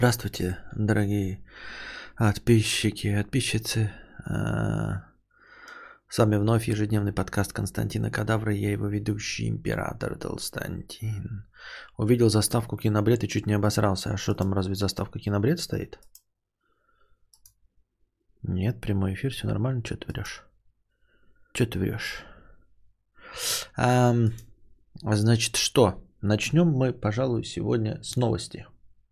Здравствуйте, дорогие подписчики и подписчицы. С вами вновь ежедневный подкаст Константина Кадавра. Я его ведущий, император Толстантин. Увидел заставку Кинобред и чуть не обосрался. А что там, разве заставка Кинобред стоит? Нет, прямой эфир, все нормально. Что ты врешь? Что ты врешь? Значит, что? Начнем мы, пожалуй, сегодня с новости.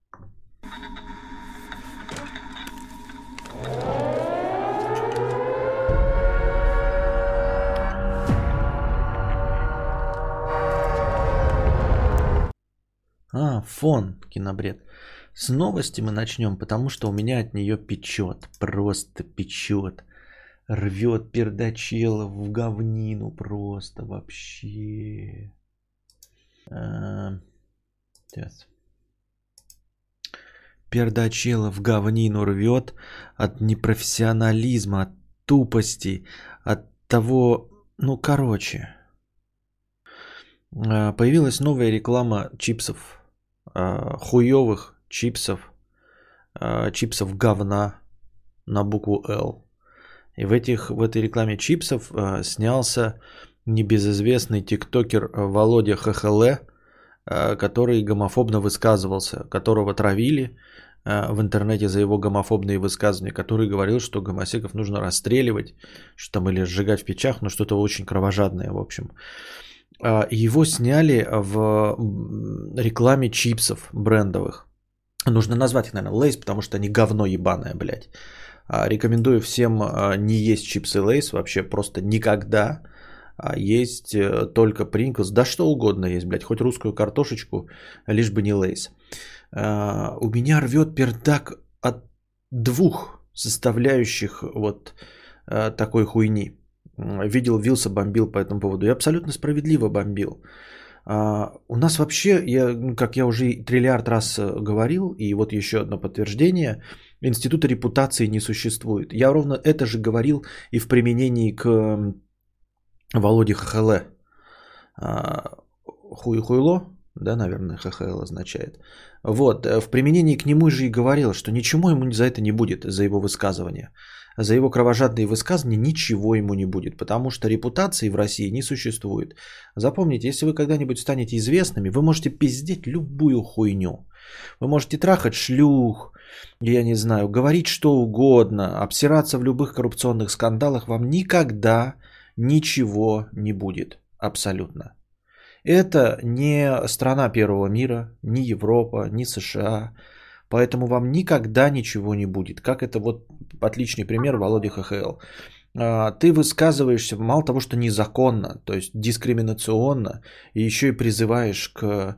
Фон Кинобред. С новости мы начнем, потому что у меня от нее печет. Просто печет. Рвет пердачело в говнину просто вообще. Сейчас. Пердачело в говнину рвет от непрофессионализма, от тупости, от того, короче. Появилась новая реклама чипсов. Хуёвых чипсов, чипсов говна на букву Л. И в этой рекламе чипсов снялся небезызвестный тиктокер Володя ХХЛ, который гомофобно высказывался, которого травили в интернете за его гомофобные высказывания, который говорил, что гомосеков нужно расстреливать, что там или сжигать в печах, но что-то очень кровожадное, в общем. Его сняли в рекламе чипсов брендовых. Нужно назвать их, наверное, Лейс, потому что они говно ебаное, блядь. Рекомендую всем не есть чипсы Лейс вообще просто никогда. Есть только Принглс. Да что угодно есть, блядь. Хоть русскую картошечку, лишь бы не Лейс. У меня рвет пердак от двух составляющих вот такой хуйни. Видел, Вилса бомбил по этому поводу. И абсолютно справедливо бомбил. У нас вообще, как я уже триллиард раз говорил, и вот еще одно подтверждение, института репутации не существует. Я ровно это же говорил и в применении к Володе ХХЛ. Хуйло, да, наверное, ХХЛ означает. Вот, в применении к нему же и говорил, что ничего ему за это не будет, за его высказывания. За его кровожадные высказывания ничего ему не будет, потому что репутации в России не существует. Запомните, если вы когда-нибудь станете известными, вы можете пиздеть любую хуйню. Вы можете трахать шлюх, я не знаю, говорить что угодно, обсираться в любых коррупционных скандалах, вам никогда ничего не будет. Абсолютно. Это не страна первого мира, ни Европа, ни США. Поэтому вам никогда ничего не будет. Как это вот отличный пример Володя ХХЛ. Ты высказываешься мало того, что незаконно, то есть дискриминационно, и еще и призываешь к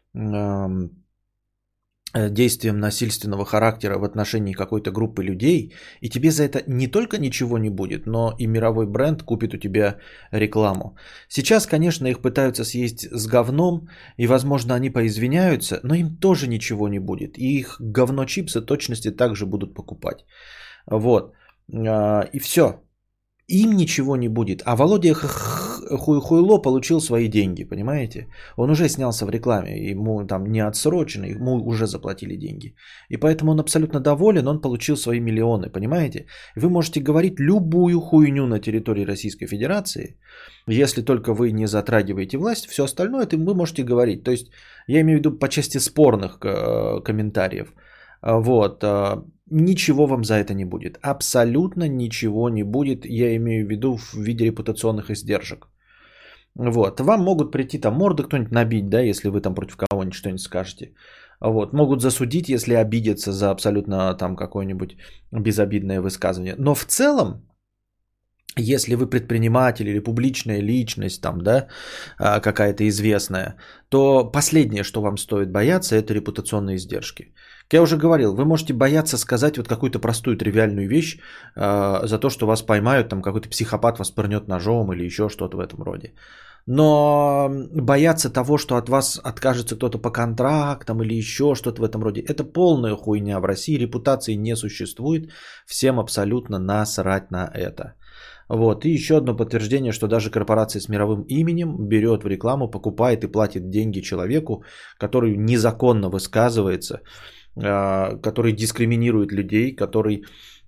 действиям насильственного характера в отношении какой-то группы людей, и тебе за это не только ничего не будет, но и мировой бренд купит у тебя рекламу. Сейчас, конечно, их пытаются съесть с говном, и, возможно, они поизвиняются, но им тоже ничего не будет. И их говно-чипсы точности также будут покупать. Вот. И все. Им ничего не будет. А Володя Хуйло получил свои деньги, понимаете? Он уже снялся в рекламе, ему там не отсрочено, ему уже заплатили деньги. И поэтому он абсолютно доволен, он получил свои миллионы, понимаете? Вы можете говорить любую хуйню на территории Российской Федерации, если только вы не затрагиваете власть, все остальное это вы можете говорить. То есть я имею в виду по части спорных комментариев. Вот. Ничего вам за это не будет. Абсолютно ничего не будет. Я имею в виду в виде репутационных издержек. Вот. Вам могут прийти там морды кто-нибудь набить, да, если вы там против кого-нибудь что-нибудь скажете. Вот. Могут засудить, если обидятся за абсолютно там какое-нибудь безобидное высказывание. Но в целом, если вы предприниматель или публичная личность, там, да, какая-то известная, то последнее, что вам стоит бояться, это репутационные издержки. Как я уже говорил, вы можете бояться сказать вот какую-то простую тривиальную вещь за то, что вас поймают, там какой-то психопат вас пырнет ножом или еще что-то в этом роде. Но бояться того, что от вас откажется кто-то по контрактам или еще что-то в этом роде, это полная хуйня. В России репутации не существует, всем абсолютно насрать на это. Вот. И еще одно подтверждение, что даже корпорация с мировым именем берет в рекламу, покупает и платит деньги человеку, который незаконно высказывается который дискриминирует людей, который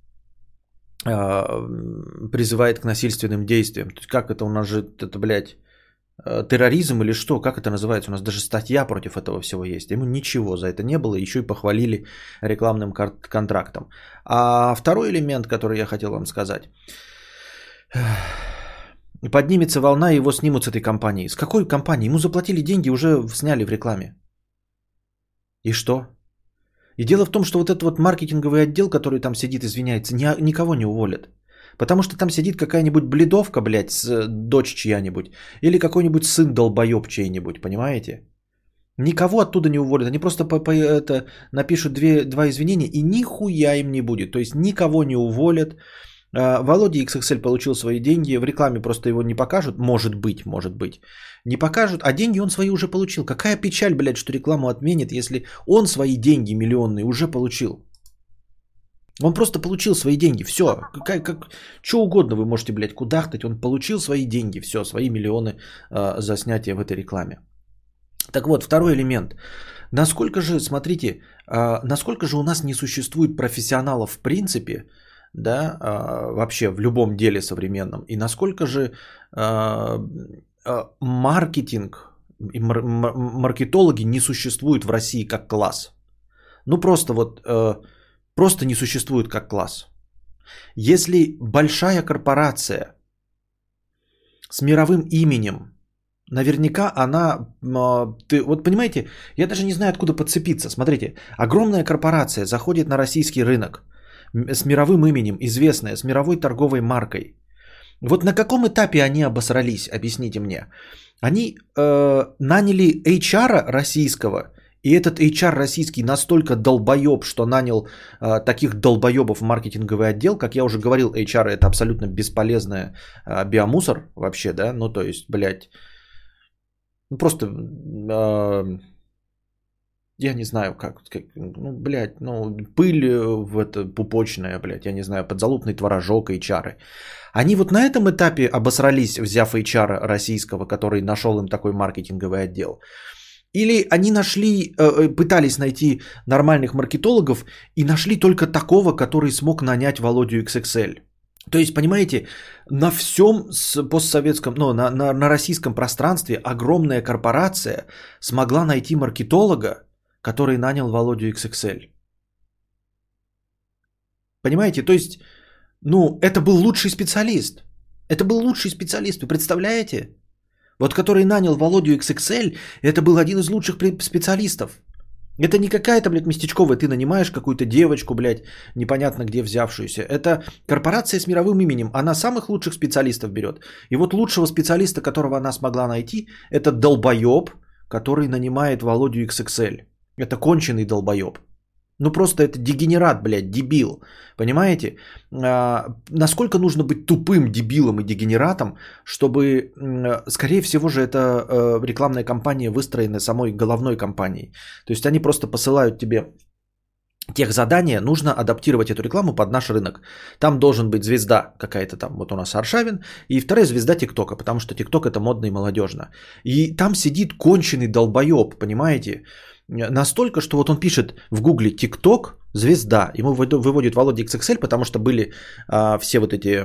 призывает к насильственным действиям. То есть как это у нас же, это, блядь, терроризм или что? Как это называется? У нас даже статья против этого всего есть. Ему ничего за это не было, еще и похвалили рекламным контрактом. А второй элемент, который я хотел вам сказать. Поднимется волна, и его снимут с этой компании. С какой компании? Ему заплатили деньги, уже сняли в рекламе. И что? И дело в том, что вот этот вот маркетинговый отдел, который там сидит, извиняется, никого не уволят. Потому что там сидит какая-нибудь бледовка, блядь, дочь чья-нибудь. Или какой-нибудь сын долбоеб чей-нибудь, понимаете? Никого оттуда не уволят. Они просто напишут два извинения, и нихуя им не будет. То есть никого не уволят. Володя XXL получил свои деньги. В рекламе просто его не покажут. Может быть. Не покажут, а деньги он свои уже получил. Какая печаль, блядь, что рекламу отменит, если он свои деньги миллионные уже получил. Он просто получил свои деньги, все. Что угодно вы можете, блядь, кудахтать. Он получил свои деньги, все, свои миллионы за снятие в этой рекламе. Так вот, второй элемент. Насколько же, смотрите, насколько же у нас не существует профессионалов в принципе, да, вообще в любом деле современном. И насколько же маркетинг и маркетологи не существуют в России как класс. Ну просто вот... Просто не существует как класс. Если большая корпорация с мировым именем, наверняка она... Вот понимаете, я даже не знаю, откуда подцепиться. Смотрите, огромная корпорация заходит на российский рынок с мировым именем, известная, с мировой торговой маркой. Вот на каком этапе они обосрались, объясните мне. Они наняли HR российского, и этот HR российский настолько долбоеб, что нанял таких долбоебов в маркетинговый отдел. Как я уже говорил, HR это абсолютно бесполезный биомусор вообще, да. Ну то есть, блядь, ну просто, я не знаю как ну, блядь, ну пыль в это пупочная, блядь, я не знаю, подзалупный творожок HR. Они вот на этом этапе обосрались, взяв HR российского, который нашел им такой маркетинговый отдел. Или они пытались найти нормальных маркетологов и нашли только такого, который смог нанять Володю XXL. То есть, понимаете, на всем постсоветском, ну, на российском пространстве огромная корпорация смогла найти маркетолога, который нанял Володю XXL. Понимаете, то есть, ну, это был лучший специалист. Это был лучший специалист, вы представляете? Вот который нанял Володю XXL, это был один из лучших специалистов. Это не какая-то, блядь, местечковая, ты нанимаешь какую-то девочку, блядь, непонятно где взявшуюся. Это корпорация с мировым именем, она самых лучших специалистов берет. И вот лучшего специалиста, которого она смогла найти, это долбоеб, который нанимает Володю XXL. Это конченый долбоеб. Ну просто это дегенерат, блядь, дебил. Понимаете? Насколько нужно быть тупым дебилом и дегенератом, чтобы, скорее всего же, это рекламная кампания выстроена самой головной компанией. То есть они просто посылают тебе тех задания, нужно адаптировать эту рекламу под наш рынок. Там должен быть звезда какая-то там, вот у нас Аршавин, и вторая звезда ТикТока, потому что ТикТок это модно и молодежно. И там сидит конченый долбоеб, понимаете? Настолько, что вот он пишет в гугле ТикТок, звезда, ему выводит Володя XXL, потому что были все вот эти,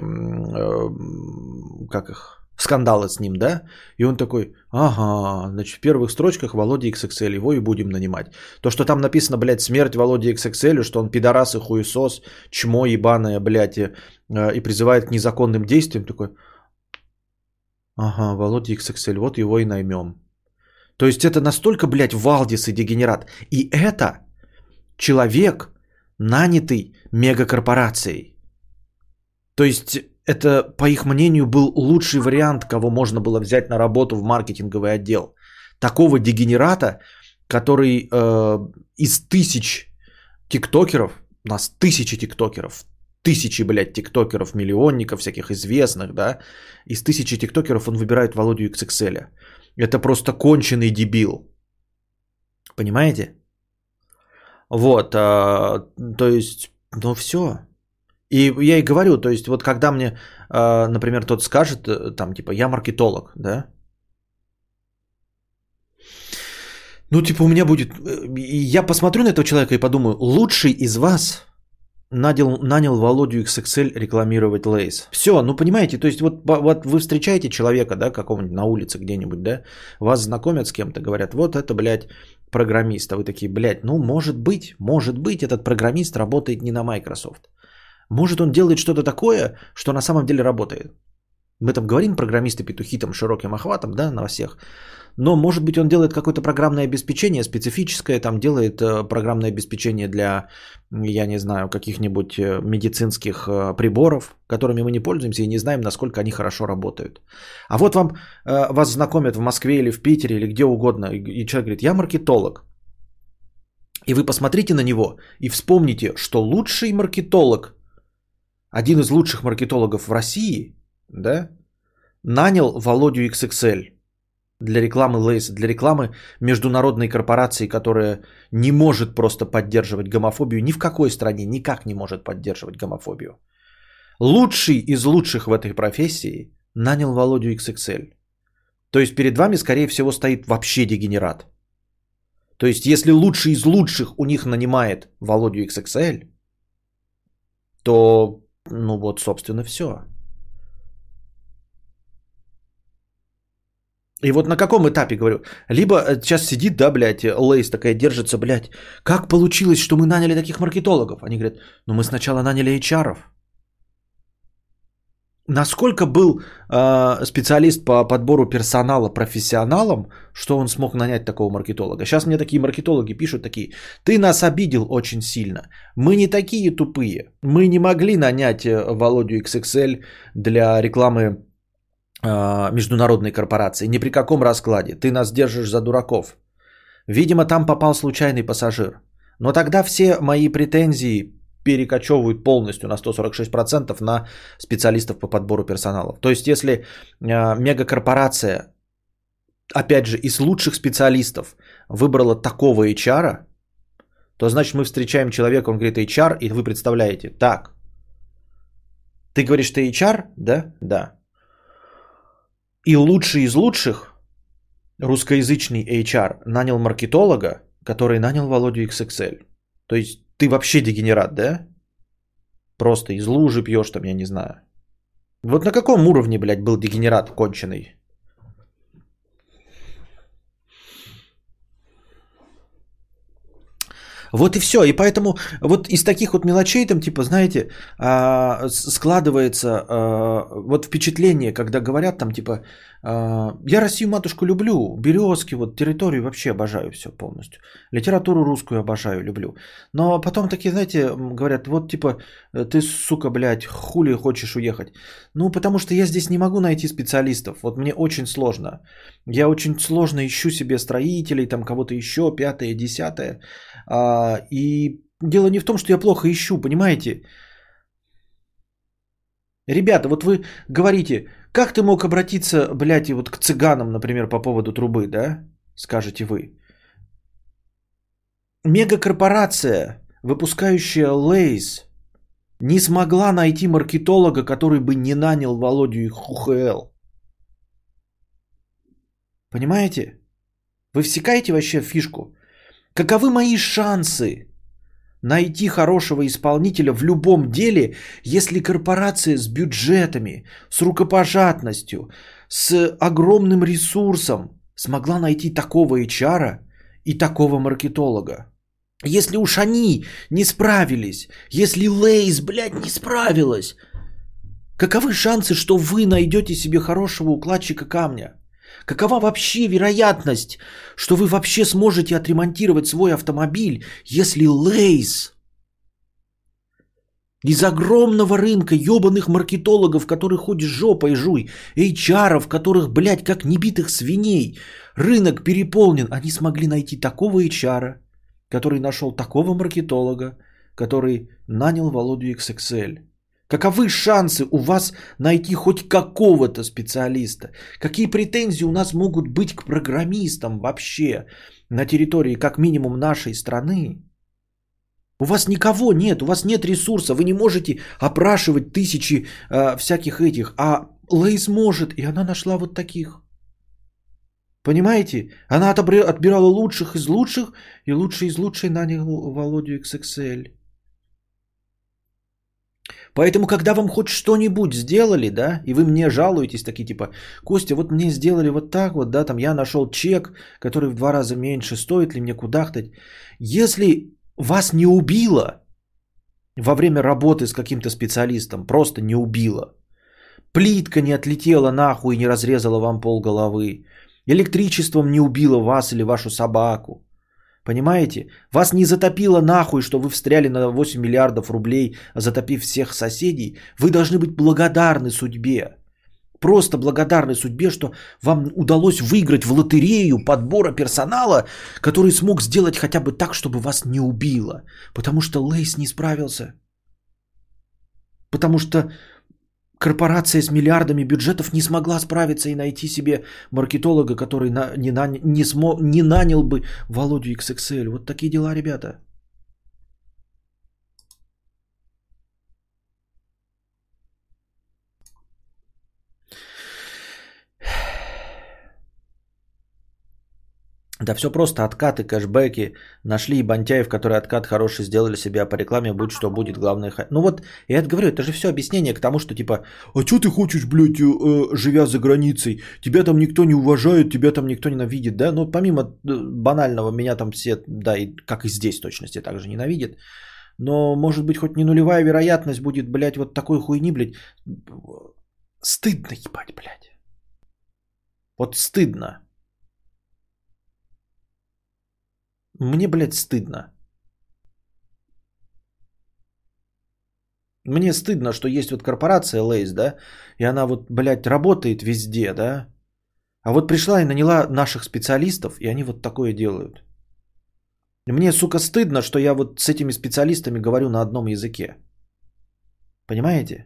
как их, скандалы с ним, да, и он такой, ага, значит, в первых строчках Володя XXL, его и будем нанимать. То, что там написано, блядь, смерть Володя XXL, что он пидорас и хуесос, чмо ебаное, блядь, и призывает к незаконным действиям, такой, ага, Володя XXL, вот его и наймем. То есть это настолько, блядь, валдис и дегенерат. И это человек, нанятый мегакорпорацией. То есть это, по их мнению, был лучший вариант, кого можно было взять на работу в маркетинговый отдел. Такого дегенерата, который из тысяч тиктокеров, у нас тысячи тиктокеров, тысячи, блядь, тиктокеров, миллионников всяких известных, да, из тысячи тиктокеров он выбирает Володю XXL. Это просто конченый дебил. Понимаете? Вот, то есть, ну все. И я и говорю, то есть, вот когда мне, например, тот скажет, там, типа, я маркетолог, да? Ну, типа, у меня будет... Я посмотрю на этого человека и подумаю, лучший из вас нанял Володю XXL рекламировать Лейс. Все, ну, понимаете, то есть вот вы встречаете человека, да, какого-нибудь на улице где-нибудь, да, вас знакомят с кем-то, говорят, вот это, блядь, программист. А вы такие, блядь, ну, может быть, этот программист работает не на Microsoft. Может, он делает что-то такое, что на самом деле работает. Мы там говорим программисты-петухи там широким охватом, да, на всех. Но, может быть, он делает какое-то программное обеспечение специфическое, там делает программное обеспечение для, я не знаю, каких-нибудь медицинских приборов, которыми мы не пользуемся и не знаем, насколько они хорошо работают. А вот вас знакомят в Москве или в Питере или где угодно, и человек говорит, я маркетолог. И вы посмотрите на него и вспомните, что лучший маркетолог, один из лучших маркетологов в России, да, нанял Володю XXL для рекламы Лейс, для рекламы международной корпорации, которая не может просто поддерживать гомофобию ни в какой стране, никак не может поддерживать гомофобию. Лучший из лучших в этой профессии нанял Володю XXL. То есть перед вами, скорее всего, стоит вообще дегенерат. То есть если лучший из лучших у них нанимает Володю XXL, то, ну вот, собственно, все. И вот на каком этапе, говорю, либо сейчас сидит, да, блядь, Лейс такая держится, блядь, как получилось, что мы наняли таких маркетологов? Они говорят, ну мы сначала наняли HR-ов. Насколько был специалист по подбору персонала профессионалом, что он смог нанять такого маркетолога? Сейчас мне такие маркетологи пишут такие, ты нас обидел очень сильно, мы не такие тупые, мы не могли нанять Володю XXL для рекламы международной корпорации, ни при каком раскладе. Ты нас держишь за дураков. Видимо, там попал случайный пассажир. Но тогда все мои претензии перекочевывают полностью на 146% на специалистов по подбору персонала. То есть, если мегакорпорация, опять же, из лучших специалистов выбрала такого HR, то значит мы встречаем человека, он говорит HR, и вы представляете, так, ты говоришь, ты HR, да? Да. И лучший из лучших, русскоязычный HR, нанял маркетолога, который нанял Володю XXL. То есть ты вообще дегенерат, да? Просто из лужи пьешь там, я не знаю. Вот на каком уровне, блядь, был дегенерат конченый? Вот и все. И поэтому вот из таких вот мелочей там, типа, знаете, складывается вот впечатление, когда говорят там, типа, я Россию матушку люблю, березки, вот территорию вообще обожаю все полностью. Литературу русскую обожаю, люблю. Но потом такие, знаете, говорят, вот типа, ты, сука, блядь, хули хочешь уехать? Ну, потому что я здесь не могу найти специалистов. Вот мне очень сложно. Я очень сложно ищу себе строителей, там кого-то еще, пятое, десятое. И дело не в том, что я плохо ищу, понимаете? Ребята, вот вы говорите, как ты мог обратиться, блядь, вот к цыганам, например, по поводу трубы, да? Скажете вы. Мегакорпорация, выпускающая Лейс, не смогла найти маркетолога, который бы не нанял Володю и ХУХЛ. Понимаете? Вы всекаете вообще в фишку? Каковы мои шансы найти хорошего исполнителя в любом деле, если корпорация с бюджетами, с рукопожатностью, с огромным ресурсом смогла найти такого HR и такого маркетолога? Если уж они не справились, если Лейс, блядь, не справилась, каковы шансы, что вы найдете себе хорошего укладчика камня? Какова вообще вероятность, что вы вообще сможете отремонтировать свой автомобиль, если Лейс из огромного рынка ебаных маркетологов, которые хоть жопой жуй, HR-ов, которых, блядь, как небитых свиней, рынок переполнен, они смогли найти такого HR, который нашел такого маркетолога, который нанял Володю XXL. Каковы шансы у вас найти хоть какого-то специалиста? Какие претензии у нас могут быть к программистам вообще на территории как минимум нашей страны? У вас никого нет, у вас нет ресурса, вы не можете опрашивать тысячи всяких этих, а Лейс может, и она нашла вот таких. Понимаете? Она отбирала лучших из лучших, и лучший из лучших нанял Володю XXL. Поэтому, когда вам хоть что-нибудь сделали, да, и вы мне жалуетесь, такие типа, Костя, вот мне сделали вот так вот, да, там я нашел чек, который в 2 раза меньше, стоит ли мне кудахтать. Если вас не убило во время работы с каким-то специалистом, просто не убило, плитка не отлетела нахуй и не разрезала вам полголовы, электричеством не убило вас или вашу собаку, понимаете? Вас не затопило нахуй, что вы встряли на 8 миллиардов рублей, затопив всех соседей. Вы должны быть благодарны судьбе. Просто благодарны судьбе, что вам удалось выиграть в лотерею подбора персонала, который смог сделать хотя бы так, чтобы вас не убило. Потому что Лейс не справился. Потому что корпорация с миллиардами бюджетов не смогла справиться и найти себе маркетолога, который не нанял бы Володю XXL. Вот такие дела, ребята. Да все просто, откаты, кэшбэки. Нашли и бантяев, которые откат хороший сделали себе, а по рекламе будь что будет, главное... Ну вот, я это говорю, это же все объяснение к тому, что типа, а что ты хочешь, блядь, живя за границей? Тебя там никто не уважает, тебя там никто ненавидит, да? Ну помимо банального, меня там все, да, и как и здесь точности так же ненавидят. Но может быть хоть не нулевая вероятность будет, блядь, вот такой хуйни, блядь. Стыдно, ебать, блядь. Вот стыдно. Мне, блядь, стыдно. Мне стыдно, что есть вот корпорация Лейс, да, и она вот, блядь, работает везде, да, а вот пришла и наняла наших специалистов, и они вот такое делают. Мне, сука, стыдно, что я вот с этими специалистами говорю на одном языке. Понимаете?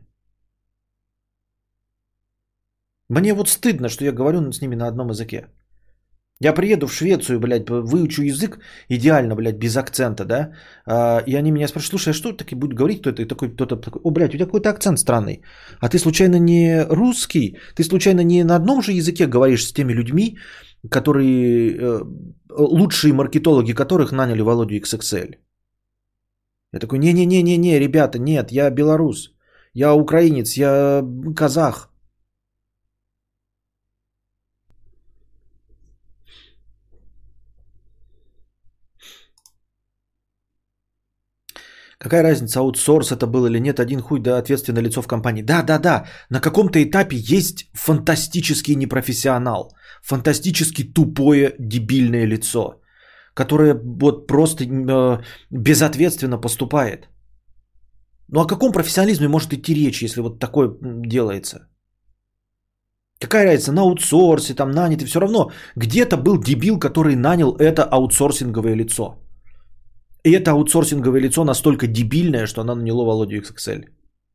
Мне вот стыдно, что я говорю с ними на одном языке. Я приеду в Швецию, блядь, выучу язык идеально, блядь, без акцента, да, и они меня спрашивают, слушай, а что таки будет говорить кто-то, и такой, кто-то такой, о, блядь, у тебя какой-то акцент странный, а ты случайно не русский, ты случайно не на одном же языке говоришь с теми людьми, которые, лучшие маркетологи которых наняли Володю XXL? Я такой, не-не-не-не-не, ребята, нет, я белорус, я украинец, я казах. Какая разница, аутсорс это был или нет, один хуй да ответственное лицо в компании. Да, на каком-то этапе есть фантастический непрофессионал, фантастически тупое дебильное лицо, которое вот просто безответственно поступает. Ну о каком профессионализме может идти речь, если вот такое делается? Какая разница, на аутсорсе, там нанятый, все равно где-то был дебил, который нанял это аутсорсинговое лицо. И это аутсорсинговое лицо настолько дебильное, что оно наняло Володю XXL.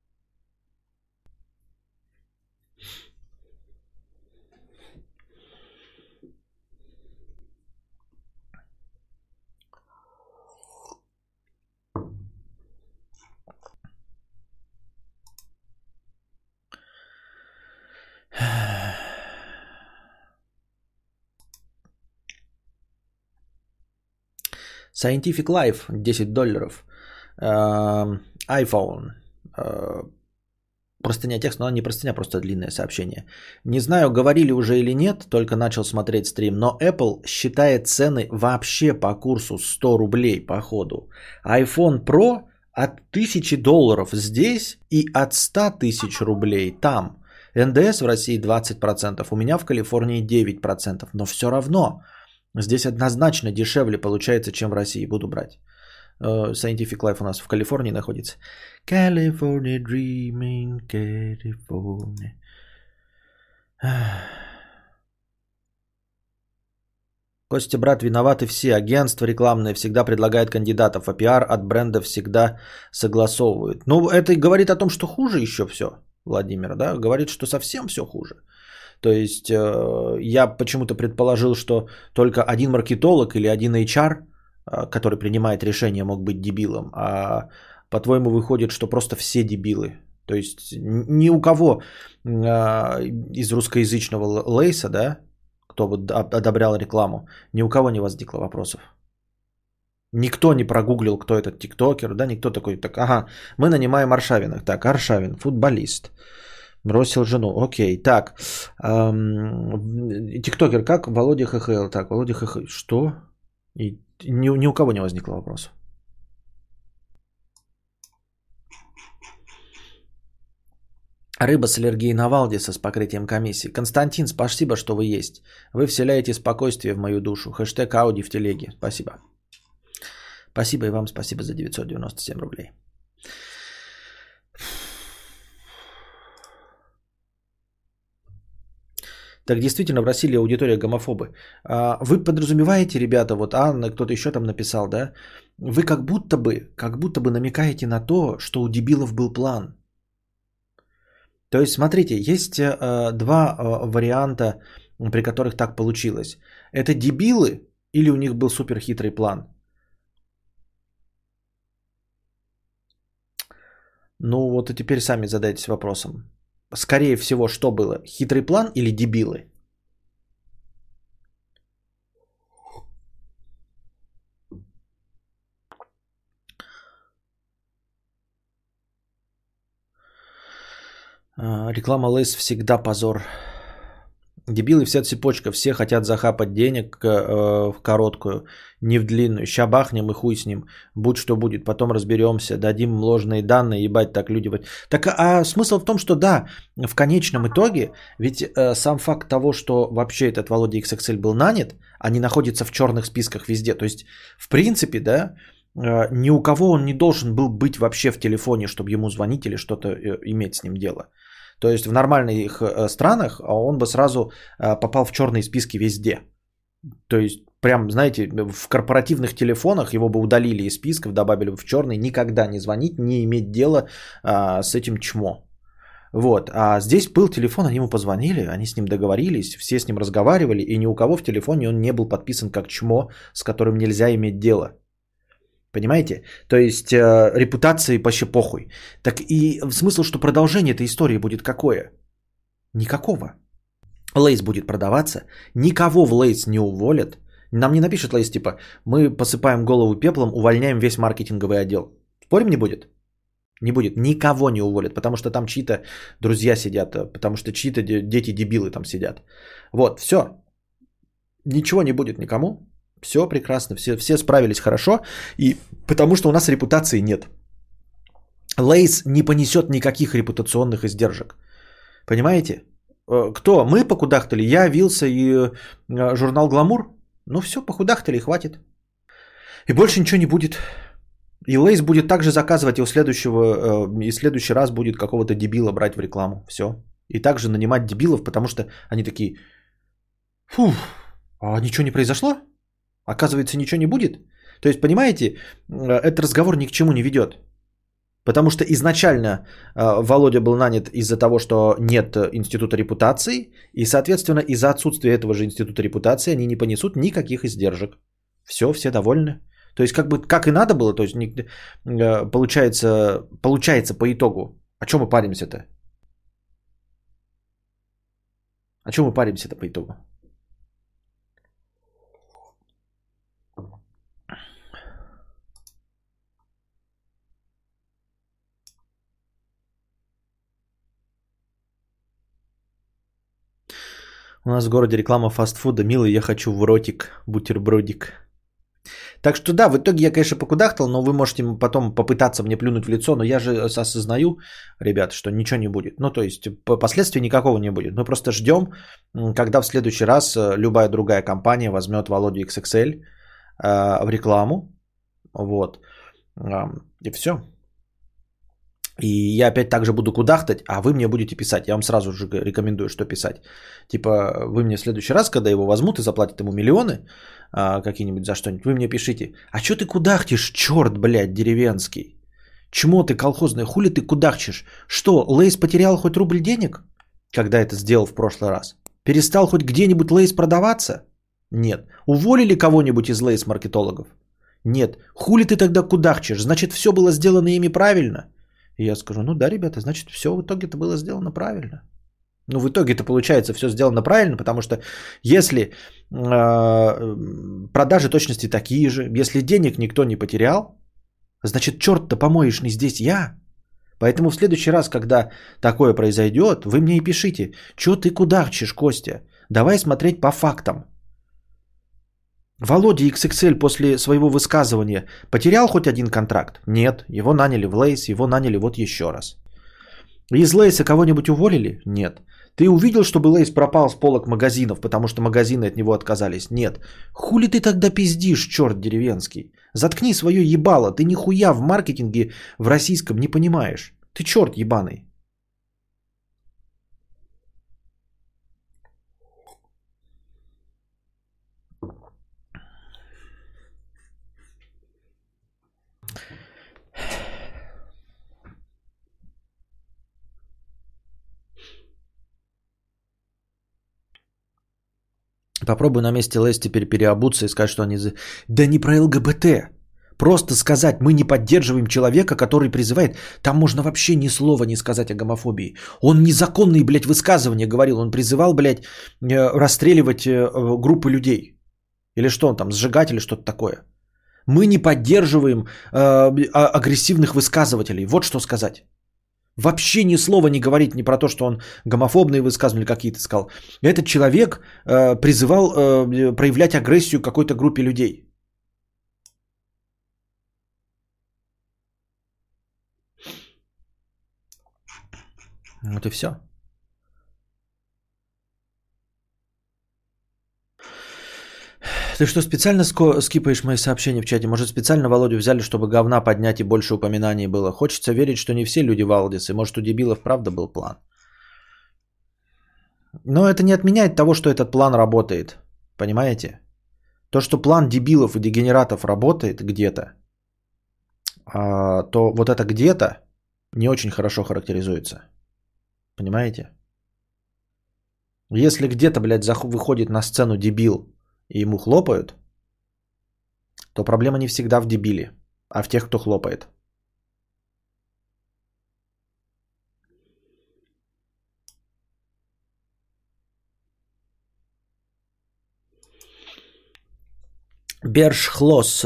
Scientific Life, $10. iPhone. Простыня текст, но она не простыня, просто длинное сообщение. Не знаю, говорили уже или нет, только начал смотреть стрим, но Apple считает цены вообще по курсу 100 рублей по ходу. iPhone Pro от $1000 здесь и от 100 тысяч рублей там. НДС в России 20%, у меня в Калифорнии 9%, но все равно здесь однозначно дешевле получается, чем в России. Буду брать. Scientific Life у нас в Калифорнии находится. California dreaming, California. Костя, брат, виноваты все. Агентство рекламное всегда предлагает кандидатов, а пиар от бренда всегда согласовывают. Ну, это говорит о том, что хуже еще все, Владимир, да? Говорит, что совсем все хуже. То есть я почему-то предположил, что только один маркетолог или один HR, который принимает решение, мог быть дебилом. А по-твоему выходит, что просто все дебилы. То есть ни у кого из русскоязычного Лейса, да, кто вот одобрял рекламу. Ни у кого не возникло вопросов. Никто не прогуглил, кто этот тиктокер, да, никто такой, так, ага, мы нанимаем Аршавина. Так, Аршавин, футболист, бросил жену, окей, так, тиктокер, как Володя ХХЛ, так, Володя ХХЛ, что? И ни у кого не возникло вопросов. Рыба с аллергией на Валдиса с покрытием комиссии. Константин, спасибо, что вы есть. Вы вселяете спокойствие в мою душу. Хэштег Ауди в телеге. Спасибо. Спасибо и вам спасибо за 997 рублей. Так действительно в России аудитория гомофобы. Вы подразумеваете, ребята, вот Анна, кто-то еще там написал, да? Вы как будто бы намекаете на то, что у дебилов был план. То есть, смотрите, есть два варианта, при которых так получилось. Это дебилы или у них был суперхитрый план? Ну вот и теперь сами задайтесь вопросом. Скорее всего, что было? Хитрый план или дебилы? Реклама Лейс всегда позор. Дебилы вся цепочка, все хотят захапать денег в короткую, не в длинную. Ща бахнем и хуй с ним, будь что будет, потом разберемся, дадим ложные данные, ебать так люди. Так а смысл в том, что да, в конечном итоге, ведь сам факт того, что вообще этот Володя XXL был нанят, они находятся в черных списках везде. То есть, в принципе, да, ни у кого он не должен был быть вообще в телефоне, чтобы ему звонить или что-то иметь с ним дело. То есть в нормальных странах он бы сразу попал в черные списки везде. То есть прям, знаете, в корпоративных телефонах его бы удалили из списков, добавили бы в черный, никогда не звонить, не иметь дела с этим чмо. Вот. А здесь был телефон, они ему позвонили, они с ним договорились, все с ним разговаривали, и ни у кого в телефоне он не был подписан как чмо, с которым нельзя иметь дело. Понимаете? То есть репутации вообще похуй. Так и смысл, что продолжение этой истории будет какое? Никакого. Лейс будет продаваться, никого в Лейс не уволят. Нам не напишет Лейс типа, мы посыпаем голову пеплом, увольняем весь маркетинговый отдел. Спорим, не будет? Не будет. Никого не уволят, потому что там чьи-то друзья сидят, потому что чьи-то дети-дебилы там сидят. Вот, все. Ничего не будет никому. Все прекрасно, все справились хорошо, и потому что у нас репутации нет. Лейс не понесет никаких репутационных издержек. Понимаете? Кто? Мы покудахтали, я, Вилса и журнал Гламур. Ну все, покудахтали, хватит. И больше ничего не будет. И Лейс будет также заказывать, и следующий раз будет какого-то дебила брать в рекламу. Все. И также нанимать дебилов, потому что они такие, фу, а ничего не произошло? Оказывается, ничего не будет. То есть, понимаете, этот разговор ни к чему не ведет. Потому что изначально Володя был нанят из-за того, что нет института репутации. И, соответственно, из-за отсутствия этого же института репутации они не понесут никаких издержек. Все довольны. То есть, как и надо было. То есть, получается по итогу. О чем мы паримся-то? О чем мы паримся-то по итогу? У нас в городе реклама фастфуда. Милый, я хочу в ротик, бутербродик. Так что да, в итоге я, конечно, покудахтал, но вы можете потом попытаться мне плюнуть в лицо, но я же осознаю, ребят, что ничего не будет. Ну, то есть последствий никакого не будет. Мы просто ждем, когда в следующий раз любая другая компания возьмет Володю XXL в рекламу. Вот. И все. И я опять также буду кудахтать, а вы мне будете писать. Я вам сразу же рекомендую, что писать. Типа, вы мне в следующий раз, когда его возьмут и заплатят ему миллионы какие-нибудь за что-нибудь, вы мне пишите, а что ты кудахтишь, черт, блядь, деревенский? Чмо ты колхозное, хули ты кудахчешь? Что, Лейс потерял хоть рубль денег, когда это сделал в прошлый раз? Перестал хоть где-нибудь Лейс продаваться? Нет. Уволили кого-нибудь из Лейс маркетологов? Нет. Хули ты тогда кудахчешь? Значит, все было сделано ими правильно? И я скажу, ну да, ребята, значит, все в итоге это было сделано правильно. Ну, в итоге-то получается все сделано правильно, потому что если продажи точности такие же, если денег никто не потерял, значит, черт-то помоечный здесь я. Поэтому в следующий раз, когда такое произойдет, вы мне и пишите, что ты кудахчешь, Костя? Давай смотреть по фактам. Володя XXL после своего высказывания потерял хоть один контракт? Нет, его наняли в Лейс, его наняли вот еще раз. Из Лейса кого-нибудь уволили? Нет. Ты увидел, чтобы Лейс пропал с полок магазинов, потому что магазины от него отказались? Нет. Хули ты тогда пиздишь, черт деревенский? Заткни свое ебало, ты нихуя в маркетинге в российском не понимаешь. Ты черт ебаный. Попробуй на месте Лейс теперь переобуться и сказать, что они... Да не про ЛГБТ. Просто сказать, мы не поддерживаем человека, который призывает. Там можно вообще ни слова не сказать о гомофобии. Он незаконные, блядь, высказывания говорил. Он призывал, блядь, расстреливать группы людей. Или что он там, сжигать или что-то такое. Мы не поддерживаем агрессивных высказывателей. Вот что сказать. Вообще ни слова не говорить ни про то, что он гомофобные высказывания какие-то сказал. Этот человек призывал проявлять агрессию какой-то группе людей. Вот и все. Ты что, специально скипаешь мои сообщения в чате? Может, специально Володю взяли, чтобы говна поднять и больше упоминаний было? Хочется верить, что не все люди Валдисы. Может, у дебилов правда был план? Но это не отменяет того, что этот план работает. Понимаете? То, что план дебилов и дегенератов работает где-то, то вот это где-то не очень хорошо характеризуется. Понимаете? Если где-то, блядь, выходит на сцену дебил и ему хлопают, то проблема не всегда в дебиле, а в тех, кто хлопает. Бершхлос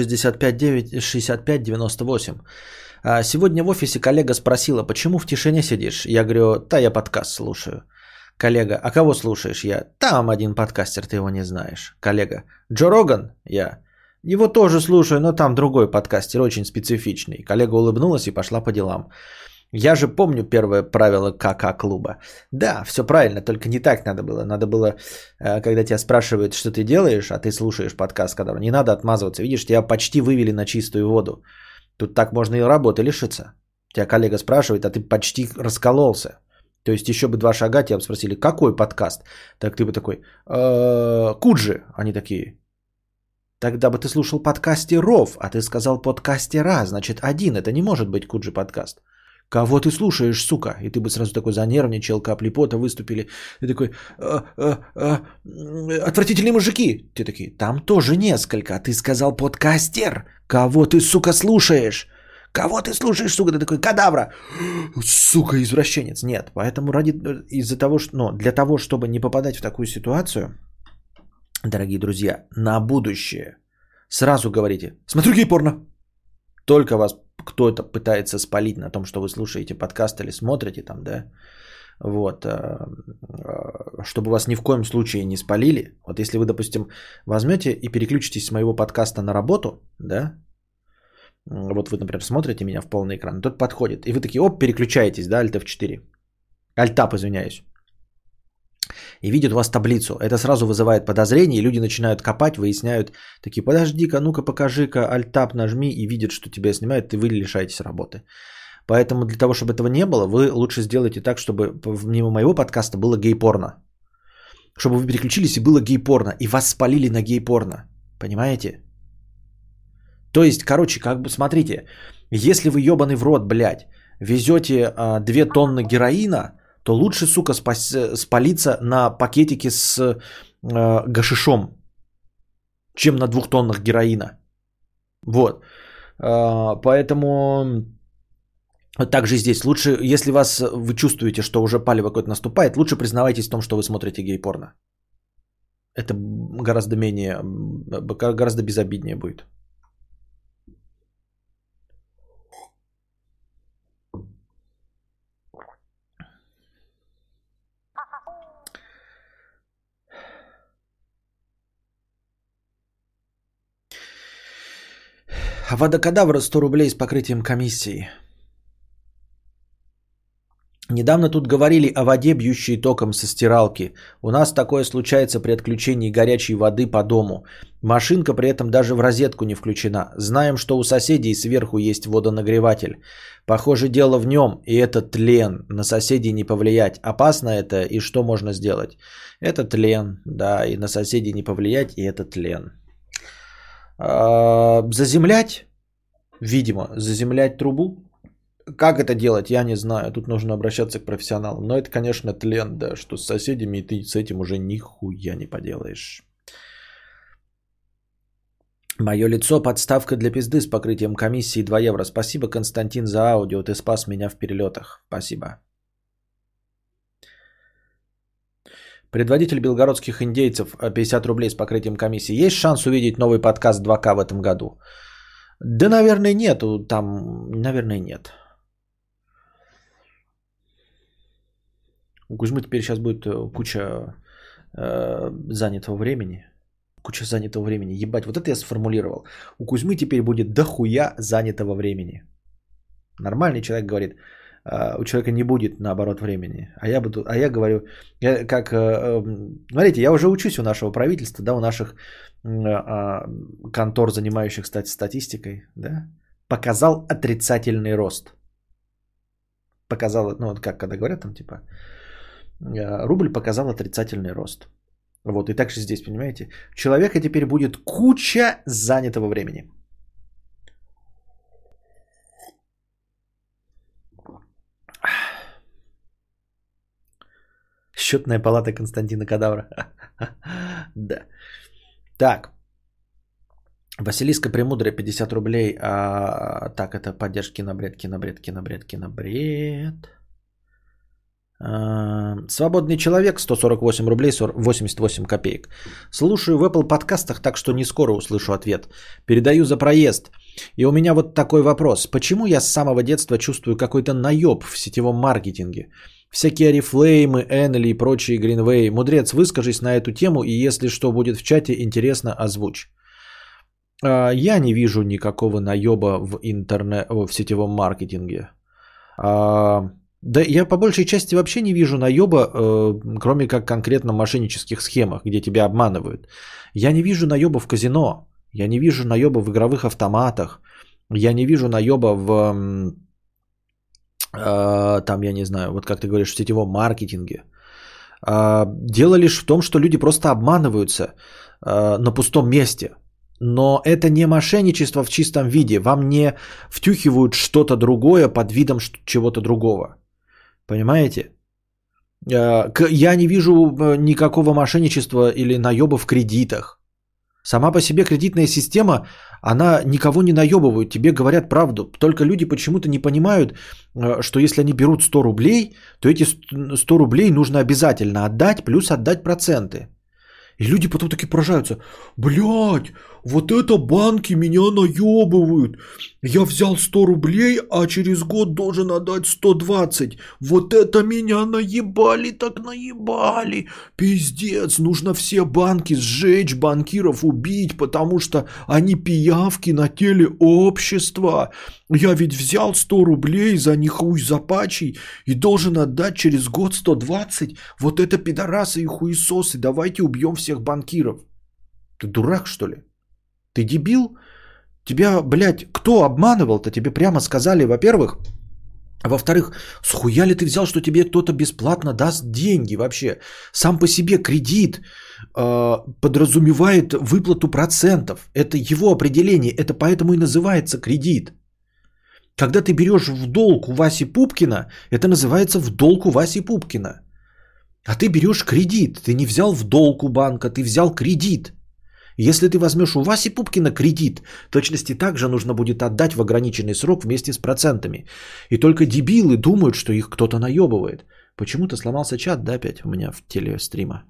6598. Сегодня в офисе коллега спросила, почему в тишине сидишь? Я говорю, да я подкаст слушаю. Коллега, а кого слушаешь? Я, там один подкастер, ты его не знаешь. Коллега, Джо Роган? Я, его тоже слушаю, но там другой подкастер, очень специфичный. Коллега улыбнулась и пошла по делам. Я же помню первое правило КК-клуба. Да, все правильно, только не так надо было. Надо было, когда тебя спрашивают, что ты делаешь, а ты слушаешь подкаст, который не надо отмазываться. Видишь, тебя почти вывели на чистую воду. Тут так можно и работы лишиться. Тебя коллега спрашивает, а ты почти раскололся. То есть еще бы 2 шага, тебя бы спросили, какой подкаст? Так ты бы такой, Куджи. Они такие, тогда бы ты слушал подкастеров, а ты сказал подкастера, значит один, это не может быть Куджи подкаст. Кого ты слушаешь, сука? И ты бы сразу такой занервничал, капли пота выступили. Ты такой, отвратительные мужики. Ты такие, там тоже несколько. Ты сказал подкастер. Кого ты, сука, слушаешь? Кого ты слушаешь, сука? Ты такой, кадавра. Сука, извращенец. Нет, поэтому из-за того, что, для того, чтобы не попадать в такую ситуацию, дорогие друзья, на будущее сразу говорите, смотрю гей-порно. Только вас кто-то пытается спалить на том, что вы слушаете подкаст или смотрите там, да, вот, чтобы вас ни в коем случае не спалили. Вот если вы, допустим, возьмете и переключитесь с моего подкаста на работу, да, вот вы, например, смотрите меня в полный экран, тот подходит, и вы такие, оп, переключаетесь, да, Alt F4, Alt-Tab, извиняюсь, и видят у вас таблицу. Это сразу вызывает подозрение, и люди начинают копать, выясняют, такие, подожди-ка, ну-ка покажи-ка, Alt-Tab нажми, и видят, что тебя снимают, и вы лишаетесь работы. Поэтому для того, чтобы этого не было, вы лучше сделайте так, чтобы мимо моего подкаста было гей-порно. Чтобы вы переключились и было гей-порно, и вас спалили на гей-порно. Понимаете? То есть, короче, как бы, смотрите, если вы ебаный в рот, блядь, везете 2 тонны героина, то лучше, сука, спалиться на пакетике с гашишом, чем на 2 тоннах героина. Вот. Поэтому Вот так же и здесь. Лучше, если вы чувствуете, что уже палево какое-то наступает, лучше признавайтесь в том, что вы смотрите гей-порно. Это гораздо безобиднее будет. Водокадавр 100 рублей с покрытием комиссии. Недавно тут говорили о воде, бьющей током со стиралки. У нас такое случается при отключении горячей воды по дому. Машинка при этом даже в розетку не включена. Знаем, что у соседей сверху есть водонагреватель. Похоже, дело в нем, и это тлен. На соседей не повлиять. Опасно это, и что можно сделать? Это тлен, да, и на соседей не повлиять, и это тлен. Заземлять, видимо, заземлять трубу. Как это делать, я не знаю. Тут нужно обращаться к профессионалам. Но это, конечно, тлен, да, что с соседями, и ты с этим уже нихуя не поделаешь. Мое лицо подставка для пизды с покрытием комиссии 2 евро. Спасибо, Константин, за аудио. Ты спас меня в перелетах. Спасибо. Предводитель белгородских индейцев 50 рублей с покрытием комиссии. Есть шанс увидеть новый подкаст 2К в этом году? Да, наверное, нету. Там, наверное, нет. У Кузьмы теперь сейчас будет куча занятого времени. Куча занятого времени. Ебать, вот это я сформулировал. У Кузьмы теперь будет дохуя занятого времени. Нормальный человек говорит, у человека не будет, наоборот, времени. А я говорю, смотрите, я уже учусь у нашего правительства, да, у наших контор, занимающих статистикой, да, показал отрицательный рост. Показал, ну, вот как когда говорят там, типа, рубль показал отрицательный рост. Вот, и также здесь, понимаете, у человека теперь будет куча занятого времени. Счетная палата Константина Кадавра. Да. Так. Василиска Премудрая 50 рублей. Так, это поддержка кинобред. Свободный человек 148 рублей 88 копеек. Слушаю в Apple подкастах, так что не скоро услышу ответ. Передаю за проезд. И у меня вот такой вопрос. Почему я с самого детства чувствую какой-то наеб в сетевом маркетинге? Всякие Oriflame, Enely и прочие Greenway. Мудрец, выскажись на эту тему, и если что будет в чате, интересно, озвучь. Я не вижу никакого наеба в сетевом маркетинге. Да я по большей части вообще не вижу наеба, кроме как конкретно мошеннических схемах, где тебя обманывают. Я не вижу наеба в казино. Я не вижу наеба в игровых автоматах. Я не вижу наеба в... там, я не знаю, вот как ты говоришь, в сетевом маркетинге. Дело лишь в том, что люди просто обманываются на пустом месте. Но это не мошенничество в чистом виде. Вам не втюхивают что-то другое под видом чего-то другого. Понимаете? Я не вижу никакого мошенничества или наеба в кредитах. Сама по себе кредитная система, она никого не наебывает, тебе говорят правду. Только люди почему-то не понимают, что если они берут 100 рублей, то эти 100 рублей нужно обязательно отдать, плюс отдать проценты. И люди потом такие поражаются. Блядь, вот это банки меня наебывают. Я взял 100 рублей, а через год должен отдать 120. Вот это меня наебали, так наебали. Пиздец, нужно все банки сжечь, банкиров убить, потому что они пиявки на теле общества. Я ведь взял 100 рублей за них хуй запачий и должен отдать через год 120. Вот это пидорасы и хуесосы. Давайте убьем всех банкиров. Ты дурак, что ли? Ты дебил? Тебя, блядь, кто обманывал-то? Тебе прямо сказали, во-первых. А во-вторых, схуя ли ты взял, что тебе кто-то бесплатно даст деньги вообще? Сам по себе кредит подразумевает выплату процентов. Это его определение. Это поэтому и называется кредит. Когда ты берешь в долг у Васи Пупкина, это называется в долг у Васи Пупкина. А ты берешь кредит. Ты не взял в долг у банка, ты взял кредит. Если ты возьмешь у Васи Пупкина кредит, в точности так же нужно будет отдать в ограниченный срок вместе с процентами. И только дебилы думают, что их кто-то наебывает. Почему-то сломался чат, да, опять у меня в телестрима.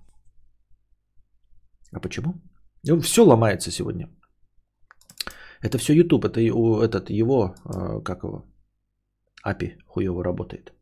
А почему? Все ломается сегодня. Это все YouTube, это этот его, как его, API хуево работает.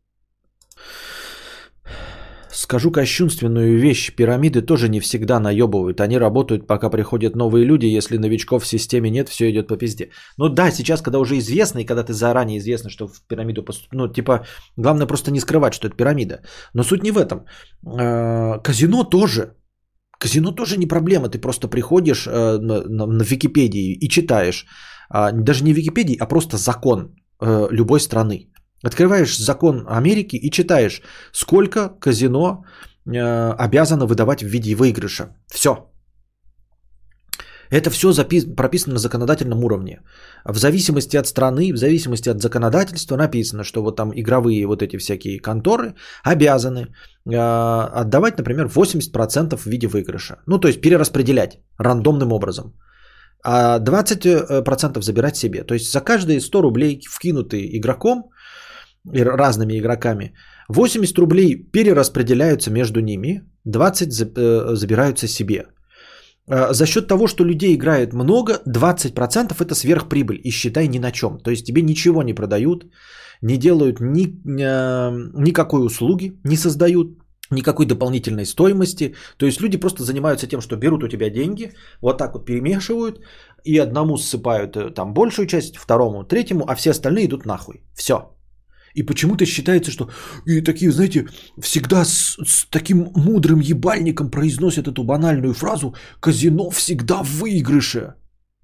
Скажу кощунственную вещь. Пирамиды тоже не всегда наебывают. Они работают, пока приходят новые люди. Если новичков в системе нет, все идет по пизде. Ну да, сейчас, когда уже известно, и когда ты заранее известно, что в пирамиду поступит. Ну, типа, главное просто не скрывать, что это пирамида. Но суть не в этом. Казино тоже. Казино тоже не проблема. Ты просто приходишь на Википедии и читаешь. Даже не Википедии, а просто закон любой страны. Открываешь закон Америки и читаешь, сколько казино обязано выдавать в виде выигрыша. Все. Это все прописано на законодательном уровне. В зависимости от страны, в зависимости от законодательства написано, что вот там игровые вот эти всякие конторы обязаны отдавать, например, 80% в виде выигрыша. Ну, то есть перераспределять рандомным образом. А 20% забирать себе. То есть за каждые 100 рублей, вкинутые игроком, разными игроками, 80 рублей перераспределяются между ними, 20 забираются себе. За счет того, что людей играет много, 20% это сверхприбыль, и считай ни на чем. То есть тебе ничего не продают, не делают никакой услуги, не создают никакой дополнительной стоимости. То есть люди просто занимаются тем, что берут у тебя деньги, вот так вот перемешивают, и одному ссыпают там большую часть, второму, третьему, а все остальные идут нахуй. Все. И почему-то считается, что и такие, знаете, всегда с таким мудрым ебальником произносят эту банальную фразу «казино всегда в выигрыше».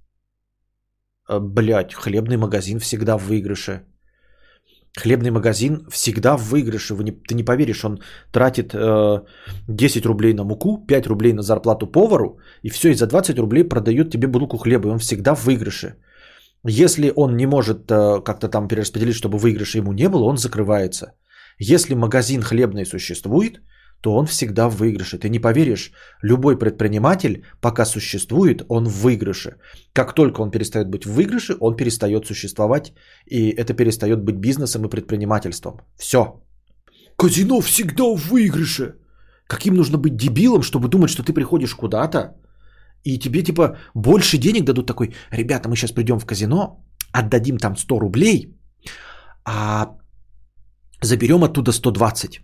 Блять, хлебный магазин всегда в выигрыше. Хлебный магазин всегда в выигрыше. Ты не поверишь, он тратит 10 рублей на муку, 5 рублей на зарплату повару, и все, и за 20 рублей продает тебе бутылку хлеба, и он всегда в выигрыше. Если он не может как-то там перераспределить, чтобы выигрыша ему не было, он закрывается. Если магазин хлебный существует, то он всегда в выигрыше. Ты не поверишь, любой предприниматель, пока существует, он в выигрыше. Как только он перестает быть в выигрыше, он перестает существовать, и это перестает быть бизнесом и предпринимательством. Все. Казино всегда в выигрыше. Каким нужно быть дебилом, чтобы думать, что ты приходишь куда-то, и тебе типа больше денег дадут, такой: ребята, мы сейчас придем в казино, отдадим там 100 рублей, а заберем оттуда 120.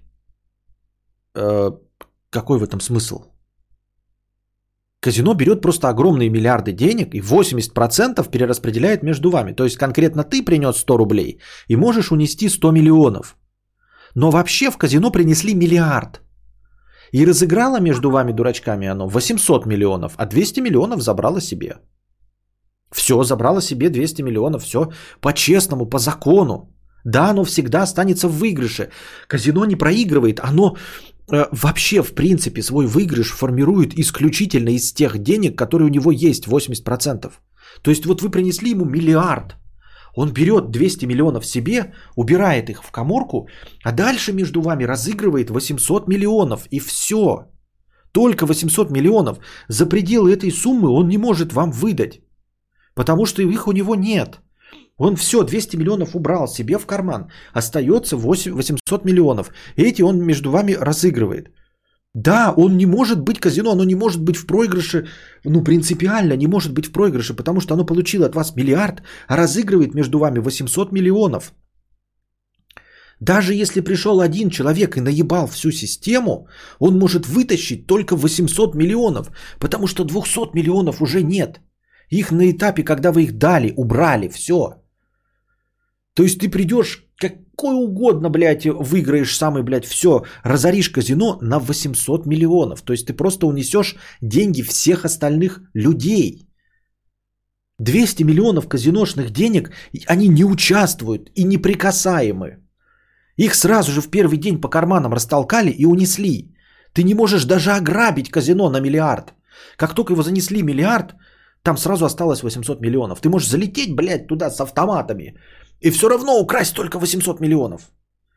Какой в этом смысл? Казино берет просто огромные миллиарды денег и 80% перераспределяет между вами. То есть конкретно ты принес 100 рублей и можешь унести 100 миллионов. Но вообще в казино принесли миллиард. И разыграло между вами, дурачками, оно 800 миллионов, а 200 миллионов забрало себе. Все, забрало себе 200 миллионов, все по-честному, по закону. Да, оно всегда останется в выигрыше. Казино не проигрывает, оно вообще, в принципе, свой выигрыш формирует исключительно из тех денег, которые у него есть, 80%. То есть вот вы принесли ему миллиард. Он берет 200 миллионов себе, убирает их в каморку, а дальше между вами разыгрывает 800 миллионов. И все. Только 800 миллионов. За пределы этой суммы он не может вам выдать. Потому что их у него нет. Он все, 200 миллионов убрал себе в карман. Остается 800 миллионов. Эти он между вами разыгрывает. Да, он не может быть казино, оно не может быть в проигрыше, ну принципиально не может быть в проигрыше, потому что оно получило от вас миллиард, а разыгрывает между вами 800 миллионов. Даже если пришел один человек и наебал всю систему, он может вытащить только 800 миллионов, потому что 200 миллионов уже нет. Их на этапе, когда вы их дали, убрали, все. То есть ты придешь, какой угодно, блядь, выиграешь самый, блядь, все, разоришь казино на 800 миллионов. То есть ты просто унесешь деньги всех остальных людей. 200 миллионов казиношных денег, они не участвуют и неприкасаемы. Их сразу же в первый день по карманам растолкали и унесли. Ты не можешь даже ограбить казино на миллиард. Как только его занесли миллиард, там сразу осталось 800 миллионов. Ты можешь залететь, блядь, туда с автоматами и все равно украсть только 800 миллионов.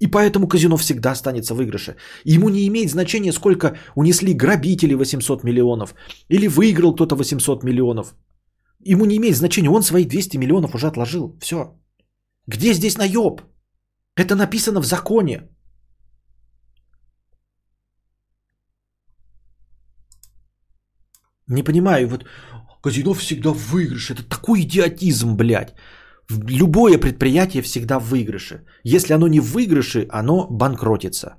И поэтому казино всегда останется в выигрыше. Ему не имеет значения, сколько унесли грабители 800 миллионов или выиграл кто-то 800 миллионов. Ему не имеет значения, он свои 200 миллионов уже отложил. Все. Где здесь наеб? Это написано в законе. Не понимаю, вот казино всегда в выигрыше. Это такой идиотизм, блядь. Любое предприятие всегда в выигрыше. Если оно не в выигрыше, оно банкротится.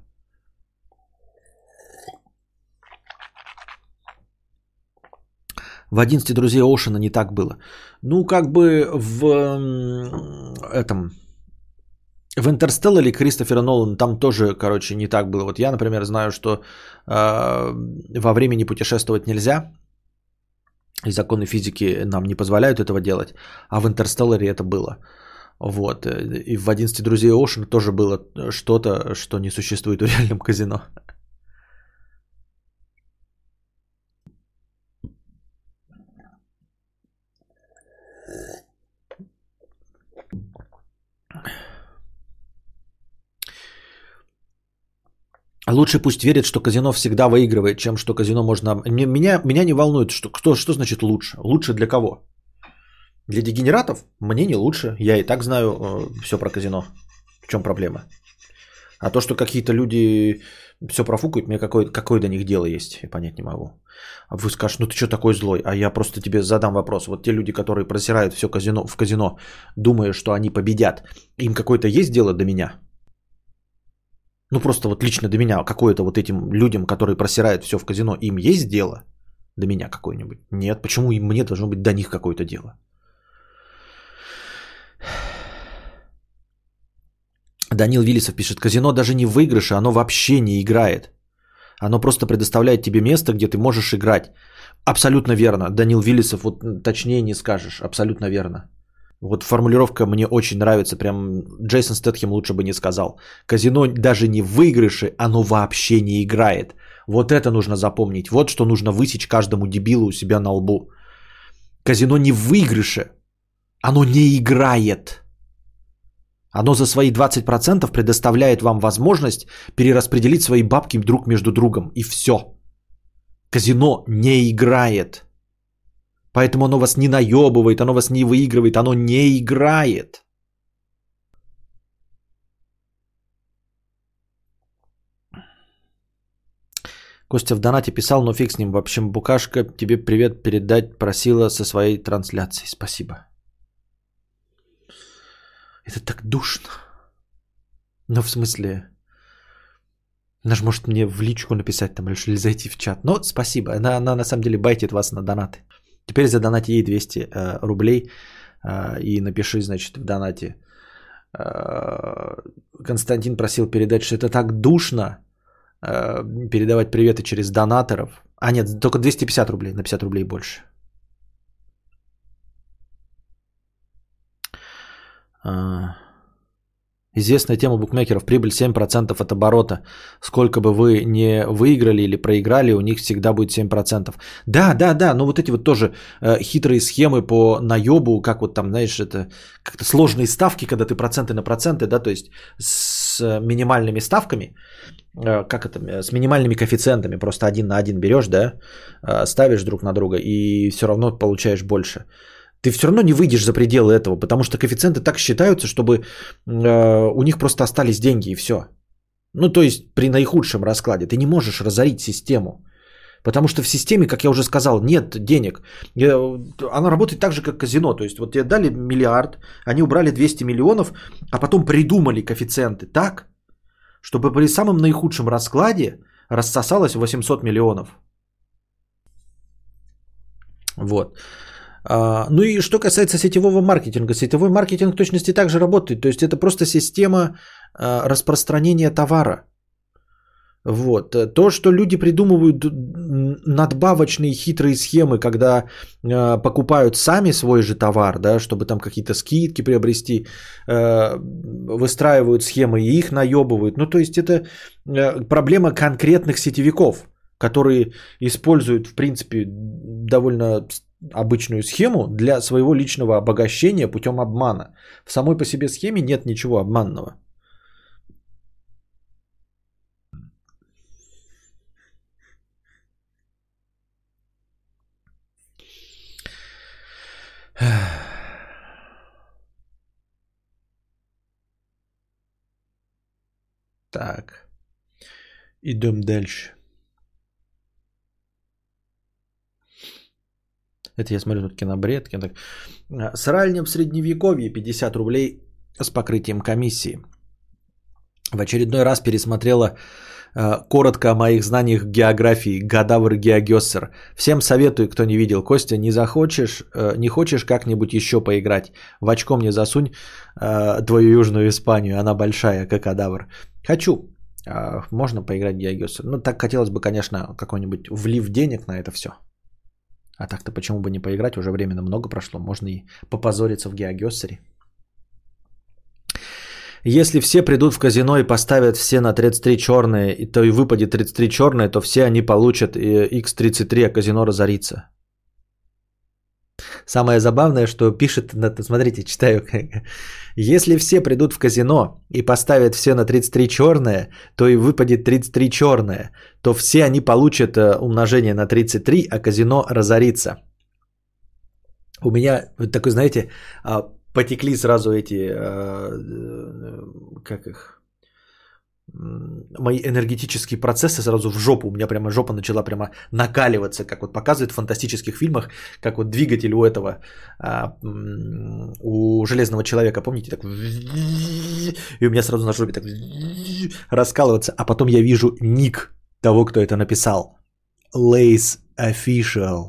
В 11 друзей Оушена не так было. Ну, как бы в этом... В «Интерстелларе» Кристофера Нолана там тоже, короче, не так было. Вот я, например, знаю, что во времени путешествовать нельзя. И законы физики нам не позволяют этого делать. А в «Интерстелларе» это было. Вот. И в «11 друзей Оушена» тоже было что-то, что не существует в реальном казино. Лучше пусть верит, что казино всегда выигрывает, чем что казино можно... Меня не волнует, что значит лучше. Лучше для кого? Для дегенератов? Мне не лучше. Я и так знаю все про казино. В чем проблема? А то, что какие-то люди все профукают, мне какое до них дело есть, я понять не могу. А вы скажете, ну ты что такой злой? А я просто тебе задам вопрос. Вот те люди, которые просирают все в казино, думая, что они победят, им какое-то есть дело до меня? Ну просто вот лично до меня, какое-то вот этим людям, которые просирают все в казино, им есть дело до меня какое-нибудь? Нет, почему им мне должно быть до них какое-то дело? Данил Виллисов пишет, казино даже не в выигрыше, оно вообще не играет. Оно просто предоставляет тебе место, где ты можешь играть. Абсолютно верно. Данил Виллисов, вот точнее не скажешь, абсолютно верно. Вот формулировка мне очень нравится, прям Джейсон Стэтхэм лучше бы не сказал. Казино даже не в выигрыше, оно вообще не играет. Вот это нужно запомнить. Вот что нужно высечь каждому дебилу у себя на лбу. Казино не в выигрыше, оно не играет. Оно за свои 20% предоставляет вам возможность перераспределить свои бабки друг между другом. И все. Казино не играет. Поэтому оно вас не наебывает, оно вас не выигрывает, оно не играет. Костя в донате писал, но фиг с ним. В общем, Букашка тебе привет передать просила со своей трансляцией. Спасибо. Это так душно. Ну, в смысле... Она же может мне в личку написать там или зайти в чат. Но спасибо. Она на самом деле байтит вас на донаты. Теперь задонати ей 200 рублей и напиши, значит, в донате. Константин просил передать, что это так душно передавать приветы через донаторов. А нет, только 250 рублей, на 50 рублей больше. Известная тема букмекеров. Прибыль 7% от оборота. Сколько бы вы не выиграли или проиграли, у них всегда будет 7%. Да. Но вот эти вот тоже хитрые схемы по наебу, как вот там, знаешь, это как-то сложные ставки, когда ты проценты на проценты, да, то есть с минимальными ставками, как это, с минимальными коэффициентами, просто 1 на 1 берешь, да, ставишь друг на друга и все равно получаешь больше. Ты все равно не выйдешь за пределы этого, потому что коэффициенты так считаются, чтобы у них просто остались деньги и все. Ну, то есть при наихудшем раскладе ты не можешь разорить систему. Потому что в системе, как я уже сказал, нет денег. Она работает так же, как казино. То есть вот тебе дали миллиард, они убрали 200 миллионов, а потом придумали коэффициенты так, чтобы при самом наихудшем раскладе рассосалось 800 миллионов. Вот. Ну и что касается сетевого маркетинга. Сетевой маркетинг в точности также работает. То есть это просто система распространения товара. Вот. То, что люди придумывают надбавочные хитрые схемы, когда покупают сами свой же товар, да, чтобы там какие-то скидки приобрести, выстраивают схемы и их наебывают. Ну то есть это проблема конкретных сетевиков, которые используют в принципе довольно обычную схему для своего личного обогащения путем обмана. В самой по себе схеме нет ничего обманного. Так. Идем дальше. Это я смотрю тут кинобред. Сральня в средневековье 50 рублей с покрытием комиссии. В очередной раз пересмотрела коротко о моих знаниях географии. Гадавр Геогессер. Всем советую, кто не видел. Костя, не хочешь как-нибудь еще поиграть? В очко мне засунь твою Южную Испанию. Она большая, как кадавр. Хочу. Можно поиграть в Геогессер. Ну, так хотелось бы, конечно, какой-нибудь влив денег на это все. А так-то почему бы не поиграть? Уже временно много прошло. Можно и попозориться в Геогессере. Если все придут в казино и поставят все на 33 черные, то и выпадет 33 черные, то все они получат x33, а казино разорится. Самое забавное, что пишет, смотрите, читаю. Если все придут в казино и поставят все на 33 черные, то и выпадет 33 черные, то все они получат умножение на 33, а казино разорится. У меня такой, знаете, потекли сразу эти, как их, мои энергетические процессы сразу в жопу. У меня прямо жопа начала прямо накаливаться, как вот показывают в фантастических фильмах, как вот двигатель у этого, у Железного человека, помните, так, и у меня сразу на жопе так раскалываться, а потом я вижу ник того, кто это написал. Lace Official.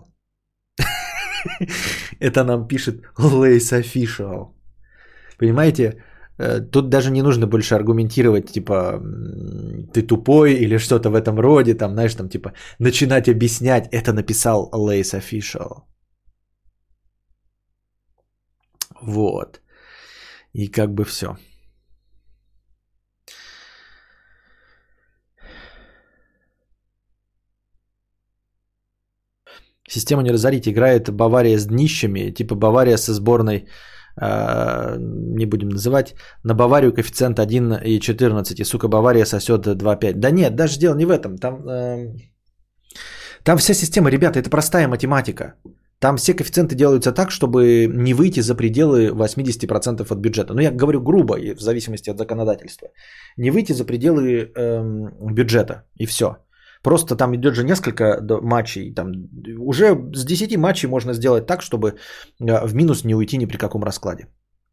Это нам пишет Lace Official. Понимаете? Тут даже не нужно больше аргументировать, типа, ты тупой или что-то в этом роде, там, знаешь, там, типа, начинать объяснять, это написал Lace Official. Вот. И как бы все. Систему не разорить. Играет Бавария с днищами, типа Бавария со сборной, не будем называть, на Баварию коэффициент 1,14, и, сука, Бавария сосет 2,5. Да нет, даже дело не в этом. Там вся система, ребята, это простая математика. Там все коэффициенты делаются так, чтобы не выйти за пределы 80% от бюджета. Ну, я говорю грубо, в зависимости от законодательства. Не выйти за пределы бюджета, и все. Просто там идет же несколько матчей. Там уже с 10 матчей можно сделать так, чтобы в минус не уйти ни при каком раскладе.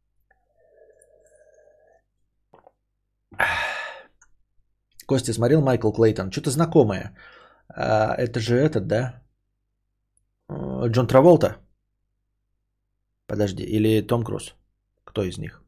Костя смотрел Майкл Клейтон. Что-то знакомое. Это же этот, да? Джон Траволта? Подожди. Или Том Круз? Кто из них?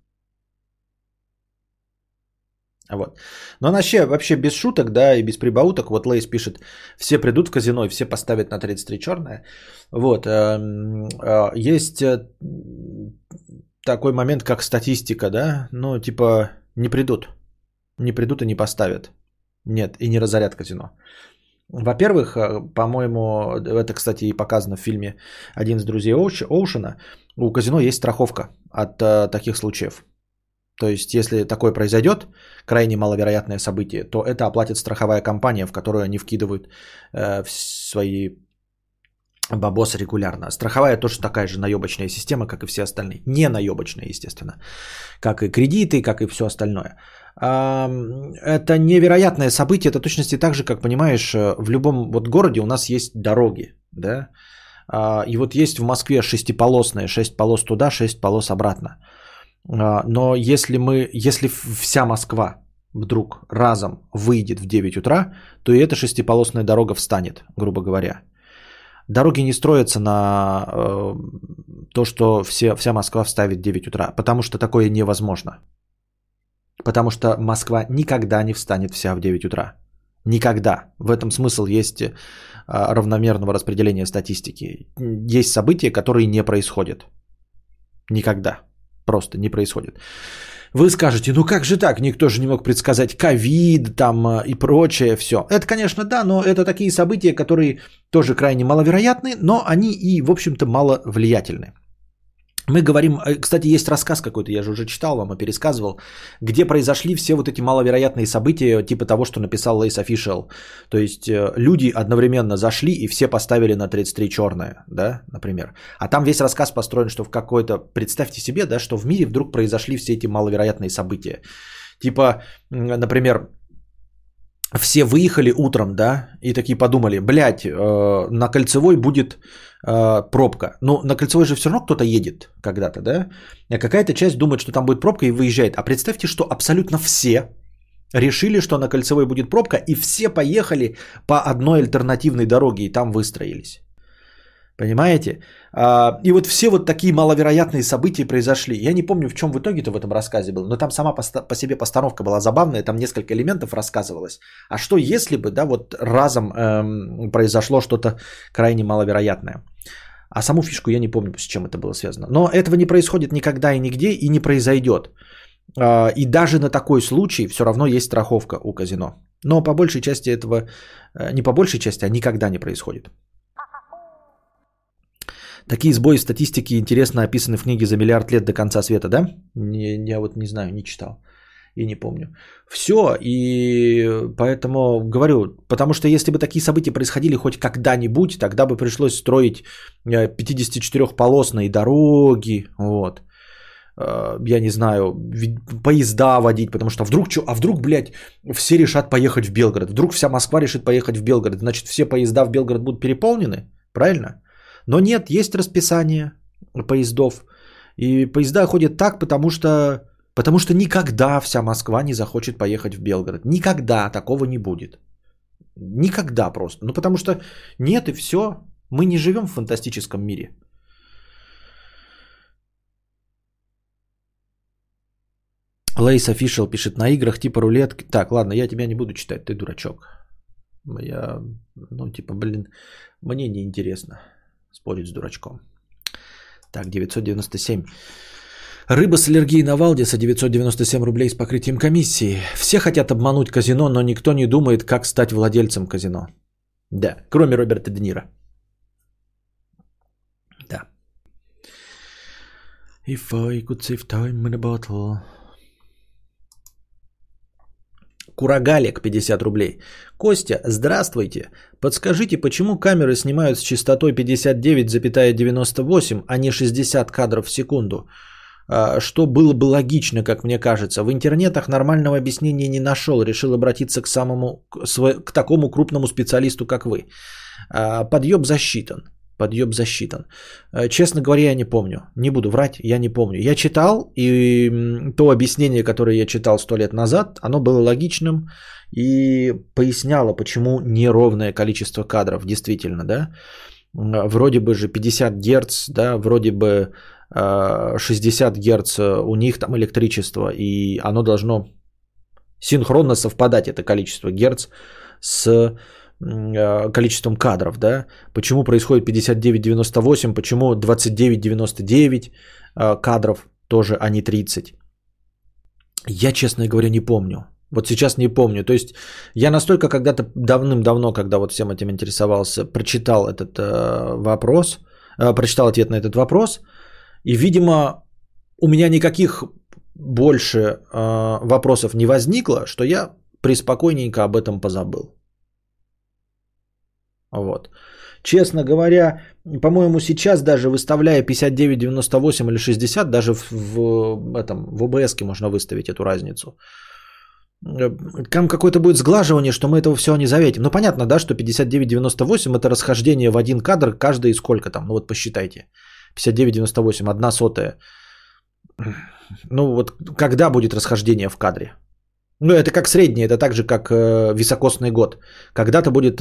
Вот. Но вообще без шуток, да, и без прибауток. Вот Лейс пишет, все придут в казино и все поставят на 33 черное. Вот. Есть такой момент, как статистика, да. Ну, типа, не придут. Не придут и не поставят. Нет, и не разорят казино. Во-первых, по-моему, это, кстати, и показано в фильме «Один из друзей Оушена», у казино есть страховка от таких случаев. То есть, если такое произойдет, крайне маловероятное событие, то это оплатит страховая компания, в которую они вкидывают свои бабосы регулярно. Страховая тоже такая же наебочная система, как и все остальные. Не наебочная, естественно. Как и кредиты, как и все остальное. Это невероятное событие. Это точности так же, как, понимаешь, в любом вот городе у нас есть дороги. Да? И вот есть в Москве шестиполосные, 6 полос туда, 6 полос обратно. Но если вся Москва вдруг разом выйдет в 9 утра, то и эта шестиполосная дорога встанет, грубо говоря. Дороги не строятся на то, что вся Москва вставит в 9 утра, потому что такое невозможно. Потому что Москва никогда не встанет вся в 9 утра. Никогда. В этом смысл есть равномерного распределения статистики. Есть события, которые не происходят. Никогда. Просто не происходит. Вы скажете, ну как же так? Никто же не мог предсказать ковид там и прочее все. Это, конечно, да, но это такие события, которые тоже крайне маловероятны, но они и, в общем-то, маловлиятельны. Мы говорим, кстати, есть рассказ какой-то, я же уже читал вам и пересказывал, где произошли все вот эти маловероятные события, типа того, что написал Lace Official. То есть люди одновременно зашли и все поставили на 33 черное, да, например. А там весь рассказ построен, что в какой-то, представьте себе, да, что в мире вдруг произошли все эти маловероятные события. Типа, например, все выехали утром, да, и такие подумали, блядь, на Кольцевой будет пробка. Но на Кольцевой же все равно кто-то едет когда-то, да? А какая-то часть думает, что там будет пробка и выезжает. А представьте, что абсолютно все решили, что на Кольцевой будет пробка, и все поехали по одной альтернативной дороге и там выстроились. Понимаете? И вот все вот такие маловероятные события произошли. Я не помню, в чем в итоге-то в этом рассказе был, но там сама по себе постановка была забавная, там несколько элементов рассказывалось. А что если бы, да, вот разом произошло что-то крайне маловероятное? А саму фишку я не помню, с чем это было связано. Но этого не происходит никогда и нигде, и не произойдет. И даже на такой случай все равно есть страховка у казино. Но по большей части этого, не по большей части, а никогда не происходит. Такие сбои в статистике интересно описаны в книге «За миллиард лет до конца света», да? Я вот не знаю, не читал и не помню. Все, и поэтому говорю, потому что если бы такие события происходили хоть когда-нибудь, тогда бы пришлось строить 54-полосные дороги, вот. Я не знаю, поезда водить, потому что вдруг, блядь, все решат поехать в Белгород, вдруг вся Москва решит поехать в Белгород, значит, все поезда в Белгород будут переполнены, правильно? Но нет, есть расписание поездов. И поезда ходят так, потому что никогда вся Москва не захочет поехать в Белгород. Никогда такого не будет. Никогда просто. Ну потому что нет и все. Мы не живем в фантастическом мире. Lace Official пишет, на играх типа рулетки. Так, ладно, я тебя не буду читать, ты дурачок. Мне не интересно спорить с дурачком. Так, 997. Рыба с аллергией на Валдиса, 997 рублей с покрытием комиссии. Все хотят обмануть казино, но никто не думает, как стать владельцем казино. Да, кроме Роберта Де Ниро. Да. If I could save time in a bottle. Курагалик, 50 рублей. Костя, здравствуйте. Подскажите, почему камеры снимают с частотой 59,98, а не 60 кадров в секунду? Что было бы логично, как мне кажется. В интернетах нормального объяснения не нашел. Решил обратиться к такому крупному специалисту, как вы. Подъеб засчитан. Честно говоря, я не помню. Не буду врать, я не помню. Я читал, и то объяснение, которое я читал 100 лет назад, оно было логичным и поясняло, почему неровное количество кадров, действительно, да. Вроде бы же 50 Гц, да, вроде бы 60 Гц у них там электричество, и оно должно синхронно совпадать, это количество Гц, с количеством кадров, да, почему происходит 59-98, почему 29-99 кадров тоже, а не 30. Я, честно говоря, не помню. Вот сейчас не помню. То есть я настолько когда-то давным-давно, когда вот всем этим интересовался, прочитал этот вопрос, прочитал ответ на этот вопрос, и, видимо, у меня никаких больше вопросов не возникло, что я преспокойненько об этом позабыл. Вот. Честно говоря, по-моему, сейчас даже выставляя 59-98 или 60, даже в OBS можно выставить эту разницу. Там какое-то будет сглаживание, что мы этого всего не заметим. Ну, понятно, да, что 59-98 это расхождение в один кадр, каждый сколько там, ну вот посчитайте. 59-98, 1/100. Ну вот когда будет расхождение в кадре? Ну это как среднее, это так же как високосный год. Когда-то будет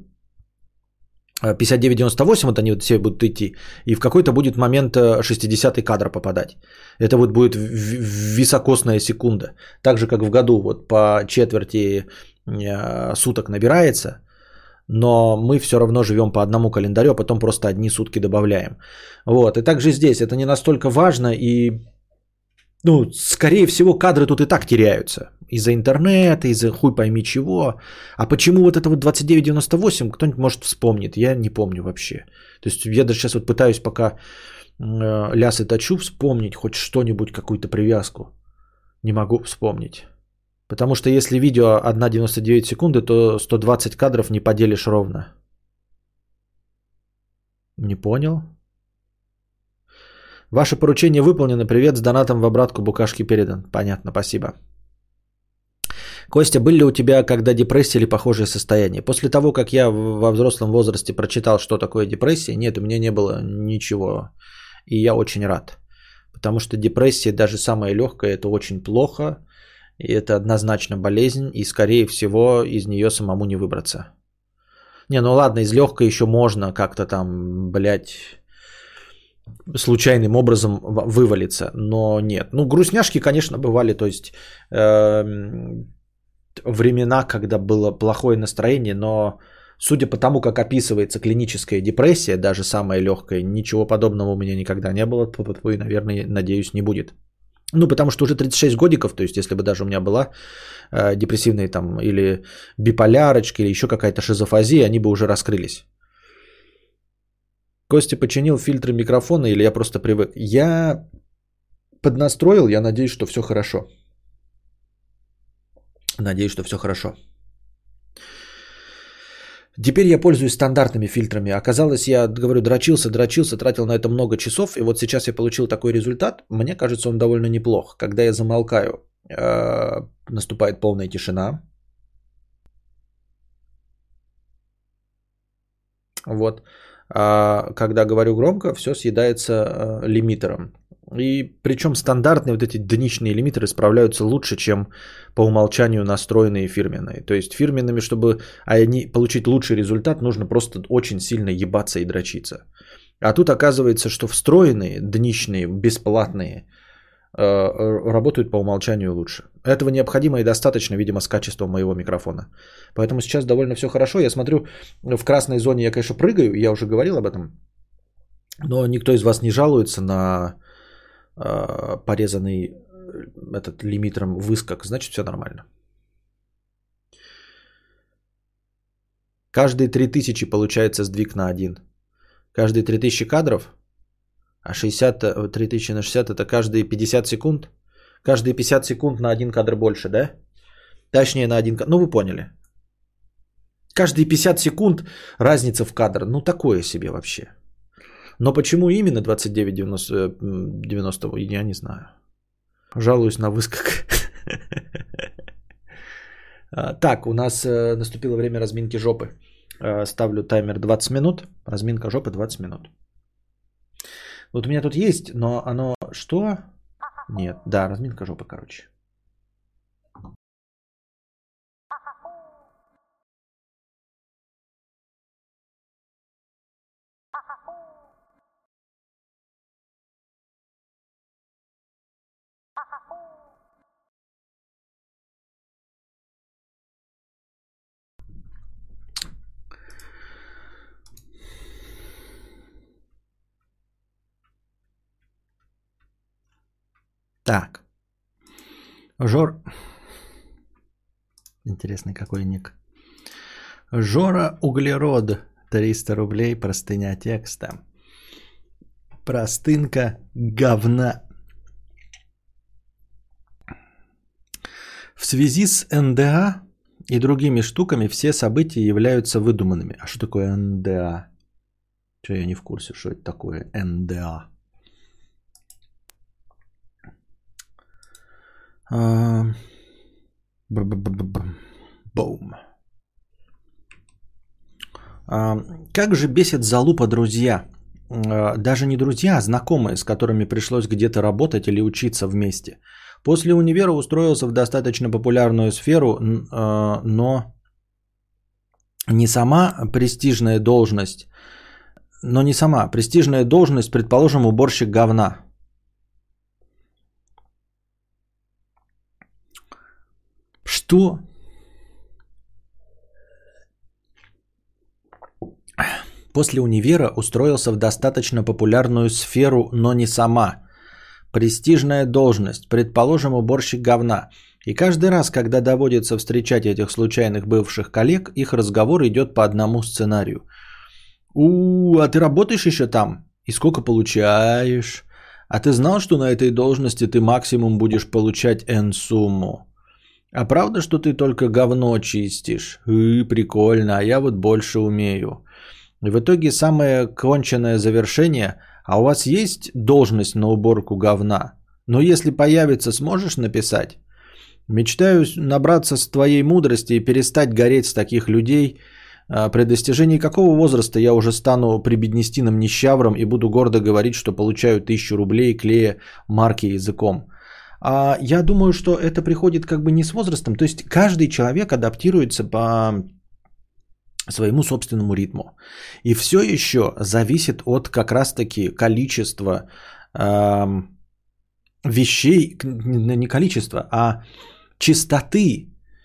59-98, вот они вот все будут идти, и в какой-то будет момент 60-й кадр попадать. Это вот будет високосная секунда. Так же, как в году, вот по четверти суток набирается, но мы все равно живем по одному календарю, а потом просто одни сутки добавляем. Вот, и также здесь это не настолько важно, и, ну, скорее всего, кадры тут и так теряются. Из-за интернета, из-за хуй пойми чего. А почему вот это вот 29-98, кто-нибудь может вспомнит, я не помню вообще. То есть я даже сейчас вот пытаюсь пока лясы точу, вспомнить хоть что-нибудь, какую-то привязку. Не могу вспомнить. Потому что если видео 1,99 секунды, то 120 кадров не поделишь ровно. Не понял. Ваше поручение выполнено. Привет с донатом в обратку букашки передан. Понятно, спасибо. Костя, были ли у тебя когда депрессия или похожее состояние? После того, как я во взрослом возрасте прочитал, что такое депрессия, нет, у меня не было ничего. И я очень рад. Потому что депрессия, даже самая легкая, это очень плохо. И это однозначно болезнь. И, скорее всего, из нее самому не выбраться. Не, ну ладно, из легкой еще можно как-то там, случайным образом вывалиться. Но нет. Ну, грустняшки, конечно, бывали. То есть, времена, когда было плохое настроение, но судя по тому, как описывается клиническая депрессия, даже самая легкая, ничего подобного у меня никогда не было, и, наверное, надеюсь, не будет. Ну, потому что уже 36 годиков, то есть, если бы даже у меня была депрессивная там или биполярочка, или еще какая-то шизофазия, они бы уже раскрылись. Костя починил фильтры микрофона, или я просто привык? Я поднастроил, я надеюсь, что все хорошо. Надеюсь, что все хорошо. Теперь я пользуюсь стандартными фильтрами. Оказалось, я, говорю, дрочился, тратил на это много часов. И вот сейчас я получил такой результат. Мне кажется, он довольно неплох. Когда я замолкаю, наступает полная тишина. Вот. А когда говорю громко, все съедается лимитером. И причем стандартные вот эти дничные лимитеры справляются лучше, чем по умолчанию настроенные фирменные. То есть фирменными, чтобы получить лучший результат, нужно просто очень сильно ебаться и дрочиться. А тут оказывается, что встроенные, дничные, бесплатные работают по умолчанию лучше. Этого необходимо и достаточно, видимо, с качеством моего микрофона. Поэтому сейчас довольно все хорошо. Я смотрю, в красной зоне я, конечно, прыгаю, я уже говорил об этом. Но никто из вас не жалуется на порезанный этот лимитером выскок, значит все нормально. Каждые 3000 получается сдвиг на 1. Каждые 3000 кадров, а 3000 на 60 это каждые 50 секунд. Каждые 50 секунд на 1 кадр больше, да? Точнее на 1 кадр, ну вы поняли. Каждые 50 секунд разница в кадр, ну такое себе вообще. Но почему именно 29,90, я не знаю. Жалуюсь на выскок. Так, у нас наступило время разминки жопы. Ставлю таймер 20 минут. Разминка жопы 20 минут. Вот у меня тут есть, но оно что? Нет, да, разминка жопы, короче. Так. Интересный какой ник. Жора Углерод. 300 рублей. Простыня текста. Простынка говна. В связи с НДА и другими штуками все события являются выдуманными. А что такое НДА? Что я не в курсе, что это такое НДА? Бум. Как же бесит залупа друзья. Даже не друзья, а знакомые, с которыми пришлось где-то работать или учиться вместе. После универа устроился в достаточно популярную сферу, но не сама престижная должность, предположим, уборщик говна. Что? После универа устроился в достаточно популярную сферу, но не сама. Престижная должность, предположим, уборщик говна. И каждый раз, когда доводится встречать этих случайных бывших коллег, их разговор идет по одному сценарию. А ты работаешь еще там? И сколько получаешь? А ты знал, что на этой должности ты максимум будешь получать N сумму? А правда, что ты только говно чистишь? Прикольно, а я вот больше умею. И в итоге самое конченное завершение. А у вас есть должность на уборку говна? Но если появится, сможешь написать? Мечтаю набраться с твоей мудрости и перестать гореть с таких людей. При достижении какого возраста я уже стану прибеднестиным нищавром и буду гордо говорить, что получаю 1000 рублей, клея марки языком. Я думаю, что это приходит как бы не с возрастом. То есть каждый человек адаптируется по своему собственному ритму. И все еще зависит от как раз-таки количества вещей, не количества, а частоты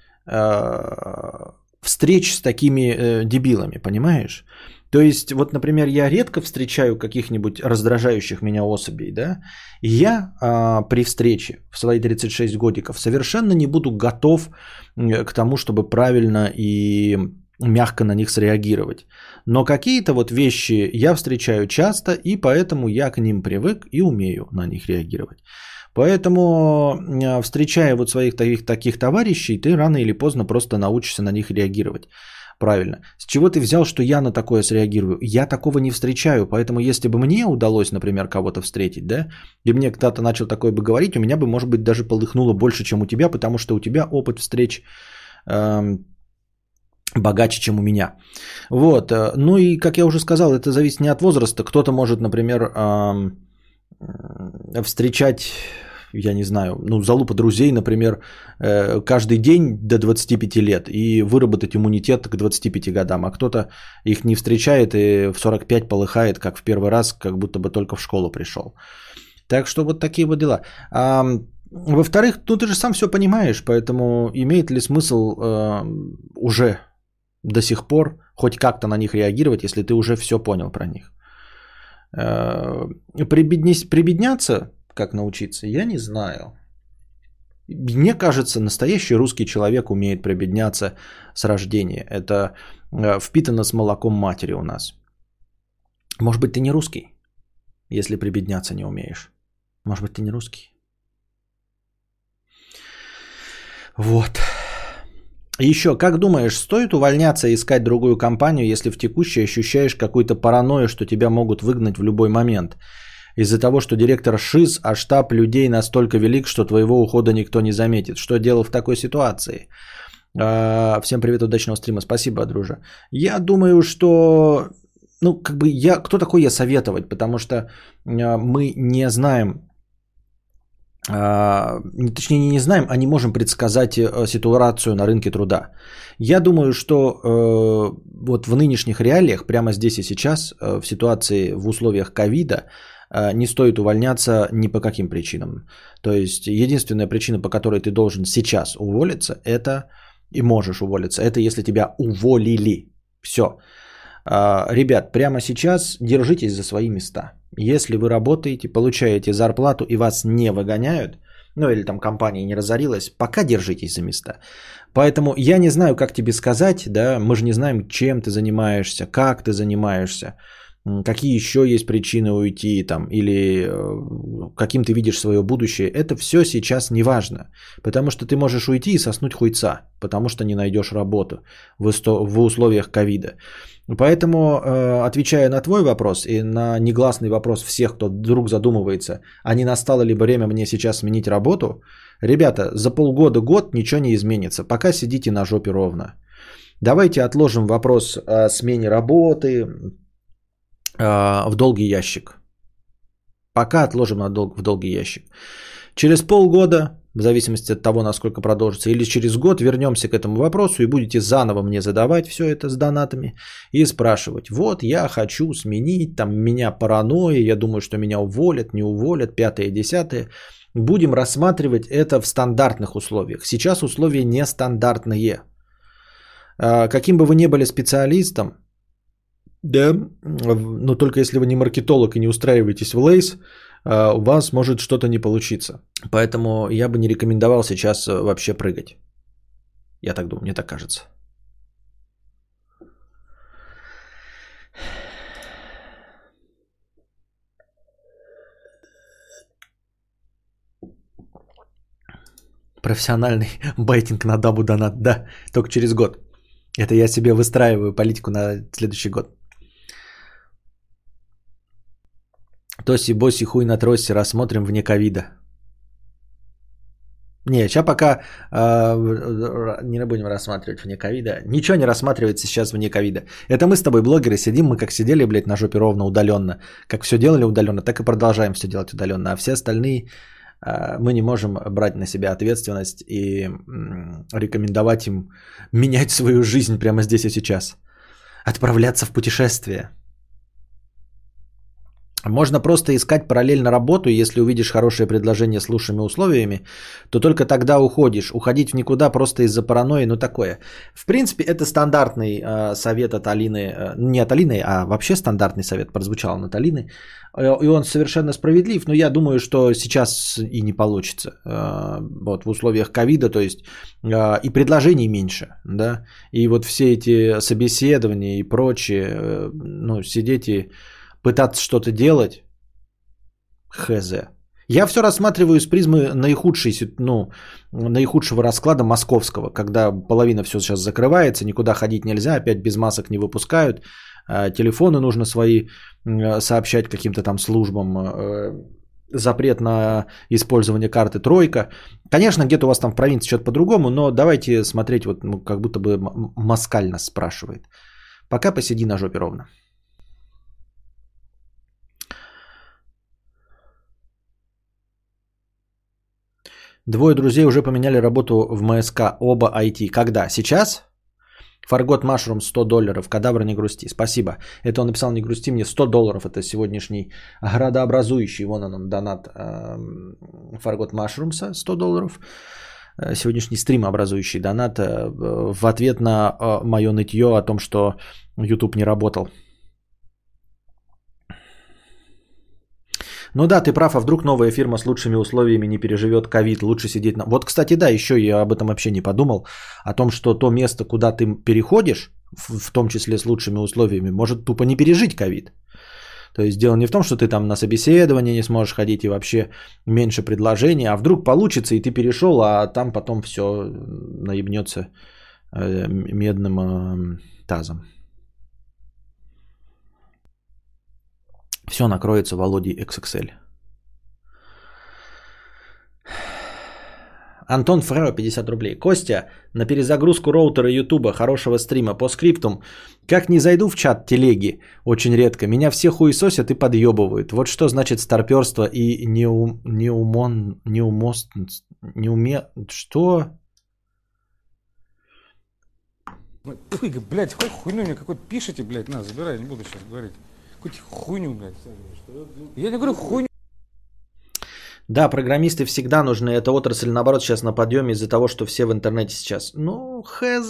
встреч с такими дебилами, понимаешь? То есть, вот, например, я редко встречаю каких-нибудь раздражающих меня особей, да, и я при встрече в свои 36 годиков совершенно не буду готов к тому, чтобы правильно и мягко на них среагировать. Но какие-то вот вещи я встречаю часто, и поэтому я к ним привык и умею на них реагировать. Поэтому, встречая вот своих таких товарищей, ты рано или поздно просто научишься на них реагировать. Правильно. С чего ты взял, что я на такое среагирую? Я такого не встречаю, поэтому если бы мне удалось, например, кого-то встретить, да, и мне кто-то начал такое бы говорить, у меня бы, может быть, даже полыхнуло больше, чем у тебя, потому что у тебя опыт встреч богаче, чем у меня. Вот. Ну и, как я уже сказал, это зависит не от возраста. Кто-то может, например, встречать, я не знаю, залупа друзей, например, каждый день до 25 лет и выработать иммунитет к 25 годам, а кто-то их не встречает и в 45 полыхает, как в первый раз, как будто бы только в школу пришел. Так что вот такие вот дела. Во-вторых, ты же сам все понимаешь, поэтому имеет ли смысл уже до сих пор хоть как-то на них реагировать, если ты уже все понял про них? Прибедняться, как научиться, я не знаю. Мне кажется, настоящий русский человек умеет прибедняться с рождения. Это впитано с молоком матери у нас. Может быть, ты не русский, если прибедняться не умеешь. Может быть, ты не русский. Вот. Еще, как думаешь, стоит увольняться и искать другую компанию, если в текущей ощущаешь какую-то паранойю, что тебя могут выгнать в любой момент? Из-за того, что директор шиз, а штаб людей настолько велик, что твоего ухода никто не заметит. Что делал в такой ситуации? Всем привет, удачного стрима. Спасибо, друже. Я думаю, что... кто такой я советовать? Потому что мы не знаем... Точнее, не знаем, а не можем предсказать ситуацию на рынке труда. Я думаю, что вот в нынешних реалиях, прямо здесь и сейчас, в ситуации, в условиях ковида, не стоит увольняться ни по каким причинам. То есть, единственная причина, по которой ты должен сейчас уволиться, это и можешь уволиться, это если тебя уволили. Все. Ребят, прямо сейчас держитесь за свои места. Если вы работаете, получаете зарплату и вас не выгоняют, или там компания не разорилась, пока держитесь за места. Поэтому я не знаю, как тебе сказать, да, мы же не знаем, чем ты занимаешься, как ты занимаешься, какие еще есть причины уйти там, или каким ты видишь свое будущее. Это все сейчас не важно, потому что ты можешь уйти и соснуть хуйца, потому что не найдешь работу в условиях ковида. Поэтому, отвечая на твой вопрос и на негласный вопрос всех, кто вдруг задумывается, а не настало ли время мне сейчас сменить работу, ребята, за полгода-год ничего не изменится, пока сидите на жопе ровно. Давайте отложим вопрос о смене работы в долгий ящик. Пока отложим в долгий ящик. Через полгода, в зависимости от того, насколько продолжится, или через год вернемся к этому вопросу и будете заново мне задавать все это с донатами и спрашивать, вот я хочу сменить, там меня паранойя, я думаю, что меня уволят, не уволят, 5-е, 10-е. Будем рассматривать это в стандартных условиях. Сейчас условия нестандартные. Каким бы вы ни были специалистом, да, но только если вы не маркетолог и не устраиваетесь в Лейс, у вас может что-то не получиться. Поэтому я бы не рекомендовал сейчас вообще прыгать. Я так думаю, мне так кажется. Профессиональный байтинг на дабу донат. Да, только через год. Это я себе выстраиваю политику на следующий год. Тоси, боси, хуй на тросе, рассмотрим вне ковида. Не, сейчас пока не будем рассматривать вне ковида. Ничего не рассматривается сейчас вне ковида. Это мы с тобой, блогеры, сидим, мы как сидели, блядь, на жопе ровно удаленно. Как все делали удаленно, так и продолжаем все делать удаленно. А все остальные мы не можем брать на себя ответственность и рекомендовать им менять свою жизнь прямо здесь и сейчас. Отправляться в путешествие. Можно просто искать параллельно работу, и если увидишь хорошее предложение с лучшими условиями, то только тогда уходишь. Уходить в никуда просто из-за паранойи, ну такое. В принципе, это стандартный совет от Алины, не от Алины, а вообще стандартный совет прозвучал от Алины. И он совершенно справедлив, но я думаю, что сейчас и не получится. Вот в условиях ковида, то есть и предложений меньше, да, и вот все эти собеседования и прочее, ну, сидеть и пытаться что-то делать, хз. Я все рассматриваю с призмы наихудшего расклада московского, когда половина все сейчас закрывается, никуда ходить нельзя, опять без масок не выпускают, телефоны нужно свои сообщать каким-то там службам, запрет на использование карты тройка. Конечно, где-то у вас там в провинции что-то по-другому, но давайте смотреть, вот как будто бы москаль нас спрашивает. Пока посиди на жопе ровно. Двое друзей уже поменяли работу в МСК, оба IT. Когда? Сейчас? Фаргот Машрум $100. Кадавр, не грусти. Спасибо. Это он написал не грусти мне $100. Это сегодняшний градообразующий. Вон он донат Фаргот Машрумса $100. Сегодняшний стримообразующий донат в ответ на мое нытье о том, что YouTube не работал. Ну да, ты прав, а вдруг новая фирма с лучшими условиями не переживет ковид, лучше сидеть на... Вот, кстати, да, еще я об этом вообще не подумал, о том, что то место, куда ты переходишь, в том числе с лучшими условиями, может тупо не пережить ковид. То есть дело не в том, что ты там на собеседование не сможешь ходить и вообще меньше предложений, а вдруг получится и ты перешел, а там потом все наебнется медным тазом. Все накроется Володей XXL. Антон Фрео, 50 рублей. Костя, на перезагрузку роутера Ютуба, хорошего стрима по скриптум. Как не зайду в чат телеги, очень редко, меня все хуесосят и подъебывают. Вот что значит старперство и Что? Ой, блядь, хоть хуйню мне какой-то пишите, блядь, на, забирай, не буду сейчас говорить. Какую-то хуйню, блядь. Я не говорю хуйню. Да, программисты всегда нужны. Эта отрасль, наоборот, сейчас на подъеме из-за того, что все в интернете сейчас. Ну, хз.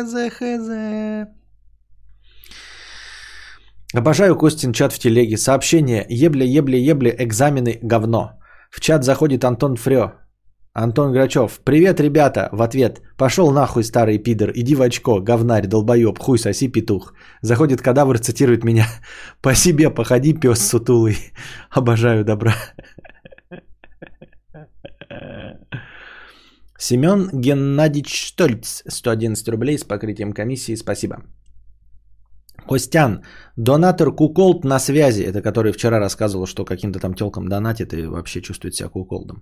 Обожаю Костин чат в телеге. Сообщение. Ебля, экзамены, говно. В чат заходит Антон Фрё. Антон Грачев. Привет, ребята. В ответ. Пошел нахуй, старый пидор. Иди в очко, говнарь, долбоеб. Хуй соси, петух. Заходит кадавр, цитирует меня. По себе походи, пес сутулый. Обожаю добра. Семен Геннадьевич Штольц. 111 рублей с покрытием комиссии. Спасибо. Костян. Донатор Куколд на связи. Это который вчера рассказывал, что каким-то там телкам донатит и вообще чувствует себя куколдом.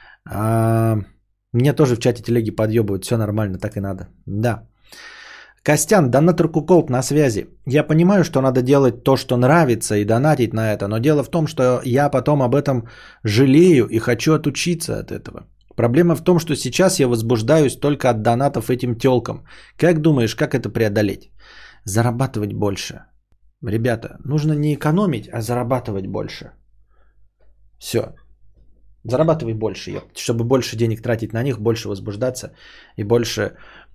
Меня тоже в чате телеги подъебывают, все нормально, так и надо. Да. Костян, донатор Куколд на связи. Я понимаю, что надо делать то, что нравится, и донатить на это, но дело в том, что я потом об этом жалею и хочу отучиться от этого. Проблема в том, что сейчас я возбуждаюсь только от донатов этим телкам. Как думаешь, как это преодолеть? Зарабатывать больше. Ребята, нужно не экономить, а зарабатывать больше. Все. Зарабатывай больше, чтобы больше денег тратить на них, больше возбуждаться и больше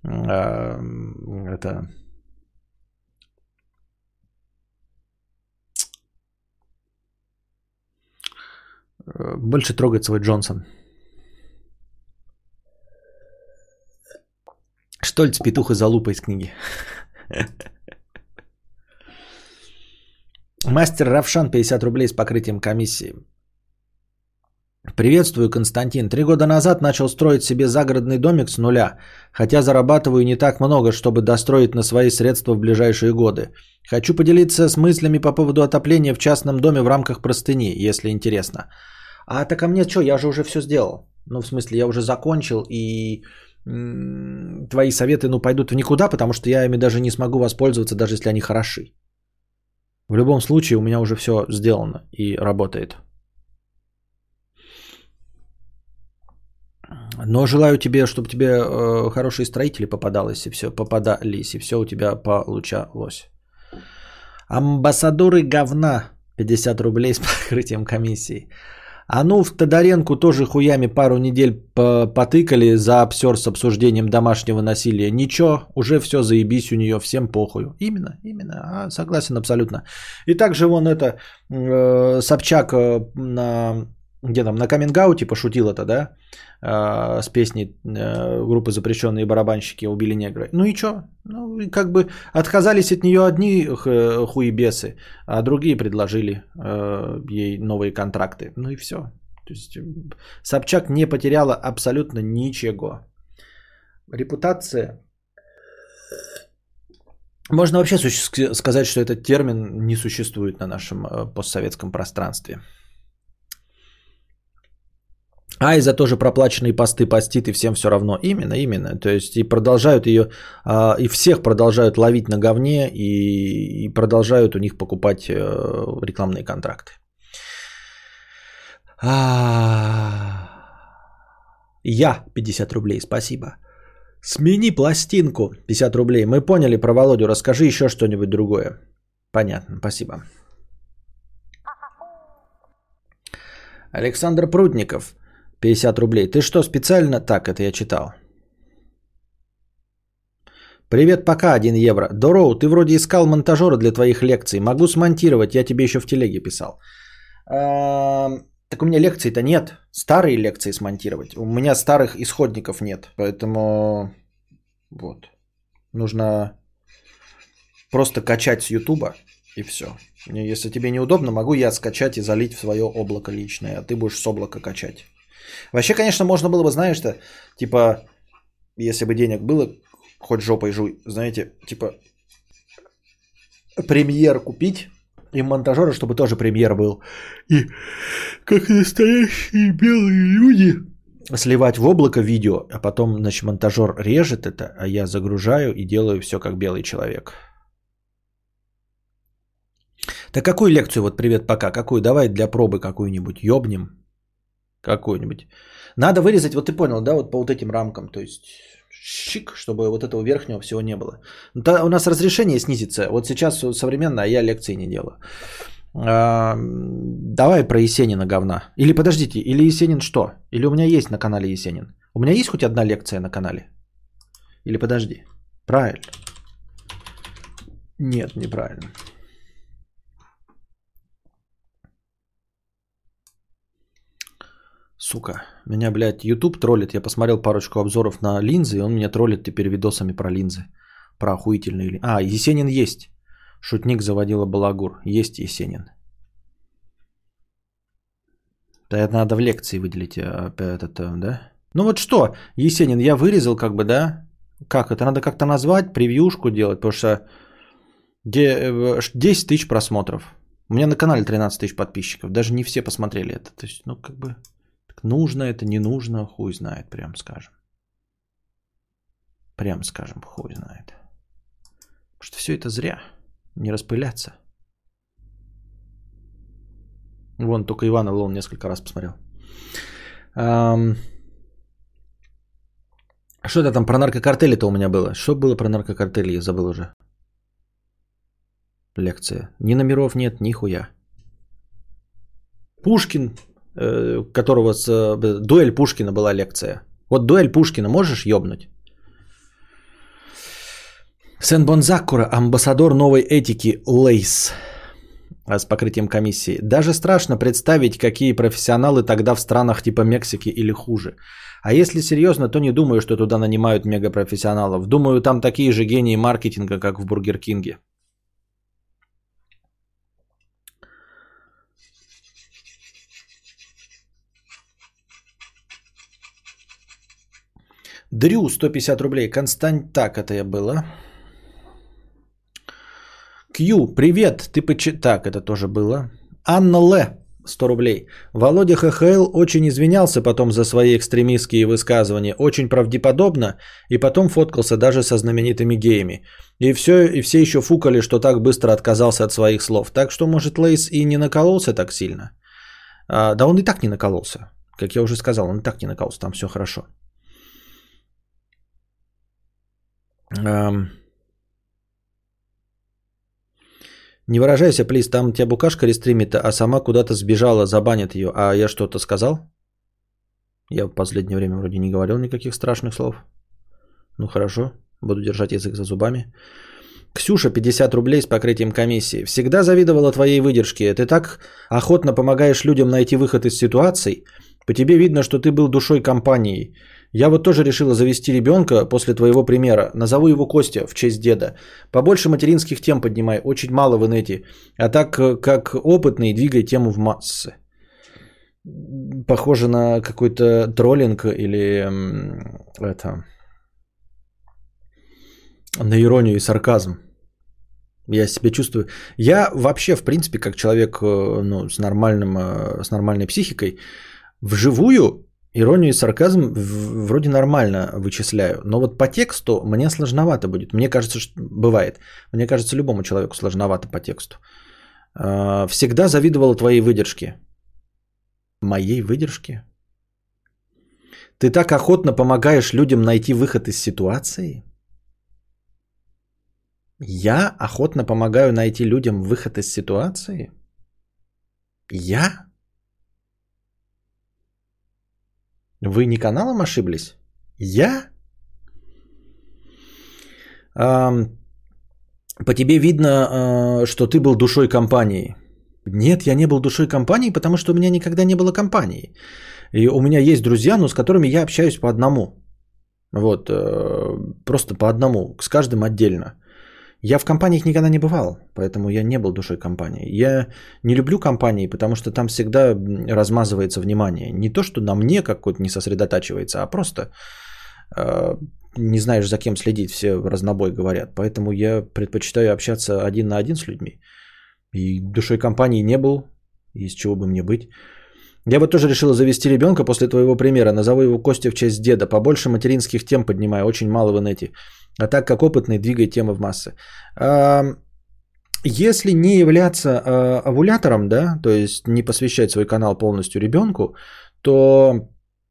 больше трогать свой Джонсон. Штольц, петух и залупа из книги. Мастер Равшан, 50 рублей с покрытием комиссии. Приветствую, Константин. 3 года назад начал строить себе загородный домик с нуля, хотя зарабатываю не так много, чтобы достроить на свои средства в ближайшие годы. Хочу поделиться с мыслями по поводу отопления в частном доме в рамках простыни, если интересно. А так ко мне что, я же уже все сделал. Ну, в смысле, я уже закончил, и твои советы, ну, пойдут в никуда, потому что я ими даже не смогу воспользоваться, даже если они хороши. В любом случае, у меня уже все сделано и работает. Но желаю тебе, чтобы тебе хорошие строители попадались, и все у тебя получалось. Амбассадоры говна. 50 рублей с покрытием комиссии. А ну, в Тодоренку тоже хуями пару недель потыкали за обсер с обсуждением домашнего насилия. Ничего, уже все заебись у нее, всем похую. Именно, согласен абсолютно. И также вон это, Собчак на... Где там, на каминг-ауте пошутил это, да? С песней группы «Запрещенные барабанщики» убили негра. Ну и чё? Ну, и как бы отказались от нее одни хуебесы, а другие предложили ей новые контракты. Ну и все. То есть Собчак не потеряла абсолютно ничего. Репутация. Можно вообще сказать, что этот термин не существует на нашем постсоветском пространстве. А и за тоже проплаченные посты постит, и всем все равно. Именно. То есть и продолжают ее, и всех продолжают ловить на говне, и продолжают у них покупать рекламные контракты. Я 50 рублей, спасибо. Смени пластинку, 50 рублей. Мы поняли про Володю, расскажи еще что-нибудь другое. Понятно, спасибо. Александр Прудников. 50 рублей. Ты что, специально... Так, это я читал. Привет, пока, 1 евро. Дороу, ты вроде искал монтажера для твоих лекций. Могу смонтировать, я тебе еще в телеге писал. Так у меня лекций-то нет. Старые лекции смонтировать. У меня старых исходников нет. Поэтому вот. Нужно просто качать с Ютуба и все. Если тебе неудобно, могу я скачать и залить в свое облако личное. А ты будешь с облака качать. Вообще, конечно, можно было бы, знаешь, что, типа, если бы денег было, хоть жопой жуй, знаете, типа, премьер купить и монтажера, чтобы тоже премьер был. И как настоящие белые люди сливать в облако видео, а потом, значит, монтажер режет это, а я загружаю и делаю все как белый человек. Так какую лекцию, вот привет, пока, какую? Давай для пробы какую-нибудь ёбнем. Какую-нибудь. Надо вырезать, вот ты понял, да, вот по вот этим рамкам, то есть шик, чтобы вот этого верхнего всего не было. У нас разрешение снизится, вот сейчас современно, а я лекции не делаю. Давай про Есенина говна. Или подождите, или Есенин что? Или у меня есть на канале Есенин? У меня есть хоть одна лекция на канале? Или подожди, правильно? Нет, неправильно. Сука, меня, блядь, YouTube троллит. Я посмотрел парочку обзоров на линзы, и он меня троллит теперь видосами про линзы. Про охуительные линзы. А, Есенин есть. Шутник заводила балагур. Есть Есенин. Да это надо в лекции выделить этот, да? Ну вот что, Есенин я вырезал как бы, да? Как это? Надо как-то назвать, превьюшку делать, потому что 10 тысяч просмотров. У меня на канале 13 тысяч подписчиков. Даже не все посмотрели это. То есть, ну как бы... Нужно это, не нужно, хуй знает, прям скажем. Прям скажем, хуй знает. Потому что все это зря. Не распыляться. Вон, только Иван Лон несколько раз посмотрел. Что это там про наркокартели-то у меня было? Что было про наркокартели? Я забыл уже. Лекция. Ни номеров нет, ни хуя. Пушкин, которого дуэль Пушкина была лекция. Вот дуэль Пушкина можешь ёбнуть? Сен-Бонзакура, амбассадор новой этики Лейс с покрытием комиссии. Даже страшно представить, какие профессионалы тогда в странах типа Мексики или хуже. А если серьезно, то не думаю, что туда нанимают мегапрофессионалов. Думаю, там такие же гении маркетинга, как в Бургер Кинге. Дрю, 150 рублей. Констант, так это я было. Кью, привет. Ты так, это тоже было. Анна Л. 100 рублей. Володя ХХЛ очень извинялся потом за свои экстремистские высказывания. Очень правдеподобно. И потом фоткался даже со знаменитыми геями. И все еще фукали, что так быстро отказался от своих слов. Так что, может, Лейс и не накололся так сильно? Да он и так не накололся. Как я уже сказал, он и так не накололся. Там все хорошо. Не выражайся, плиз, там тебя букашка рестримит, а сама куда-то сбежала, забанит ее. А я что-то сказал? Я в последнее время вроде не говорил никаких страшных слов. Ну хорошо, буду держать язык за зубами. Ксюша, 50 рублей с покрытием комиссии. Всегда завидовала твоей выдержке. Ты так охотно помогаешь людям найти выход из ситуаций. По тебе видно, что ты был душой компании. Я вот тоже решила завести ребенка после твоего примера. Назову его Костя в честь деда. Побольше материнских тем поднимай. Очень мало в инете. А так, как опытный, двигай тему в массы. Похоже на какой-то троллинг или это... на иронию и сарказм. Я себя чувствую... Я вообще, в принципе, как человек ну, с нормальной психикой, вживую иронию и сарказм вроде нормально вычисляю. Но вот по тексту мне сложновато будет. Мне кажется, что бывает. Мне кажется, любому человеку сложновато по тексту. Всегда завидовала твоей выдержке. Моей выдержке? Ты так охотно помогаешь людям найти выход из ситуации? Я охотно помогаю найти людям выход из ситуации? Я? Вы не каналом ошиблись? Я? По тебе видно, что ты был душой компании. Нет, я не был душой компании, потому что у меня никогда не было компании. И у меня есть друзья, но с которыми я общаюсь по одному. Вот, просто по одному, с каждым отдельно. Я в компаниях никогда не бывал, поэтому я не был душой компании. Я не люблю компании, потому что там всегда размазывается внимание. Не то, что на мне какое-то не сосредотачивается, а просто не знаешь, за кем следить, все в разнобой говорят. Поэтому я предпочитаю общаться один на один с людьми. И душой компании не был, и с чего бы мне быть. Я вот тоже решила завести ребенка после твоего примера. Назову его Костя в честь деда. Побольше материнских тем поднимаю, очень мало в инете. А так как опытный, двигай темы в массы. Если не являться овулятором, да, то есть не посвящать свой канал полностью ребенку, то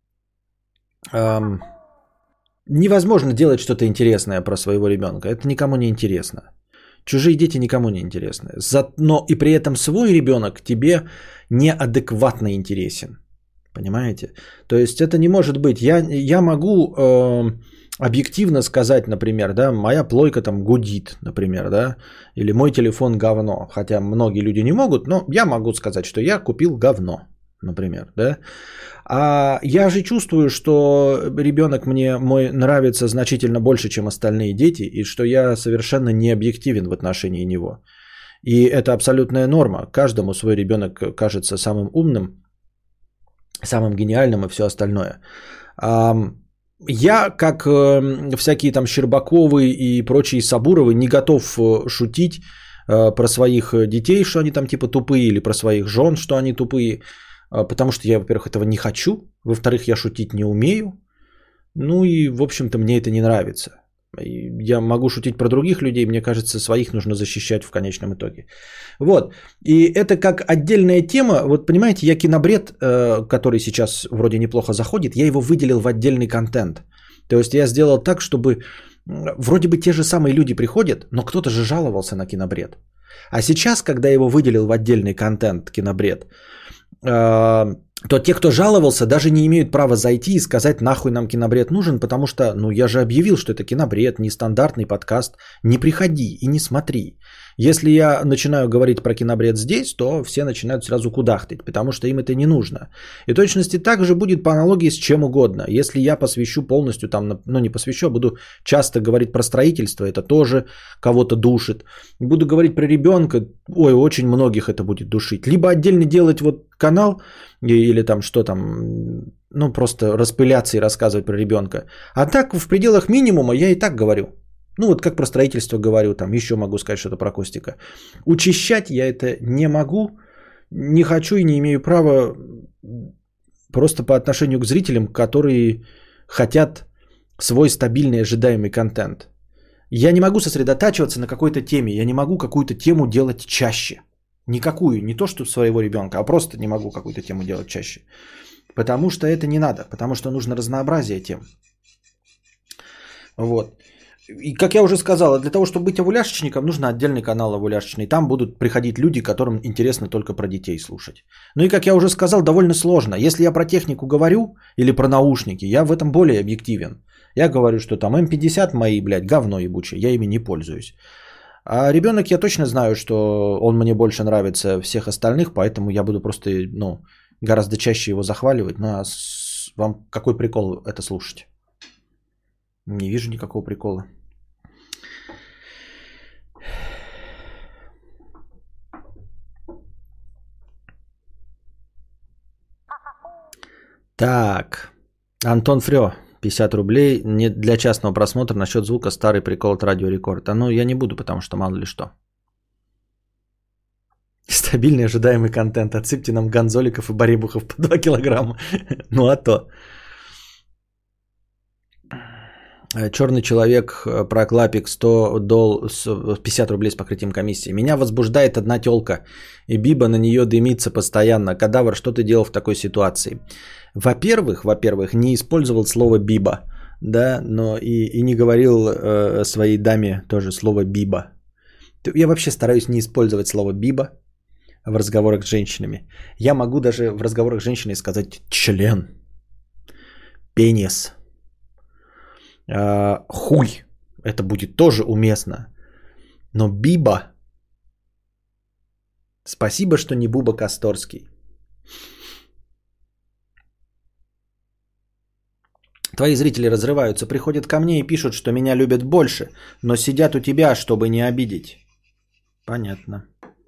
невозможно делать что-то интересное про своего ребенка. Это никому не интересно. Чужие дети никому не интересны. Но и при этом свой ребенок тебе неадекватно интересен. Понимаете? То есть это не может быть. Я могу объективно сказать, например, да, моя плойка там гудит, например, да, или мой телефон говно. Хотя многие люди не могут, но я могу сказать, что я купил говно, например, да. А я же чувствую, что ребенок мне мой нравится значительно больше, чем остальные дети, и что я совершенно не объективен в отношении него. И это абсолютная норма. Каждому свой ребенок кажется самым умным, самым гениальным и все остальное. Я, как всякие там Щербаковы и прочие Сабуровы, не готов шутить про своих детей, что они там типа тупые, или про своих жен, что они тупые. Потому что я, во-первых, этого не хочу. Во-вторых, я шутить не умею. Ну и, в общем-то, мне это не нравится. Я могу шутить про других людей. Мне кажется, своих нужно защищать в конечном итоге. Вот. И это как отдельная тема. Вот понимаете, я кинобред, который сейчас вроде неплохо заходит, я его выделил в отдельный контент. То есть я сделал так, чтобы вроде бы те же самые люди приходят, но кто-то же жаловался на кинобред. А сейчас, когда я его выделил в отдельный контент кинобред, то те, кто жаловался, даже не имеют права зайти и сказать, нахуй нам кинобред нужен, потому что, ну, я же объявил, что это кинобред, нестандартный подкаст, не приходи и не смотри. Если я начинаю говорить про кинобред здесь, то все начинают сразу кудахтать, потому что им это не нужно. И в точности так же будет по аналогии с чем угодно. Если я посвящу полностью, там, ну не посвящу, а буду часто говорить про строительство, это тоже кого-то душит. Буду говорить про ребенка, ой, очень многих это будет душить. Либо отдельно делать вот канал или там что там, ну просто распыляться и рассказывать про ребенка. А так в пределах минимума я и так говорю. Ну вот как про строительство говорю, там еще могу сказать что-то про Костика. Учащать я это не могу, не хочу и не имею права просто по отношению к зрителям, которые хотят свой стабильный ожидаемый контент. Я не могу сосредотачиваться на какой-то теме, я не могу какую-то тему делать чаще. Никакую, не то что своего ребенка, а просто не могу какую-то тему делать чаще. Потому что это не надо, потому что нужно разнообразие тем. Вот. И как я уже сказал, для того, чтобы быть овуляшечником, нужно отдельный канал овуляшечный. Там будут приходить люди, которым интересно только про детей слушать. Ну и как я уже сказал, довольно сложно. Если я про технику говорю или про наушники, я в этом более объективен. Я говорю, что там М50 мои, блядь, говно ебучее, я ими не пользуюсь. А ребенок, я точно знаю, что он мне больше нравится всех остальных, поэтому я буду просто, ну, гораздо чаще его захваливать. Ну а вам какой прикол это слушать? Не вижу никакого прикола. Так, Антон Фрё, 50 рублей. Не для частного просмотра насчет звука старый прикол от Радио Рекорд. А ну я не буду, потому что мало ли что. Стабильный ожидаемый контент. Отсыпьте нам Гонзоликов и Барибухов по 2 килограмма. Ну а то. Черный человек, проклапик, 50 рублей с покрытием комиссии. Меня возбуждает одна телка, и Биба на нее дымится постоянно. Кадавр, что ты делал в такой ситуации? Во-первых, не использовал слово Биба, да, но и не говорил своей даме тоже слово Биба. Я вообще стараюсь не использовать слово Биба в разговорах с женщинами. Я могу даже в разговорах с женщиной сказать член, пенис. Хуй, это будет тоже уместно. Но Биба, спасибо, что не Буба Косторский. Твои зрители разрываются, приходят ко мне и пишут, что меня любят больше, но сидят у тебя, чтобы не обидеть. Понятно.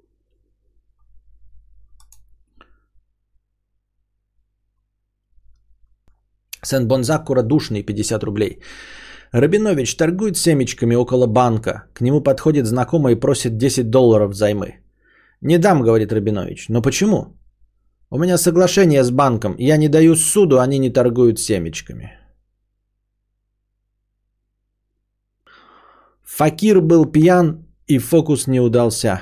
Сен-Бонзак радушный, 50 рублей. Рабинович торгует семечками около банка. К нему подходит знакомый и просит $10 взаймы. Не дам, говорит Рабинович. Но почему? У меня соглашение с банком. Я не даю суду, они не торгуют семечками. Факир был пьян и фокус не удался.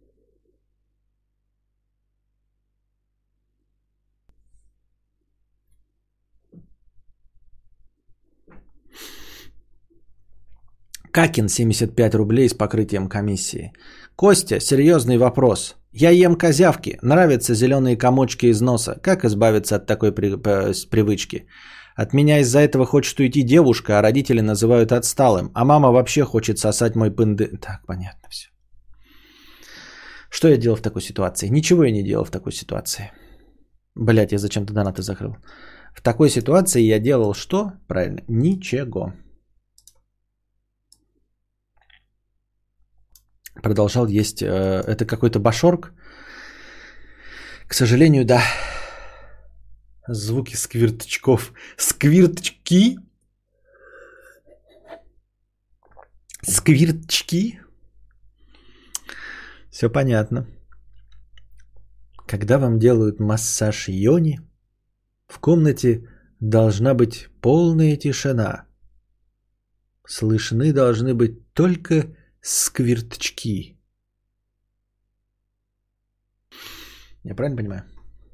Какин, 75 рублей с покрытием комиссии. Костя, серьезный вопрос. Я ем козявки, нравятся зеленые комочки из носа. Как избавиться от такой привычки? От меня из-за этого хочет уйти девушка, а родители называют отсталым. А мама вообще хочет сосать мой пынды. Так, понятно все. Что я делал в такой ситуации? Ничего я не делал в такой ситуации. Блять, я зачем-то донаты закрыл. В такой ситуации я делал что? Правильно, ничего. Продолжал есть. Это какой-то башорг. К сожалению, да. Звуки сквирточков. Сквирточки? Сквирточки? Все понятно. Когда вам делают массаж йони, в комнате должна быть полная тишина. Слышны должны быть только сквирточки. Я правильно понимаю?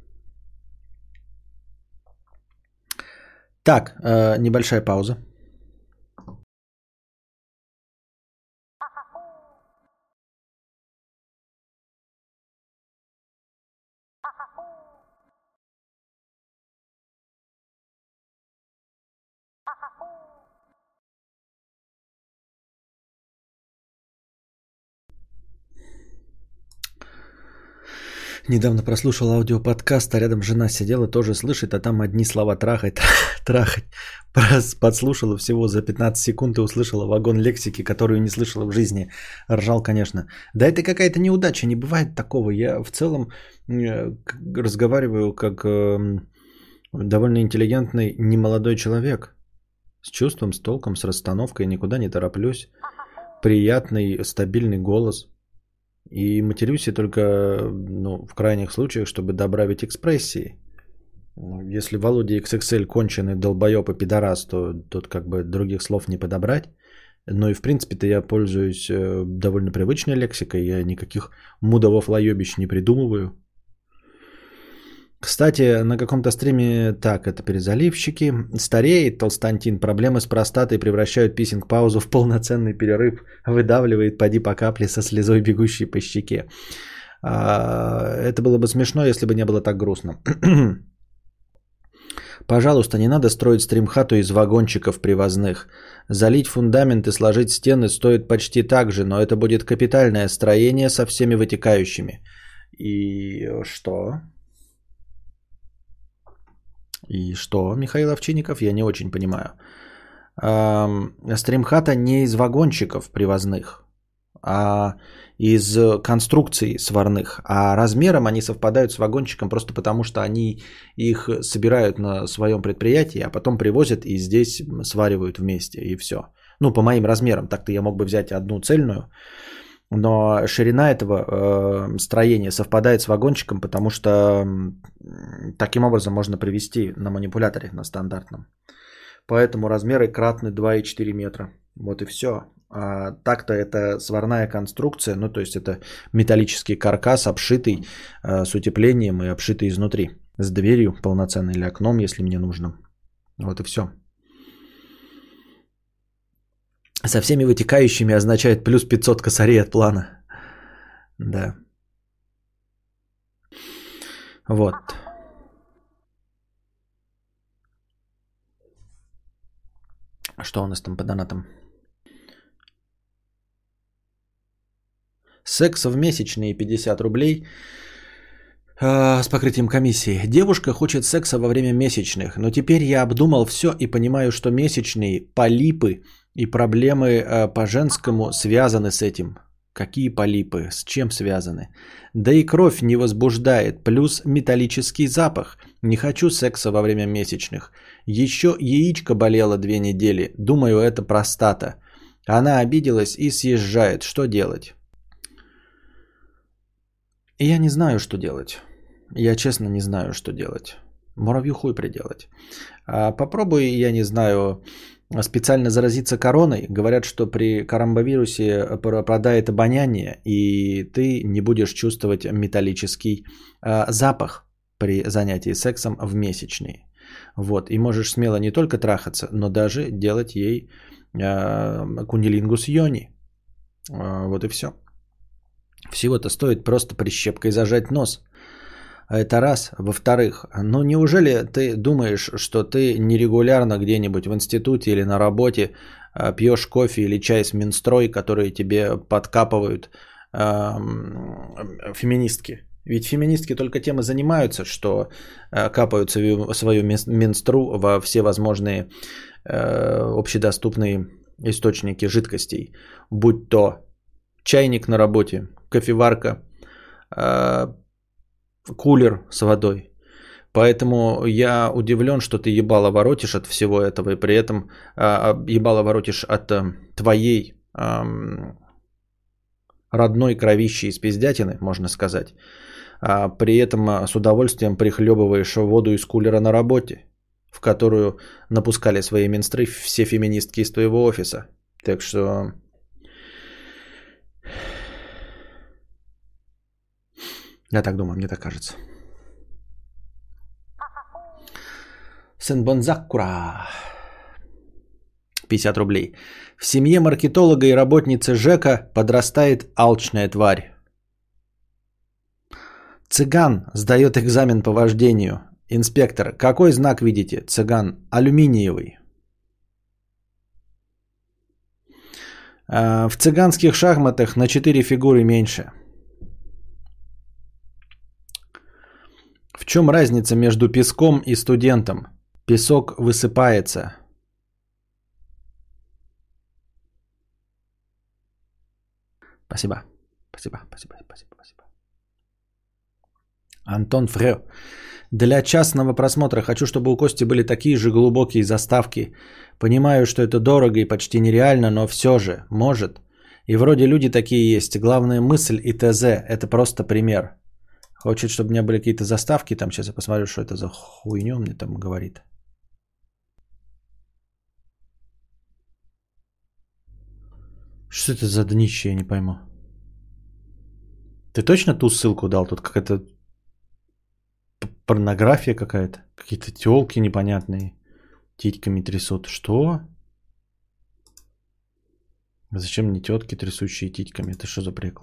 Так, небольшая пауза. Недавно прослушал аудиоподкаст, а рядом жена сидела, тоже слышит, а там одни слова трахай, трахать. Подслушала всего за 15 секунд и услышала вагон лексики, которую не слышала в жизни. Ржал, конечно. Да это какая-то неудача, не бывает такого. Я в целом разговариваю как довольно интеллигентный немолодой человек. С чувством, с толком, с расстановкой, никуда не тороплюсь. Приятный, стабильный голос. И матерюсь я только в крайних случаях, чтобы добавить экспрессии. Если Володя XXL конченый долбоеб и пидорас, то тут как бы других слов не подобрать. Но и в принципе-то я пользуюсь довольно привычной лексикой. Я никаких мудовов-лоебищ не придумываю. Кстати, на каком-то стриме, так, это перезаливщики. Стареет Толстантин, проблемы с простатой превращают писинг-паузу в полноценный перерыв. Выдавливает поди по капле со слезой, бегущей по щеке. Это было бы смешно, если бы не было так грустно. Пожалуйста, не надо строить стримхату из вагончиков привозных. Залить фундамент и сложить стены стоит почти так же, но это будет капитальное строение со всеми вытекающими. И что? И что, Михаил Овчинников? Я не очень понимаю. Стримхата не из вагончиков привозных, а из конструкций сварных. А размером они совпадают с вагончиком просто потому, что они их собирают на своем предприятии, а потом привозят и здесь сваривают вместе, и все. Ну, по моим размерам. Так-то я мог бы взять одну цельную, но ширина этого строения совпадает с вагончиком, потому что таким образом можно привести на манипуляторе, на стандартном. Поэтому размеры кратны 2,4 метра. Вот и все. А так-то это сварная конструкция, ну то есть это металлический каркас, обшитый с утеплением и обшитый изнутри. С дверью полноценной или окном, если мне нужно. Вот и все. Со всеми вытекающими означает плюс 500 косарей от плана. Да. Вот. Что у нас там по донатам? Секс в месячные 50 рублей с покрытием комиссии. Девушка хочет секса во время месячных, но теперь я обдумал все и понимаю, что месячные полипы и проблемы по-женскому связаны с этим. Какие полипы? С чем связаны? Да и кровь не возбуждает, плюс металлический запах. Не хочу секса во время месячных. Еще яичко болело 2 недели. Думаю, это простата. Она обиделась и съезжает. Что делать? Я не знаю, что делать. Я честно не знаю, что делать. Муравью хуй приделать. Попробуй, я не знаю, специально заразиться короной. Говорят, что при коронавирусе пропадает обоняние, и ты не будешь чувствовать металлический запах при занятии сексом в месячные. Вот. И можешь смело не только трахаться, но даже делать ей кунилингус йони. Вот и все. Всего-то стоит просто прищепкой зажать нос. Это раз. Во-вторых, ну неужели ты думаешь, что ты нерегулярно где-нибудь в институте или на работе пьешь кофе или чай с Минстрой, которые тебе подкапывают феминистки? Ведь феминистки только тем и занимаются, что капают свою менстру во все возможные общедоступные источники жидкостей. Будь то чайник на работе, кофеварка, кулер с водой. Поэтому я удивлен, что ты ебало воротишь от всего этого, и при этом ебало воротишь от твоей родной кровищи из пиздятины, можно сказать. При этом с удовольствием прихлебываешь воду из кулера на работе, в которую напускали свои менстры все феминистки из твоего офиса. Так что... Я так думаю, мне так кажется. Сенбонзакура. 50 рублей. В семье маркетолога и работницы ЖЭКа подрастает алчная тварь. Цыган сдает экзамен по вождению. Инспектор, какой знак видите? Цыган, алюминиевый. В цыганских шахматах на 4 фигуры меньше. В чем разница между песком и студентом? Песок высыпается. Спасибо. Спасибо. Антон Фрё. Для частного просмотра хочу, чтобы у Кости были такие же глубокие заставки. Понимаю, что это дорого и почти нереально, но все же, может. И вроде люди такие есть. Главная мысль и ТЗ. Это просто пример. Хочет, чтобы у меня были какие-то заставки. Там сейчас я посмотрю, что это за хуйню мне там говорит. Что это за днище, я не пойму. Ты точно ту ссылку дал? Тут какая-то порнография какая-то. Какие-то тёлки непонятные. Титьками трясут. Что? Зачем мне тетки, трясущие титьками? Это что за прикол?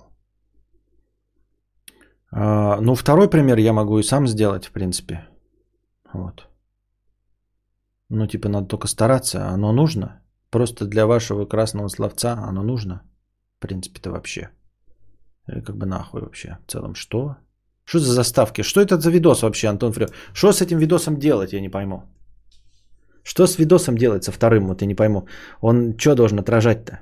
Ну, второй пример я могу и сам сделать, в принципе. Вот. Ну, типа, надо только стараться. Оно нужно. Просто для вашего красного словца оно нужно. В принципе-то вообще. Или как бы нахуй вообще. В целом, что? Что за заставки? Что это за видос вообще, Антон Фрё? Что с этим видосом делать, я не пойму. Что с видосом делать со вторым, вот я не пойму. Он что должен отражать-то?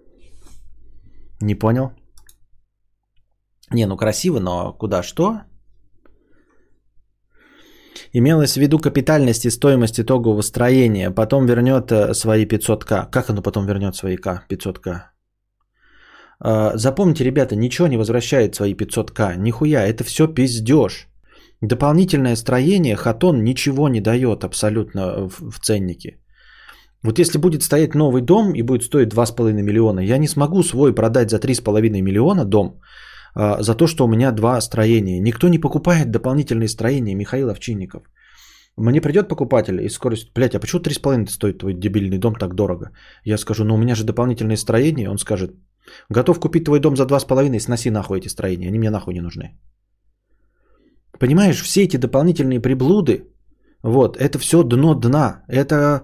Не понял. Не, ну красиво, но куда что? Имелось в виду капитальность и стоимость итогового строения. Потом вернет свои 500к. Как оно потом вернет свои 500к? Запомните, ребята, ничего не возвращает свои 500к. Нихуя, это все пиздеж. Дополнительное строение хатон ничего не дает абсолютно в ценнике. Вот если будет стоять новый дом и будет стоить 2,5 миллиона, я не смогу свой продать за 3,5 миллиона дом за то, что у меня 2 строения. Никто не покупает дополнительные строения, Михаил Овчинников. Мне придет покупатель и скорость, блядь, а почему 3,5 стоит твой дебильный дом так дорого? Я скажу, ну у меня же дополнительные строения. Он скажет, готов купить твой дом за 2,5, сноси нахуй эти строения, они мне нахуй не нужны. Понимаешь, все эти дополнительные приблуды, вот, это все дно дна. Это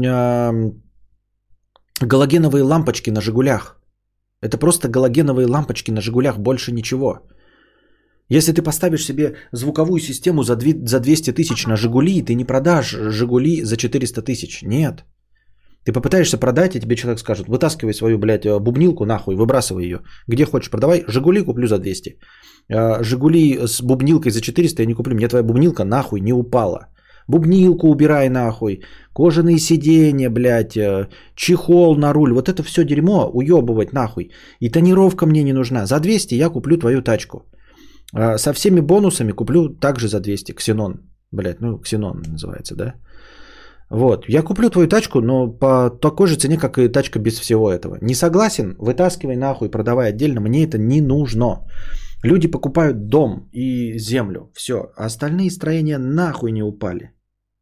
галогеновые лампочки на «Жигулях». Это просто галогеновые лампочки на «Жигулях», больше ничего. Если ты поставишь себе звуковую систему за 200 тысяч на «Жигули», ты не продашь «Жигули» за 400 тысяч. Нет. Ты попытаешься продать, и тебе человек скажет, вытаскивай свою, блядь, бубнилку нахуй, выбрасывай ее. Где хочешь продавай. «Жигули» куплю за 200. «Жигули» с бубнилкой за 400 я не куплю. Мне твоя бубнилка нахуй не упала. Бубнилку убирай нахуй. Кожаные сиденья, блядь. Чехол на руль. Вот это все дерьмо уебывать нахуй. И тонировка мне не нужна. За 200 я куплю твою тачку. Со всеми бонусами куплю также за 200. Ксенон. Блядь, ну Ксенон называется, да? Вот, я куплю твою тачку, но по такой же цене, как и тачка без всего этого. Не согласен? Вытаскивай нахуй, продавай отдельно. Мне это не нужно. Люди покупают дом и землю. Все. А остальные строения нахуй не упали.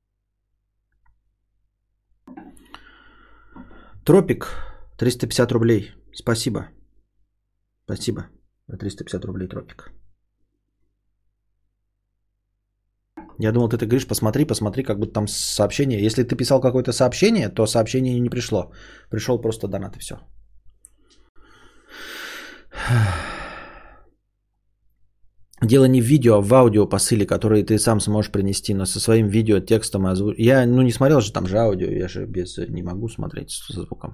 Тропик, 350 рублей. Спасибо. Спасибо за 350 рублей, Тропик. Я думал, ты говоришь, посмотри, как будто там сообщение. Если ты писал какое-то сообщение, то сообщение не пришло. Пришел просто донат и все. Дело не в видео, а в аудио посыле, которые ты сам сможешь принести, но со своим видео, текстом озвучить. Я не смотрел же, там же аудио, я же не могу смотреть со звуком.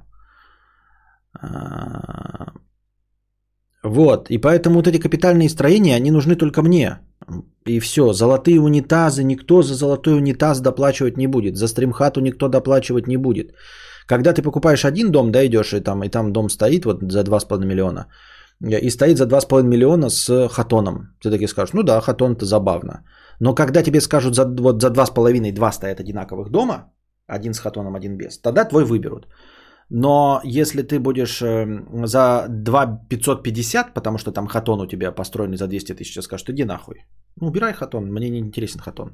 Вот, и поэтому вот эти капитальные строения, они нужны только мне. И все, золотые унитазы, никто за золотой унитаз доплачивать не будет. За стримхату никто доплачивать не будет. Когда ты покупаешь один дом, да, идешь, и там дом стоит вот за 2,5 миллиона, и стоит за 2,5 миллиона с хатоном. Ты таки скажешь, ну да, хатон-то забавно. Но когда тебе скажут, за 2,5 2 стоят одинаковых дома, один с хатоном, один без, тогда твой выберут. Но если ты будешь за 2,550, потому что там хатон у тебя построенный за 200 тысяч, скажешь, иди нахуй. Ну, убирай хатон, мне не интересен хатон.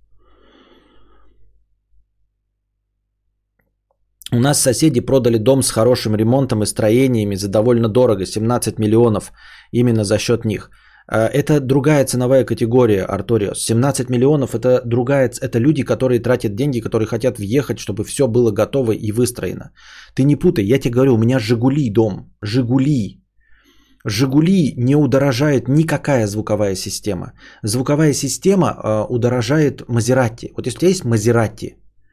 У нас соседи продали дом с хорошим ремонтом и строениями за довольно дорого, 17 миллионов, именно за счет них. Это другая ценовая категория, Арториос. 17 миллионов это другая, это люди, которые тратят деньги, которые хотят въехать, чтобы все было готово и выстроено. Ты не путай, я тебе говорю, у меня Жигули дом, Жигули. Жигули не удорожает никакая звуковая система. Звуковая система удорожает Мазератти. Вот если у тебя есть Мазератти,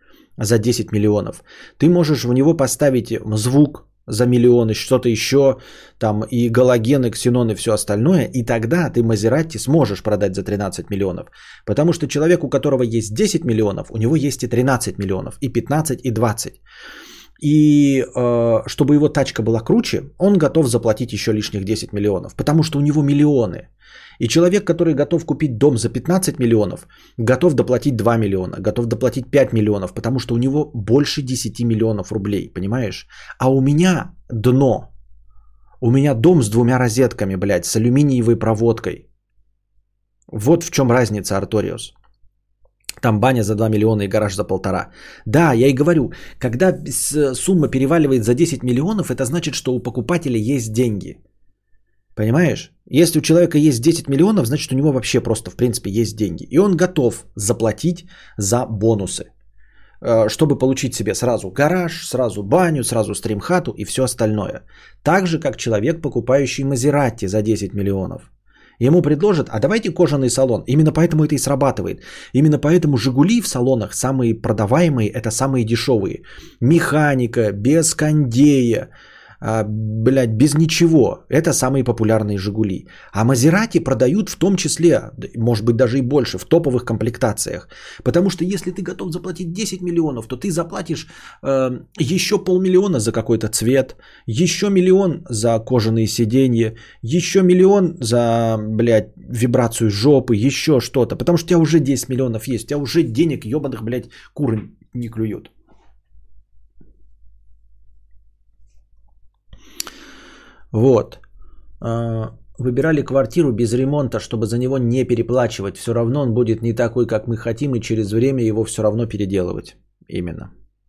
за 10 миллионов, ты можешь в него поставить звук за миллионы, что-то еще, там и галогены, ксеноны, все остальное, и тогда ты Мазератти сможешь продать за 13 миллионов. Потому что человек, у которого есть 10 миллионов, у него есть и 13 миллионов, и 15, и 20. И чтобы его тачка была круче, он готов заплатить еще лишних 10 миллионов, потому что у него миллионы. И человек, который готов купить дом за 15 миллионов, готов доплатить 2 миллиона, готов доплатить 5 миллионов, потому что у него больше 10 миллионов рублей, понимаешь? А у меня дно, у меня дом с 2 розетками, блядь, с алюминиевой проводкой. Вот в чем разница, Арториус. Там баня за 2 миллиона и гараж за 1,5. Да, я и говорю, когда сумма переваливает за 10 миллионов, это значит, что у покупателя есть деньги. Понимаешь? Если у человека есть 10 миллионов, значит у него вообще просто в принципе есть деньги. И он готов заплатить за бонусы, чтобы получить себе сразу гараж, сразу баню, сразу стримхату и все остальное. Так же, как человек, покупающий Мазератти за 10 миллионов. Ему предложат, а давайте кожаный салон. Именно поэтому это и срабатывает. Именно поэтому Жигули в салонах самые продаваемые, это самые дешевые. Механика, без кондея, блядь, без ничего. Это самые популярные Жигули. А Мазератти продают в том числе, может быть даже и больше, в топовых комплектациях. Потому что если ты готов заплатить 10 миллионов, то ты заплатишь еще 500 000 за какой-то цвет, еще 1 миллион за кожаные сиденья, еще 1 миллион за, блядь, вибрацию жопы, еще что-то. Потому что у тебя уже 10 миллионов есть, у тебя уже денег ебаных, блядь, куры не клюют. Вот. Выбирали квартиру без ремонта, чтобы за него не переплачивать. Все равно он будет не такой, как мы хотим, и через время его все равно переделывать. Именно.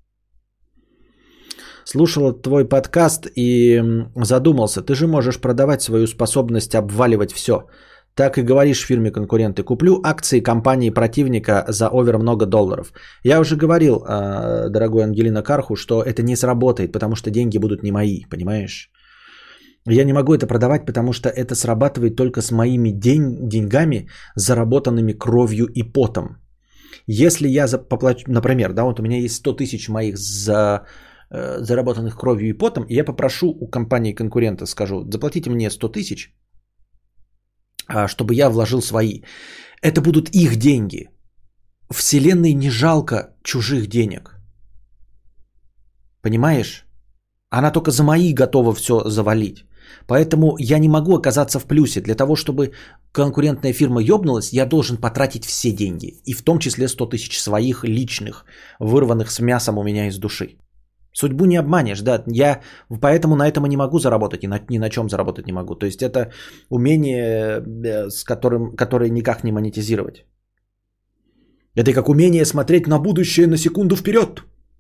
Слушал твой подкаст и задумался. Ты же можешь продавать свою способность обваливать все. Так и говоришь фирме конкуренты. Куплю акции компании противника за овер много долларов. Я уже говорил, дорогой Ангелина Карху, что это не сработает, потому что деньги будут не мои, понимаешь? Я не могу это продавать, потому что это срабатывает только с моими деньгами, заработанными кровью и потом. Если я поплачу, например, да, вот у меня есть 100 тысяч моих заработанных кровью и потом, и я попрошу у компании конкурента, скажу, заплатите мне 100 тысяч, чтобы я вложил свои. Это будут их деньги. Вселенной не жалко чужих денег. Понимаешь? Она только за мои готова все завалить. Поэтому я не могу оказаться в плюсе. Для того, чтобы конкурентная фирма ёбнулась, я должен потратить все деньги. И в том числе 100 тысяч своих личных, вырванных с мясом у меня из души. Судьбу не обманешь, да. Я поэтому на этом и не могу заработать, ни на чем заработать не могу. То есть это умение, которое никак не монетизировать. Это как умение смотреть на будущее на секунду вперед.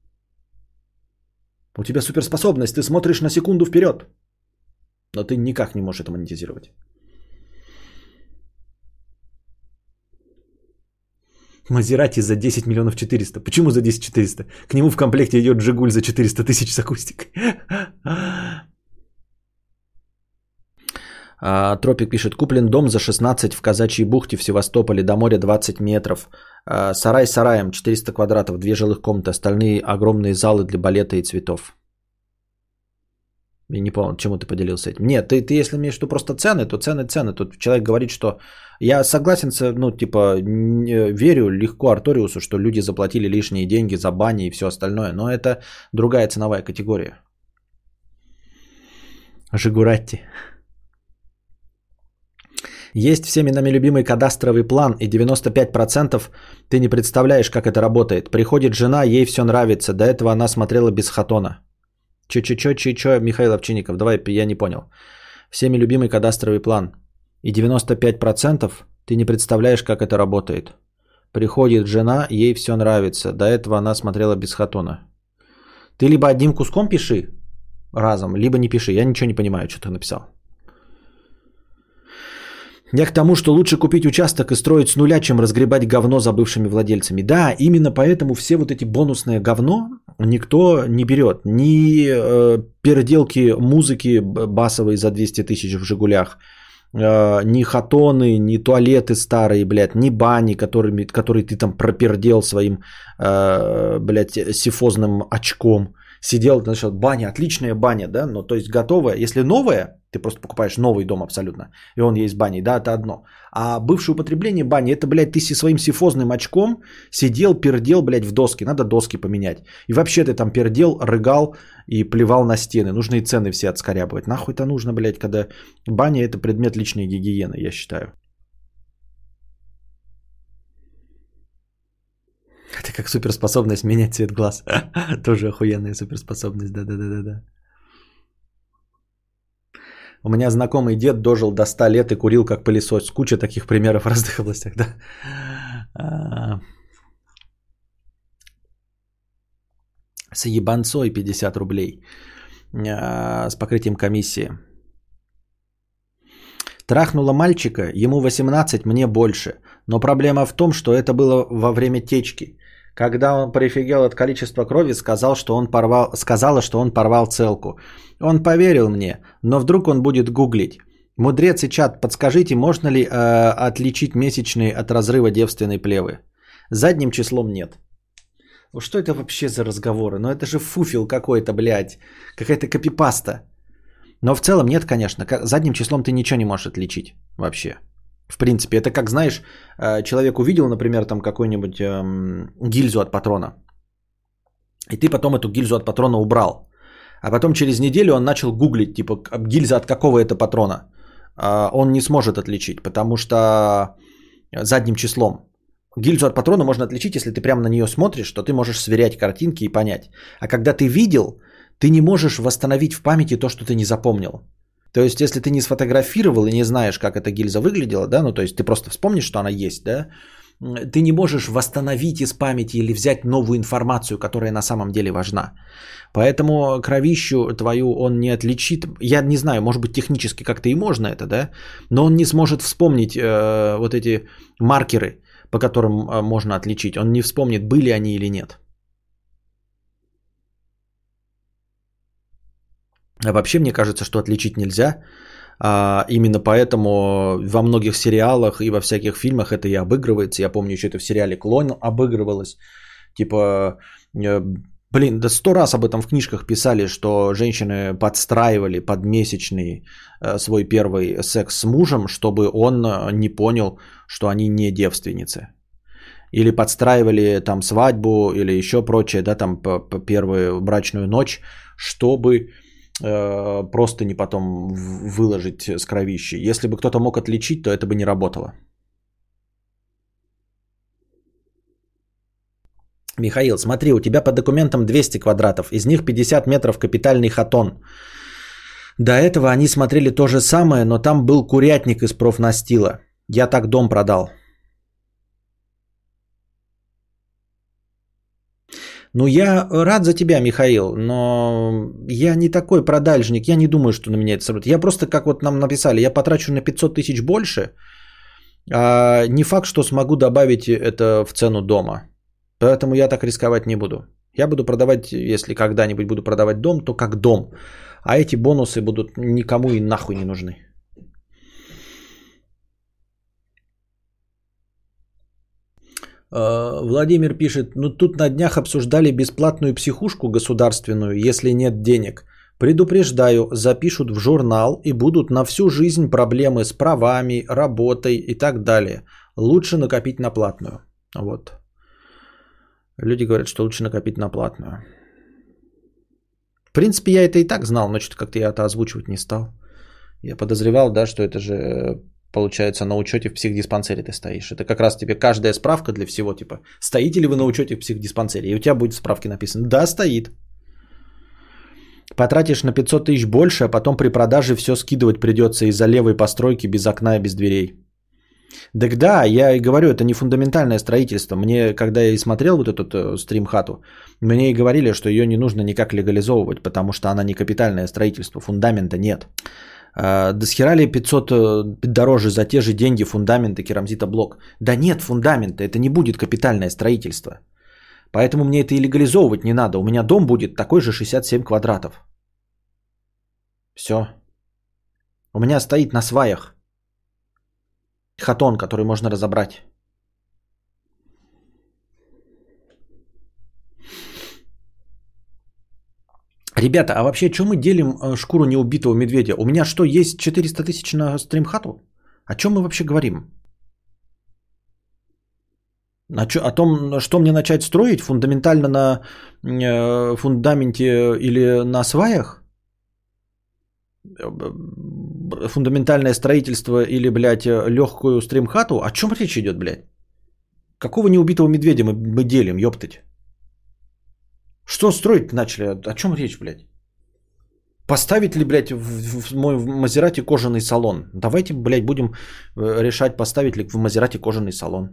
У тебя суперспособность, ты смотришь на секунду вперед. Но ты никак не можешь это монетизировать. Мазератти за 10 миллионов 400. Почему за 10 400? К нему в комплекте идет Жигуль за 400 тысяч с акустикой. Тропик пишет. Куплен дом за 16 в Казачьей бухте в Севастополе. До моря 20 метров. Сарай сараем 400 квадратов. 2 жилых комнаты. Остальные огромные залы для балета и цветов. Я не помню, чему ты поделился этим. Нет, ты если имеешь в виду просто цены, то цены. Тут человек говорит, что я согласен, верю легко Арториусу, что люди заплатили лишние деньги за бани и все остальное. Но это другая ценовая категория. Жигуратти. Есть всеми нами любимый кадастровый план, и 95% ты не представляешь, как это работает. Приходит жена, ей все нравится. До этого она смотрела без хатона. Че, Михаил Овчинников, давай, я не понял. Всеми любимый кадастровый план. И 95% ты не представляешь, как это работает. Приходит жена, ей все нравится. До этого она смотрела без хатона. Ты либо одним куском пиши разом, либо не пиши. Я ничего не понимаю, что ты написал. Я к тому, что лучше купить участок и строить с нуля, чем разгребать говно за бывшими владельцами. Да, именно поэтому все вот эти бонусные говно никто не берет. Ни переделки музыки басовой за 200 тысяч в «Жигулях», ни хатоны, ни туалеты старые, блядь, ни бани, которые ты там пропердел своим, блядь, сифозным очком. Сидел, значит, баня, отличная баня, да, ну, то есть готовая. Если новая, ты просто покупаешь новый дом абсолютно, и он есть с баней, да, это одно. А бывшее употребление бани, это, блядь, ты со своим сифозным очком сидел, пердел, блядь, в доски, надо доски поменять. И вообще ты там пердел, рыгал и плевал на стены. Нужно и цены все отскорябывать. Нахуй это нужно, блядь, когда баня это предмет личной гигиены, я считаю. Это как суперспособность менять цвет глаз. Тоже охуенная суперспособность, да-да-да-да. У меня знакомый дед дожил до 100 лет и курил как пылесос. Куча таких примеров в разных областях, да. С ебанцой 50 рублей с покрытием комиссии. Трахнула мальчика, ему 18, мне больше. Но проблема в том, что это было во время течки. Когда он прифигел от количества крови, сказала, что он порвал целку. Он поверил мне, но вдруг он будет гуглить. Мудрец и чат, подскажите, можно ли отличить месячные от разрыва девственной плевы? Задним числом нет. Что это вообще за разговоры? Ну это же фуфел какой-то, блядь. Какая-то копипаста. Но в целом нет, конечно. Задним числом ты ничего не можешь отличить вообще. В принципе, это как, знаешь, человек увидел, например, там какую-нибудь гильзу от патрона. И ты потом эту гильзу от патрона убрал. А потом через неделю он начал гуглить, типа, гильза от какого это патрона. Он не сможет отличить, потому что задним числом. Гильзу от патрона можно отличить, если ты прямо на нее смотришь, что ты можешь сверять картинки и понять. А когда ты видел, ты не можешь восстановить в памяти то, что ты не запомнил. То есть, если ты не сфотографировал и не знаешь, как эта гильза выглядела, да, ну, то есть, ты просто вспомнишь, что она есть, да, ты не можешь восстановить из памяти или взять новую информацию, которая на самом деле важна. Поэтому кровищу твою он не отличит. Я не знаю, может быть, технически как-то и можно это, да, но он не сможет вспомнить вот эти маркеры, по которым можно отличить. Он не вспомнит, были они или нет. А вообще, мне кажется, что отличить нельзя. Именно поэтому во многих сериалах и во всяких фильмах это и обыгрывается. Я помню, еще это в сериале «Клон» обыгрывалось. Типа, блин, да 100 раз об этом в книжках писали, что женщины подстраивали под месячный свой первый секс с мужем, чтобы он не понял, что они не девственницы. Или подстраивали там свадьбу или еще прочее, да, там по первую брачную ночь, чтобы просто не потом выложить с кровищей. Если бы кто-то мог отличить, то это бы не работало. Михаил, смотри, у тебя по документам 200 квадратов, из них 50 метров капитальный хатон. До этого они смотрели то же самое, но там был курятник из профнастила. Я так дом продал. Ну, я рад за тебя, Михаил, но я не такой продажник, я не думаю, что на меня это сработает. Я просто, как вот нам написали, я потрачу на 500 тысяч больше, а не факт, что смогу добавить это в цену дома. Поэтому я так рисковать не буду. Я буду продавать, если когда-нибудь буду продавать дом, то как дом. А эти бонусы будут никому и нахуй не нужны. Владимир пишет, ну тут на днях обсуждали бесплатную психушку государственную, если нет денег. Предупреждаю, запишут в журнал и будут на всю жизнь проблемы с правами, работой и так далее. Лучше накопить на платную. Вот. Люди говорят, что лучше накопить на платную. В принципе, я это и так знал, но что-то как-то я это озвучивать не стал. Я подозревал, да, что это же... Получается, на учете в психдиспансере ты стоишь. Это как раз тебе каждая справка для всего, типа, стоите ли вы на учете в психдиспансере? И у тебя будет в справке написано, да, стоит. Потратишь на 500 тысяч больше, а потом при продаже все скидывать придется из-за левой постройки без окна и без дверей. Так да, я и говорю, это не фундаментальное строительство. Мне, когда я и смотрел вот эту стрим-хату, мне и говорили, что ее не нужно никак легализовывать, потому что она не капитальное строительство, фундамента нет. Да схера ли 500 дороже за те же деньги фундамента керамзитоблок? Да нет фундамента, это не будет капитальное строительство. Поэтому мне это и легализовывать не надо. У меня дом будет такой же 67 квадратов. Все. У меня стоит на сваях. Хатон, который можно разобрать. Ребята, а вообще, что мы делим шкуру неубитого медведя? У меня что, есть 400 тысяч на стримхату? О чем мы вообще говорим? О том, что мне начать строить фундаментально на фундаменте или на сваях? Фундаментальное строительство или, блядь, легкую стримхату? О чем речь идет, блядь? Какого неубитого медведя мы делим, ёптать? Что строить начали? О чем речь, блядь? Поставить ли, блядь, в мой Мазерати кожаный салон? Давайте, блядь, будем решать, поставить ли в Мазерати кожаный салон.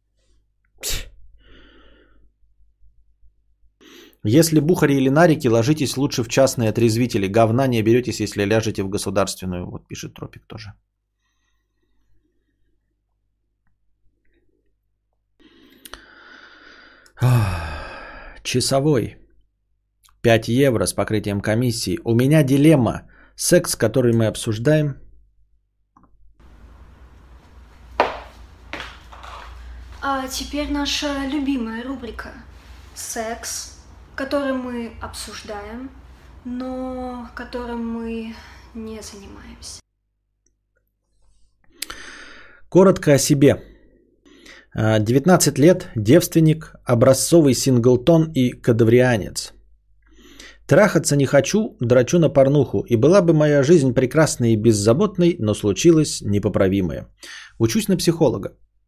Если бухари или нарики, ложитесь лучше в частные отрезвители. Говна не беретесь, если ляжете в государственную. Вот пишет Тропик тоже. Часовой. 5 евро с покрытием комиссии. У меня дилемма. Секс, который мы обсуждаем. А теперь наша любимая рубрика. Секс, который мы обсуждаем, но которым мы не занимаемся. Коротко о себе. 19 лет, девственник, образцовый синглтон и кадаврианец. Трахаться не хочу, драчу на порнуху, и была бы моя жизнь прекрасной и беззаботной, но случилось непоправимое. Учусь на психолога.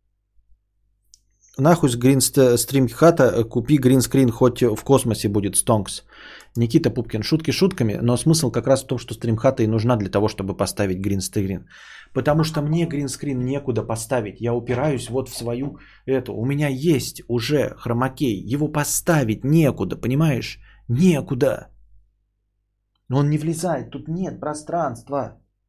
Нахуй с гринстрим хата, купи гринскрин, хоть в космосе будет стонкс. Никита Пупкин, шутки шутками, но смысл как раз в том, что стримхата и нужна для того, чтобы поставить гринскрин. Потому что мне гринскрин некуда поставить, я упираюсь вот в свою эту. У меня есть уже хромакей, его поставить некуда, понимаешь? Некуда. Он не влезает, тут нет пространства.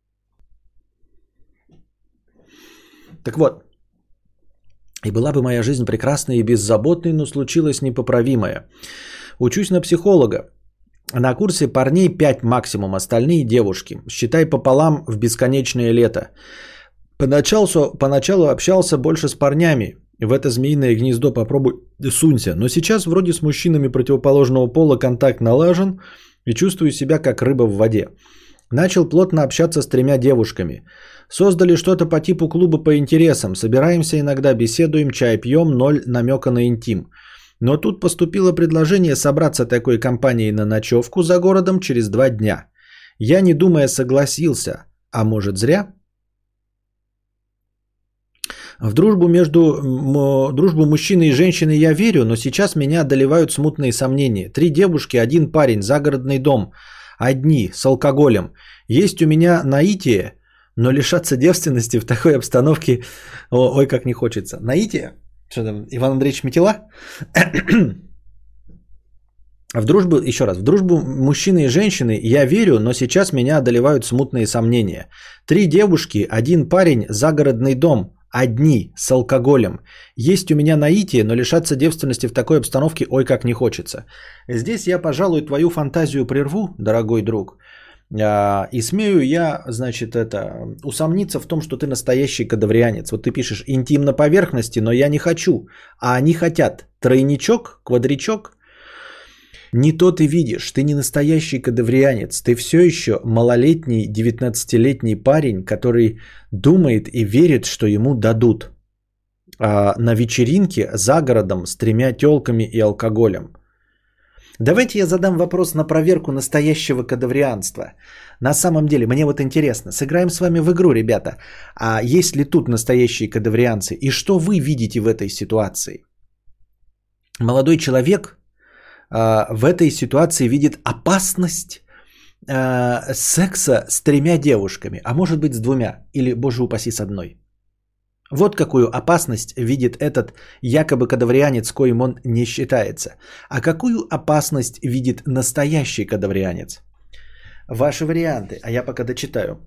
Так вот. И была бы моя жизнь прекрасной и беззаботной, но случилось непоправимое. Учусь на психолога. На курсе парней 5 максимум, остальные девушки. Считай пополам в бесконечное лето. Поначалу общался больше с парнями. В это змеиное гнездо попробуй сунься. Но сейчас вроде с мужчинами противоположного пола контакт налажен и чувствую себя как рыба в воде. Начал плотно общаться с 3 девушками. Создали что-то по типу клуба по интересам. Собираемся иногда, беседуем, чай пьем, 0 намека на интим. Но тут поступило предложение собраться такой компанией на ночевку за городом через 2 дня. Я, не думая, согласился. А может, зря? В дружбу мужчины и женщины я верю, но сейчас меня одолевают смутные сомнения. 3 девушки, 1 парень, загородный дом. Одни, с алкоголем. Есть у меня наитие, но лишаться девственности в такой обстановке, ой, как не хочется. Наитие? Что там, Иван Андреевич Метила? В дружбу, еще раз, в дружбу мужчины и женщины я верю, но сейчас меня одолевают смутные сомнения. 3 девушки, 1 парень, загородный дом. Одни, с алкоголем. Есть у меня наитие, но лишаться девственности в такой обстановке, ой, как не хочется. Здесь я, пожалуй, твою фантазию прерву, дорогой друг. И смею я, значит, усомниться в том, что ты настоящий кадаврианец. Вот ты пишешь интим на поверхности, но я не хочу. А они хотят. Тройничок, квадричок. Не то ты видишь, ты не настоящий кадаврианец, ты все еще малолетний 19-летний парень, который думает и верит, что ему дадут на вечеринке за городом с 3 тёлками и алкоголем. Давайте я задам вопрос на проверку настоящего кадаврианства. На самом деле, мне вот интересно, сыграем с вами в игру, ребята, а есть ли тут настоящие кадаврианцы и что вы видите в этой ситуации? Молодой человек в этой ситуации видит опасность секса с 3 девушками, а может быть с 2, или, боже упаси, с 1. Вот какую опасность видит этот якобы кадаврианец, коим он не считается. А какую опасность видит настоящий кадаврианец? Ваши варианты, а я пока дочитаю.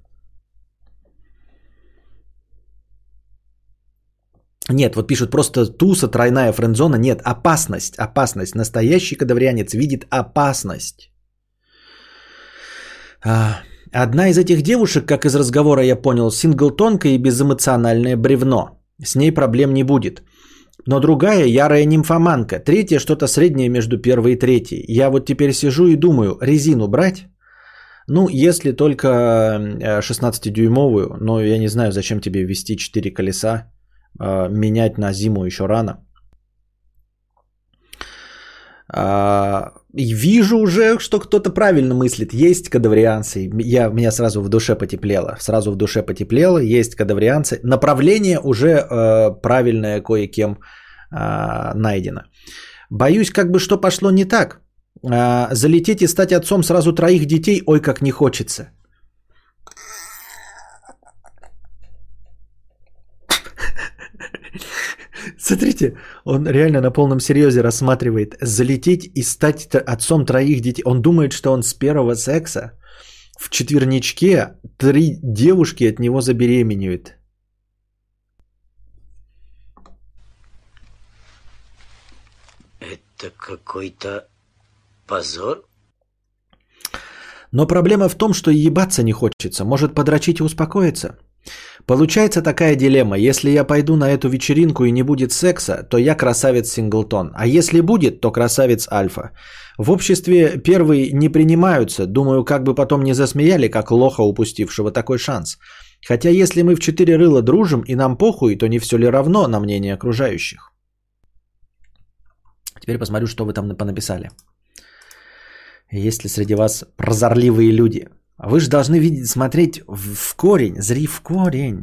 Нет, вот пишут просто туса, тройная френдзона. Нет, опасность, опасность. Настоящий кадаврианец видит опасность. Одна из этих девушек, как из разговора я понял, синглтонка и безэмоциональное бревно. С ней проблем не будет. Но другая ярая нимфоманка. Третья что-то среднее между первой и третьей. Я вот теперь сижу и думаю, резину брать? Ну, если только 16-дюймовую, но я не знаю, зачем тебе ввести 4 колеса, менять на зиму еще рано. Вижу уже, что кто-то правильно мыслит. Есть кадаврианцы. У меня сразу в душе потеплело. Есть кадаврианцы. Направление уже правильное кое-кем найдено. Боюсь, как бы что пошло не так. Залететь и стать отцом сразу 3 детей, ой, как не хочется. Смотрите, он реально на полном серьезе рассматривает залететь и стать отцом 3 детей. Он думает, что он с первого секса в четверничке 3 девушки от него забеременеют. Это какой-то позор? Но проблема в том, что ебаться не хочется. Может подрочить и успокоиться? Получается такая дилемма. Если я пойду на эту вечеринку и не будет секса, то я красавец синглтон. А если будет, то красавец альфа. В обществе первые не принимаются. Думаю, как бы потом не засмеяли, как лоха, упустившего такой шанс. Хотя если мы в 4 рыла дружим и нам похуй, то не все ли равно на мнение окружающих? Теперь посмотрю, что вы там понаписали. Есть ли среди вас прозорливые люди? Вы же должны видеть, смотреть в корень, зри в корень.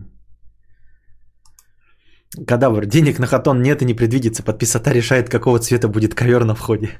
Кадавр, денег на хатон нет и не предвидится. Подписота решает, какого цвета будет ковер на входе.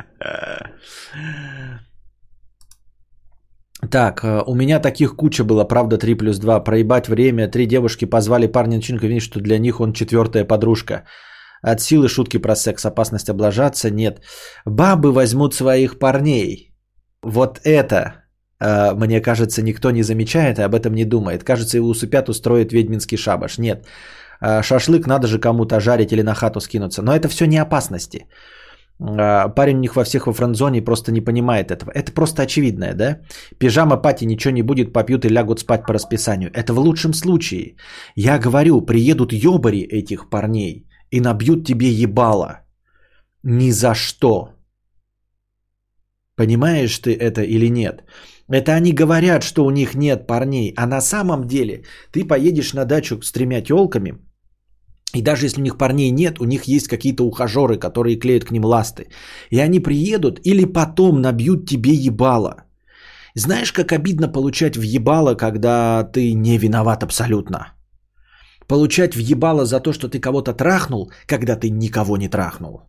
Так, у меня таких куча было, правда, 3+2. Проебать время, 3 девушки позвали парня на вечеринку, видишь, что для них он 4-я подружка. От силы шутки про секс, опасность облажаться, нет. Бабы возьмут своих парней. Вот это... Мне кажется, никто не замечает и об этом не думает. Кажется, его усыпят, устроят ведьминский шабаш. Нет. Шашлык надо же кому-то жарить или на хату скинуться. Но это все не опасности. Парень у них во всех во френдзоне просто не понимает этого. Это просто очевидное, да? Пижама пати, ничего не будет, попьют и лягут спать по расписанию. Это в лучшем случае. Я говорю, приедут ёбари этих парней и набьют тебе ебало. Ни за что. Понимаешь ты это или нет? Это они говорят, что у них нет парней, а на самом деле ты поедешь на дачу с 3 тёлками, и даже если у них парней нет, у них есть какие-то ухажеры, которые клеят к ним ласты. И они приедут или потом набьют тебе ебало. Знаешь, как обидно получать в ебало, когда ты не виноват абсолютно? Получать в ебало за то, что ты кого-то трахнул, когда ты никого не трахнул.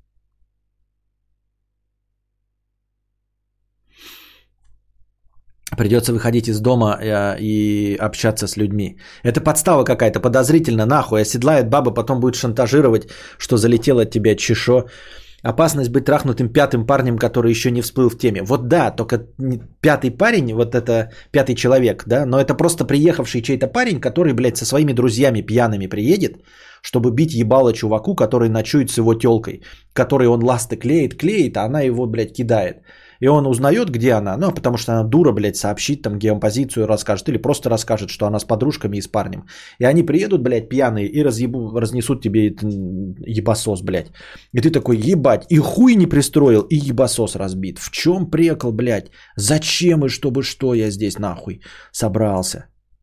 Придется выходить из дома и общаться с людьми. Это подстава какая-то, подозрительно, нахуй. Оседлает баба, потом будет шантажировать, что залетело от тебя чешо. Опасность быть трахнутым 5-м парнем, который еще не всплыл в теме. Вот да, только 5-й парень, вот это 5-й человек, да, но это просто приехавший чей-то парень, который, блядь, со своими друзьями пьяными приедет, чтобы бить ебало чуваку, который ночует с его телкой, которой он ласты клеит, а она его, блядь, кидает. И он узнает, где она, ну, потому что она дура, блядь, сообщит, там, геопозицию расскажет, или просто расскажет, что она с подружками и с парнем. И они приедут, блядь, пьяные, и разнесут тебе ебасос, блядь. И ты такой, ебать, и хуй не пристроил, и ебасос разбит. В чем прикол, блядь? Зачем и чтобы что я здесь нахуй собрался?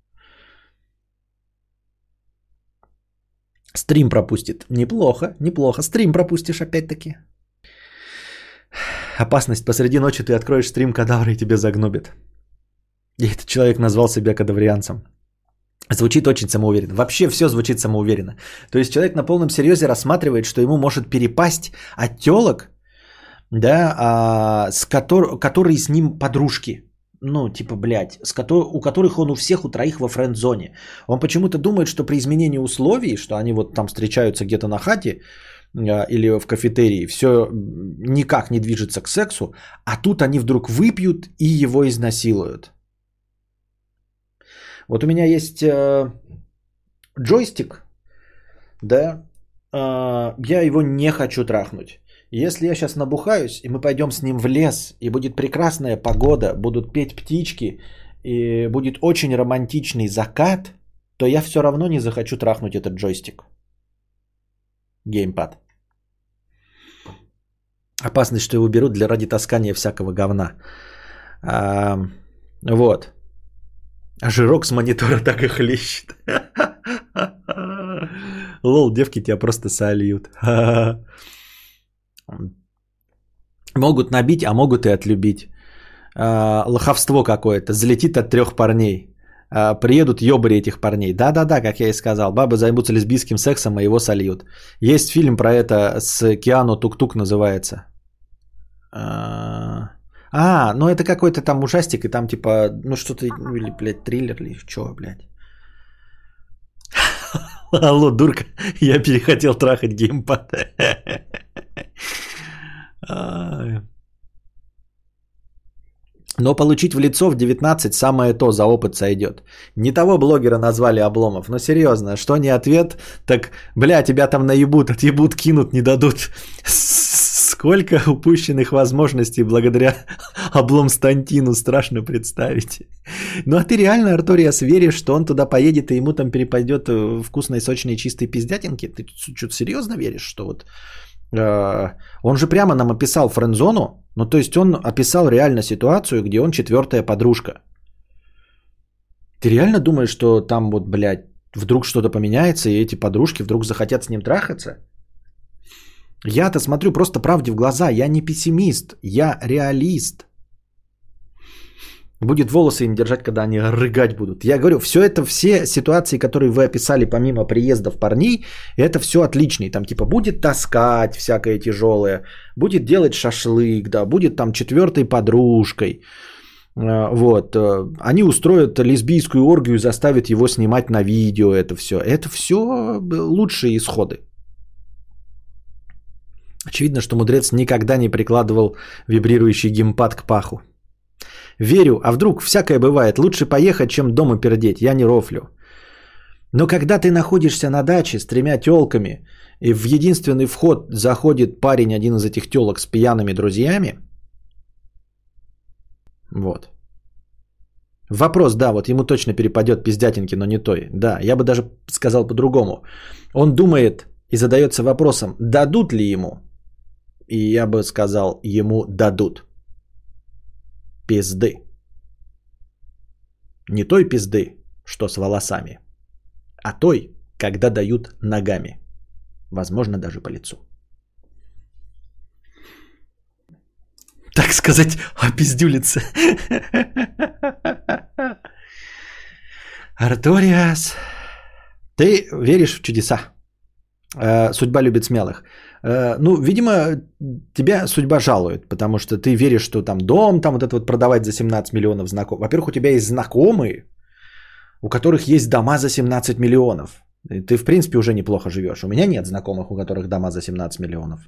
Стрим пропустит. Неплохо, неплохо. Стрим пропустишь опять-таки. Опасность. Посреди ночи ты откроешь стрим кадавра и тебя загнобит. И этот человек назвал себя кадаврианцем. Звучит очень самоуверенно. Вообще все звучит самоуверенно. То есть человек на полном серьезе рассматривает, что ему может перепасть от телок, да, которые с ним подружки. Ну, типа, блядь, у которых он у всех, у 3 во френд-зоне. Он почему-то думает, что при изменении условий, что они вот там встречаются где-то на хате или в кафетерии, все никак не движется к сексу, а тут они вдруг выпьют и его изнасилуют. Вот у меня есть джойстик, да, я его не хочу трахнуть. Если я сейчас набухаюсь, и мы пойдем с ним в лес, и будет прекрасная погода, будут петь птички, и будет очень романтичный закат, то я все равно не захочу трахнуть этот джойстик. Геймпад. Опасность, что его берут ради таскания всякого говна. Вот. А жирок с монитора так и хлещет. Лол, девки тебя просто сольют. Могут набить, а могут и отлюбить. Лоховство какое-то. Залетит от 3 парней. Приедут ёбари этих парней. Да-да-да, как я и сказал. Бабы займутся лесбийским сексом, а его сольют. Есть фильм про это с Киану Тук-Тук называется. Ну это какой-то там ужастик, и там типа, ну что-то, или, блядь, триллер, или что, блядь. Алло, дурка, я перехотел трахать геймпад. Но получить в лицо в 19 самое то, за опыт сойдет. Не того блогера назвали Обломов, но серьезно, что не ответ, так, бля, тебя там наебут, отъебут, кинут, не дадут. Сколько упущенных возможностей благодаря Обломстантину, страшно представить. Ну а ты реально, Арториас, веришь, что он туда поедет и ему там перепадет вкусной, сочной, чистой пиздятинки? Ты что-то серьезно веришь, что вот... Он же прямо нам описал френдзону, ну то есть он описал реально ситуацию, где он 4-я подружка. Ты реально думаешь, что там вот, блядь, вдруг что-то поменяется, и эти подружки вдруг захотят с ним трахаться? Я-то смотрю просто правде в глаза, я не пессимист, я реалист. Будет волосы им держать, когда они рыгать будут. Я говорю, все это, все ситуации, которые вы описали помимо приездов парней, это все отличные. Там типа будет таскать всякое тяжелое, будет делать шашлык, да, будет там 4-й подружкой. Вот. Они устроят лесбийскую оргию, заставят его снимать на видео это все. Это все лучшие исходы. Очевидно, что мудрец никогда не прикладывал вибрирующий геймпад к паху. Верю, а вдруг всякое бывает. Лучше поехать, чем дома пердеть. Я не рофлю. Но когда ты находишься на даче с 3 тёлками, и в единственный вход заходит парень, один из этих тёлок с пьяными друзьями. Вот. Вопрос, да, вот ему точно перепадет пиздятинки, но не той. Да, я бы даже сказал по-другому. Он думает и задается вопросом, дадут ли ему? И я бы сказал, ему дадут. Пизды. Не той пизды, что с волосами, а той, когда дают ногами. Возможно, даже по лицу. Так сказать, опиздюлица. Арториас, ты веришь в чудеса? Судьба любит смелых. Ну, видимо, тебя судьба жалует, потому что ты веришь, что там дом, там вот это вот продавать за 17 миллионов знакомых. Во-первых, у тебя есть знакомые, у которых есть дома за 17 миллионов. Ты, в принципе, уже неплохо живешь. У меня нет знакомых, у которых дома за 17 миллионов.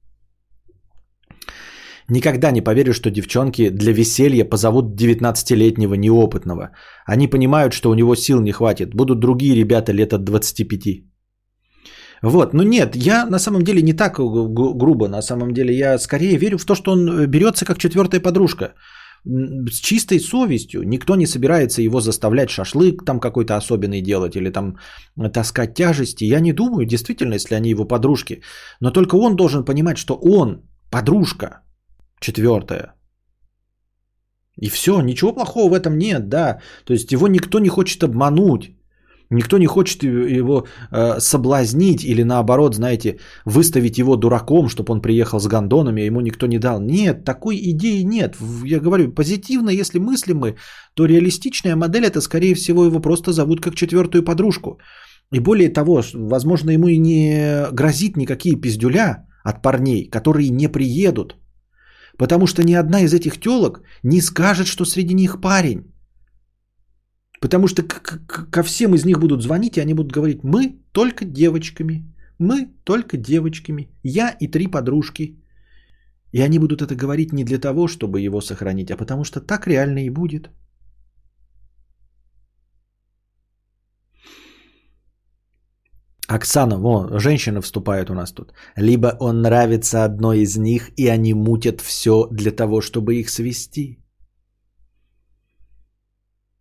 Никогда не поверю, что девчонки для веселья позовут 19-летнего неопытного. Они понимают, что у него сил не хватит. Будут другие ребята лет от 25. Вот, ну нет, я на самом деле не так грубо, на самом деле я скорее верю в то, что он берется как 4-я подружка. С чистой совестью, никто не собирается его заставлять шашлык там какой-то особенный делать или там таскать тяжести. Я не думаю, действительно, если они его подружки. Но только он должен понимать, что он подружка 4-я. И все, ничего плохого в этом нет, да. То есть его никто не хочет обмануть. Никто не хочет его соблазнить или наоборот, знаете, выставить его дураком, чтобы он приехал с гондонами, а ему никто не дал. Нет, такой идеи нет. Я говорю, позитивно, если мыслим мы, то реалистичная модель это, скорее всего, его просто зовут как 4-ю подружку. И более того, возможно, ему и не грозит никакие пиздюля от парней, которые не приедут. Потому что ни одна из этих тёлок не скажет, что среди них парень. Потому что ко всем из них будут звонить, и они будут говорить, мы только девочками, мы только девочками, я и 3 подружки. И они будут это говорить не для того, чтобы его сохранить, а потому что так реально и будет. Оксана, женщина вступает у нас тут. Либо он нравится одной из них, и они мутят все для того, чтобы их свести.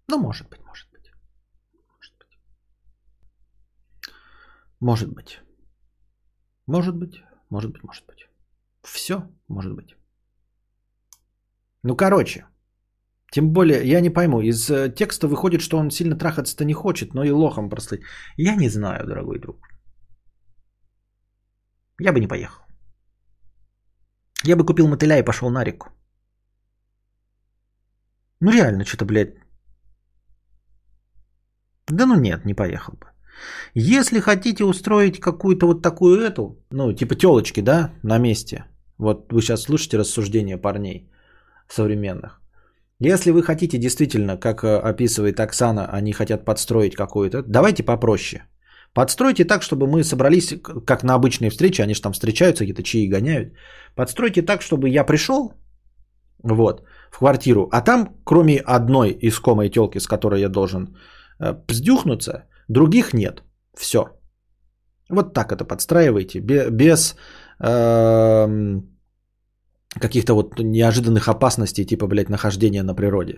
Ну, может быть, может быть. Может быть. Может быть. Может быть, может быть, может быть. Все может быть. Ну, короче. Тем более, я не пойму, из текста выходит, что он сильно трахаться-то не хочет, но и лохом прослыть. Я не знаю, дорогой друг. Я бы не поехал. Я бы купил мотыля и пошел на реку. Ну реально, что-то, блядь. Да ну нет, не поехал бы. Если хотите устроить какую-то вот такую эту, ну типа телочки, да, на месте. Вот вы сейчас слышите рассуждения парней современных. Если вы хотите действительно, как описывает Оксана, они хотят подстроить какую-то, давайте попроще. Подстройте так, чтобы мы собрались, как на обычные встречи, они же там встречаются, где-то чаи гоняют. Подстройте так, чтобы я пришел, вот, в квартиру, а там, кроме одной искомой телки, с которой я должен пздюхнуться, других нет. Все. Вот так это подстраивайте, без каких-то вот неожиданных опасностей, типа, блядь, нахождения на природе.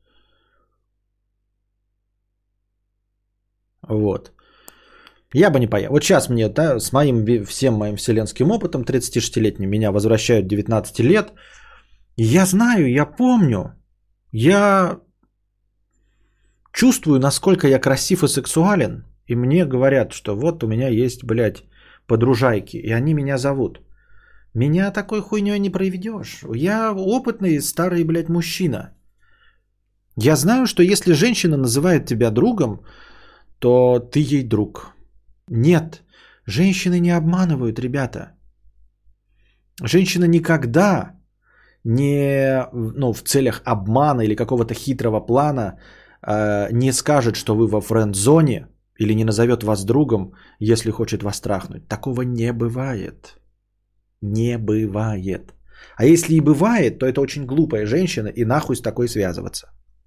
Вот. Я бы не поехал. Вот сейчас мне, да, с всем моим вселенским опытом, 36-летним, меня возвращают 19 лет. И я знаю, я помню, я чувствую, насколько я красив и сексуален. И мне говорят, что вот у меня есть, блядь, подружайки, и они меня зовут. Меня такой хуйней не проведешь. Я опытный старый, блядь, мужчина. Я знаю, что если женщина называет тебя другом, то ты ей друг. Нет, женщины не обманывают, ребята. Женщина никогда не, ну, в целях обмана или какого-то хитрого плана не скажет, что вы во френд-зоне или не назовет вас другом, если хочет вас трахнуть. Такого не бывает. Не бывает. А если и бывает, то это очень глупая женщина, и нахуй с такой связываться.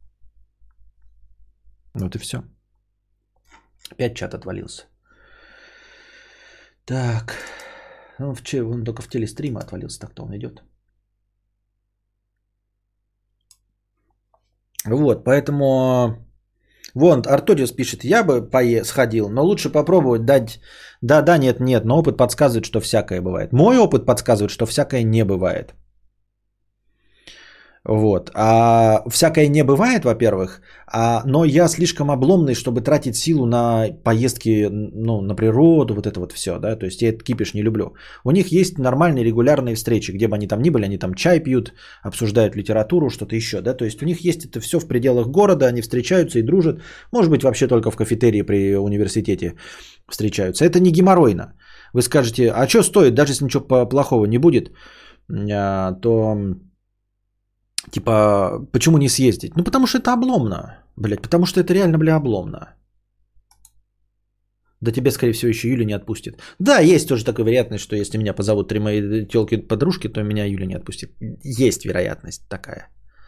Вот и все. Опять чат отвалился. Так. Ну, он только в телестриме отвалился, так-то он идет. Вот, поэтому... Вон, Арториус пишет, я бы сходил, но лучше попробовать дать да, нет, но опыт подсказывает, что всякое бывает. Мой опыт подсказывает, что всякое не бывает. Вот. А всякое не бывает, во-первых, но я слишком обломный, чтобы тратить силу на поездки, ну, на природу, вот это вот все, да, то есть я этот кипиш не люблю. У них есть нормальные регулярные встречи, где бы они там ни были, они там чай пьют, обсуждают литературу, что-то еще, да, то есть у них есть это все в пределах города, они встречаются и дружат, может быть, вообще только в кафетерии при университете встречаются. Это не геморройно. Вы скажете, а что стоит, даже если ничего плохого не будет, то... Типа, почему не съездить? Ну, потому что это обломно, блядь, потому что это реально, бля, обломно. Да тебе, скорее всего, еще Юля не отпустит. Да, есть тоже такая вероятность, что если меня позовут 3 мои телки-подружки, то меня Юля не отпустит. Есть вероятность такая.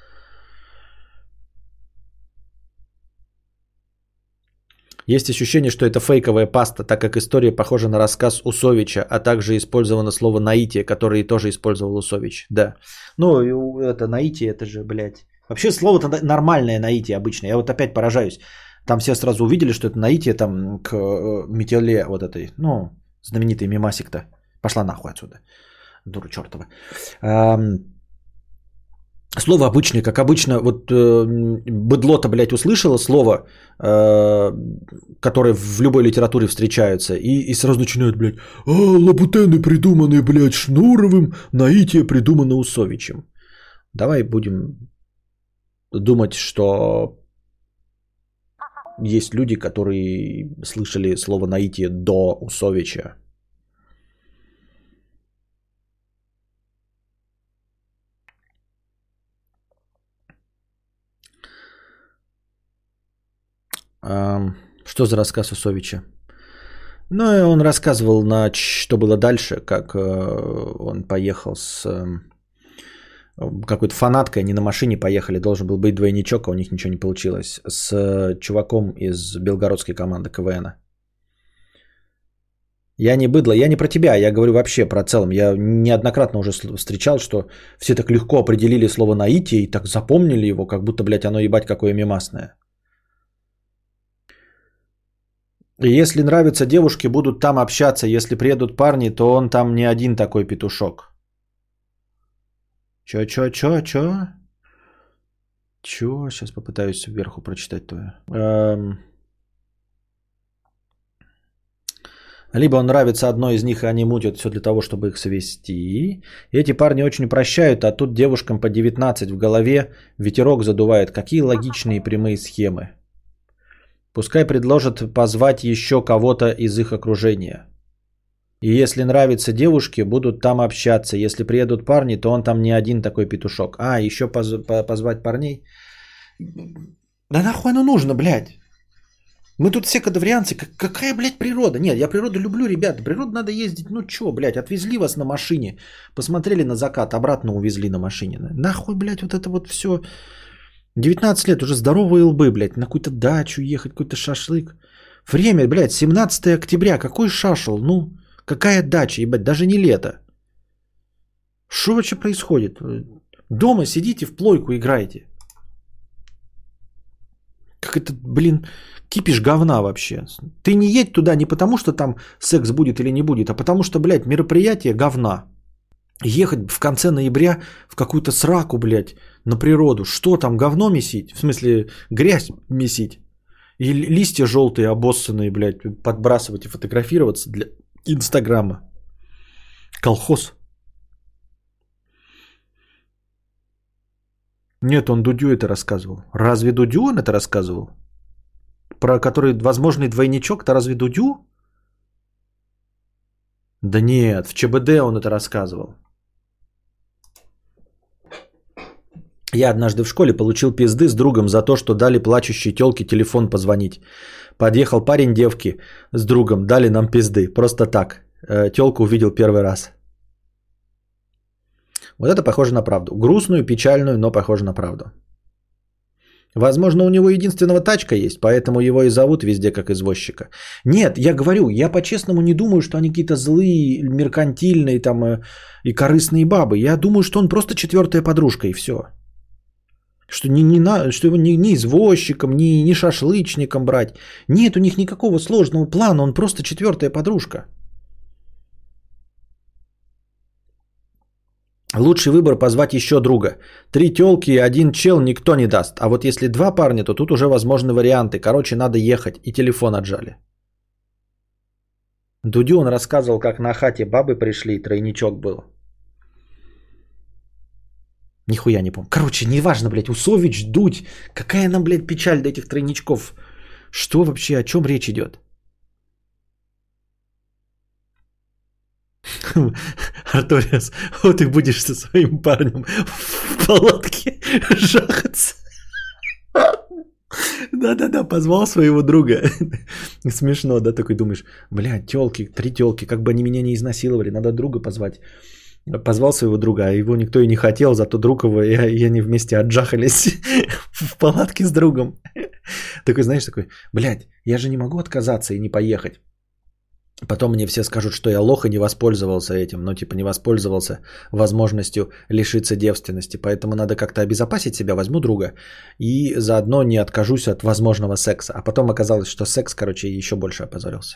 Есть ощущение, что это фейковая паста, так как история похожа на рассказ Усовича, а также использовано слово наитие, которое тоже использовал Усович. Да. Ну, это наитие, это же, блядь. Вообще слово-то нормальное наитие обычное. Я вот опять поражаюсь. Там все сразу увидели, что это наитие там к метеле вот этой, ну, знаменитой мемасик-то. Пошла нахуй отсюда. Дура чертова. Слово обычное, как обычно, вот быдло-то, блядь, услышало слово, которое в любой литературе встречается, и сразу начинают, блядь, лабутены придуманы, блядь, Шнуровым, наитие придумано Усовичем. Давай будем думать, что есть люди, которые слышали слово наитие до Усовича. Что за рассказ Усовича? Ну, он рассказывал, что было дальше, как он поехал с какой-то фанаткой, они на машине поехали, должен был быть двойничок, а у них ничего не получилось, с чуваком из белгородской команды КВН. Я не быдло, я не про тебя, я говорю вообще про целом. Я неоднократно уже встречал, что все так легко определили слово наитие и так запомнили его, как будто, блядь, оно ебать какое мемасное. И если нравятся девушки, будут там общаться. Если приедут парни, то он там не один такой петушок. Чё? Чё? Сейчас попытаюсь сверху прочитать твое. Либо он нравится одной из них, и они мутят все для того, чтобы их свести. И эти парни очень прощают, а тут девушкам по 19 в голове ветерок задувает. Какие логичные прямые схемы. Пускай предложат позвать еще кого-то из их окружения. И если нравятся девушки, будут там общаться. Если приедут парни, то он там не один такой петушок. А, еще позвать парней? Да нахуй оно нужно, блядь? Мы тут все кадаврианцы. Какая, блядь, природа? Нет, я природу люблю, ребята. Природу надо ездить. Ну чё, блядь, отвезли вас на машине. Посмотрели на закат, обратно увезли на машине. Нахуй, блядь, вот это вот все. 19 лет, уже здоровые лбы, блядь. На какую-то дачу ехать, какой-то шашлык. Время, блядь, 17 октября. Какой шашел? Ну, какая дача, ебать, даже не лето. Что вообще происходит? Дома сидите, в плойку играете. Как это, блин, кипиш говна вообще. Ты не едь туда не потому, что там секс будет или не будет, а потому что, блядь, мероприятие говна. Ехать в конце ноября в какую-то сраку, блядь, на природу. Что там, говно месить? В смысле, грязь месить? И листья желтые, обоссанные, блядь, подбрасывать и фотографироваться для Инстаграма. Колхоз. Нет, он Дудю это рассказывал. Разве Дудю он это рассказывал? Про который возможный двойничок-то разве Дудю? Да нет, в ЧБД он это рассказывал. Я однажды в школе получил пизды с другом за то, что дали плачущей тёлке телефон позвонить. Подъехал парень девки с другом, дали нам пизды. Просто так. Тёлку увидел первый раз. Вот это похоже на правду. Грустную, печальную, но похоже на правду. Возможно, у него единственного тачка есть, поэтому его и зовут везде как извозчика. Нет, я говорю, я по-честному не думаю, что они какие-то злые, меркантильные там и корыстные бабы. Я думаю, что он просто четвертая подружка и все. Что, что его ни извозчиком, ни шашлычником брать. Нет у них никакого сложного плана, он просто четвертая подружка. Лучший выбор позвать еще друга. 3 тёлки и 1 чел никто не даст. А вот если 2 парня, то тут уже возможны варианты. Короче, надо ехать. И телефон отжали. Дудю он рассказывал, как на хате бабы пришли, тройничок был. Нихуя не помню. Короче, неважно, блядь, Усович, Дудь. Какая нам, блядь, печаль до этих тройничков. Что вообще, о чем речь идет? Арториас, вот ты будешь со своим парнем в палатке жахаться. Да-да-да, позвал своего друга. Смешно, да, такой думаешь, бля, тёлки, 3 тёлки, как бы они меня не изнасиловали, надо друга позвать. Позвал своего друга, а его никто и не хотел, зато друг его, и они вместе отжахались в палатке с другом. Такой, знаешь, такой, блядь, я же не могу отказаться и не поехать. Потом мне все скажут, что я лох и не воспользовался этим. Ну, типа, не воспользовался возможностью лишиться девственности. Поэтому надо как-то обезопасить себя, возьму друга. И заодно не откажусь от возможного секса. А потом оказалось, что секс, короче, еще больше опозорился.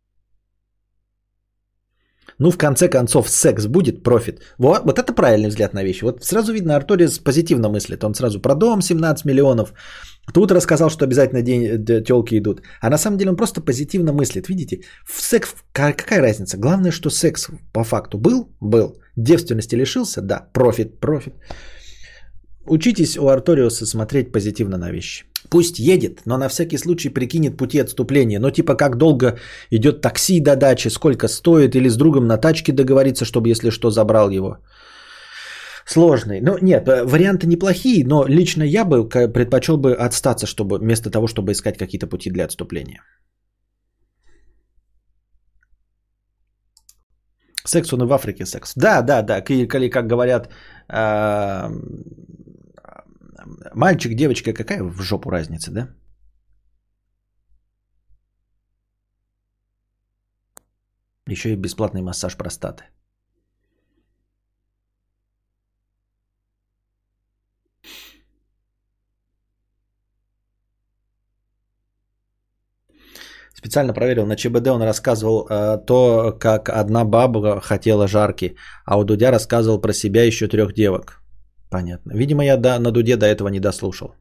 Ну, в конце концов, секс будет, профит. Вот это правильный взгляд на вещи. Вот сразу видно, Арториас позитивно мыслит. Он сразу про дом 17 миллионов. Тут рассказал, что обязательно тёлки идут. А на самом деле он просто позитивно мыслит. Видите, в секс какая разница? Главное, что секс по факту был. Был. Девственности лишился? Да. Профит. Учитесь у Арториуса смотреть позитивно на вещи. Пусть едет, но на всякий случай прикинет пути отступления. Ну, типа, как долго идет такси до дачи, сколько стоит, или с другом на тачке договориться, чтобы, если что, забрал его. Сложный. Ну, нет, варианты неплохие, но лично я бы предпочел бы отстаться, чтобы, вместо того, чтобы искать какие-то пути для отступления. Секс, он и в Африке секс. Да. Или, как говорят, мальчик, девочка, какая в жопу разница, да? Еще и бесплатный массаж простаты. Специально проверил, на ЧБД он рассказывал то, как одна баба хотела жарки, а у Дудя рассказывал про себя еще 3 девок. Понятно. Видимо, я на Дуде до этого не дослушал.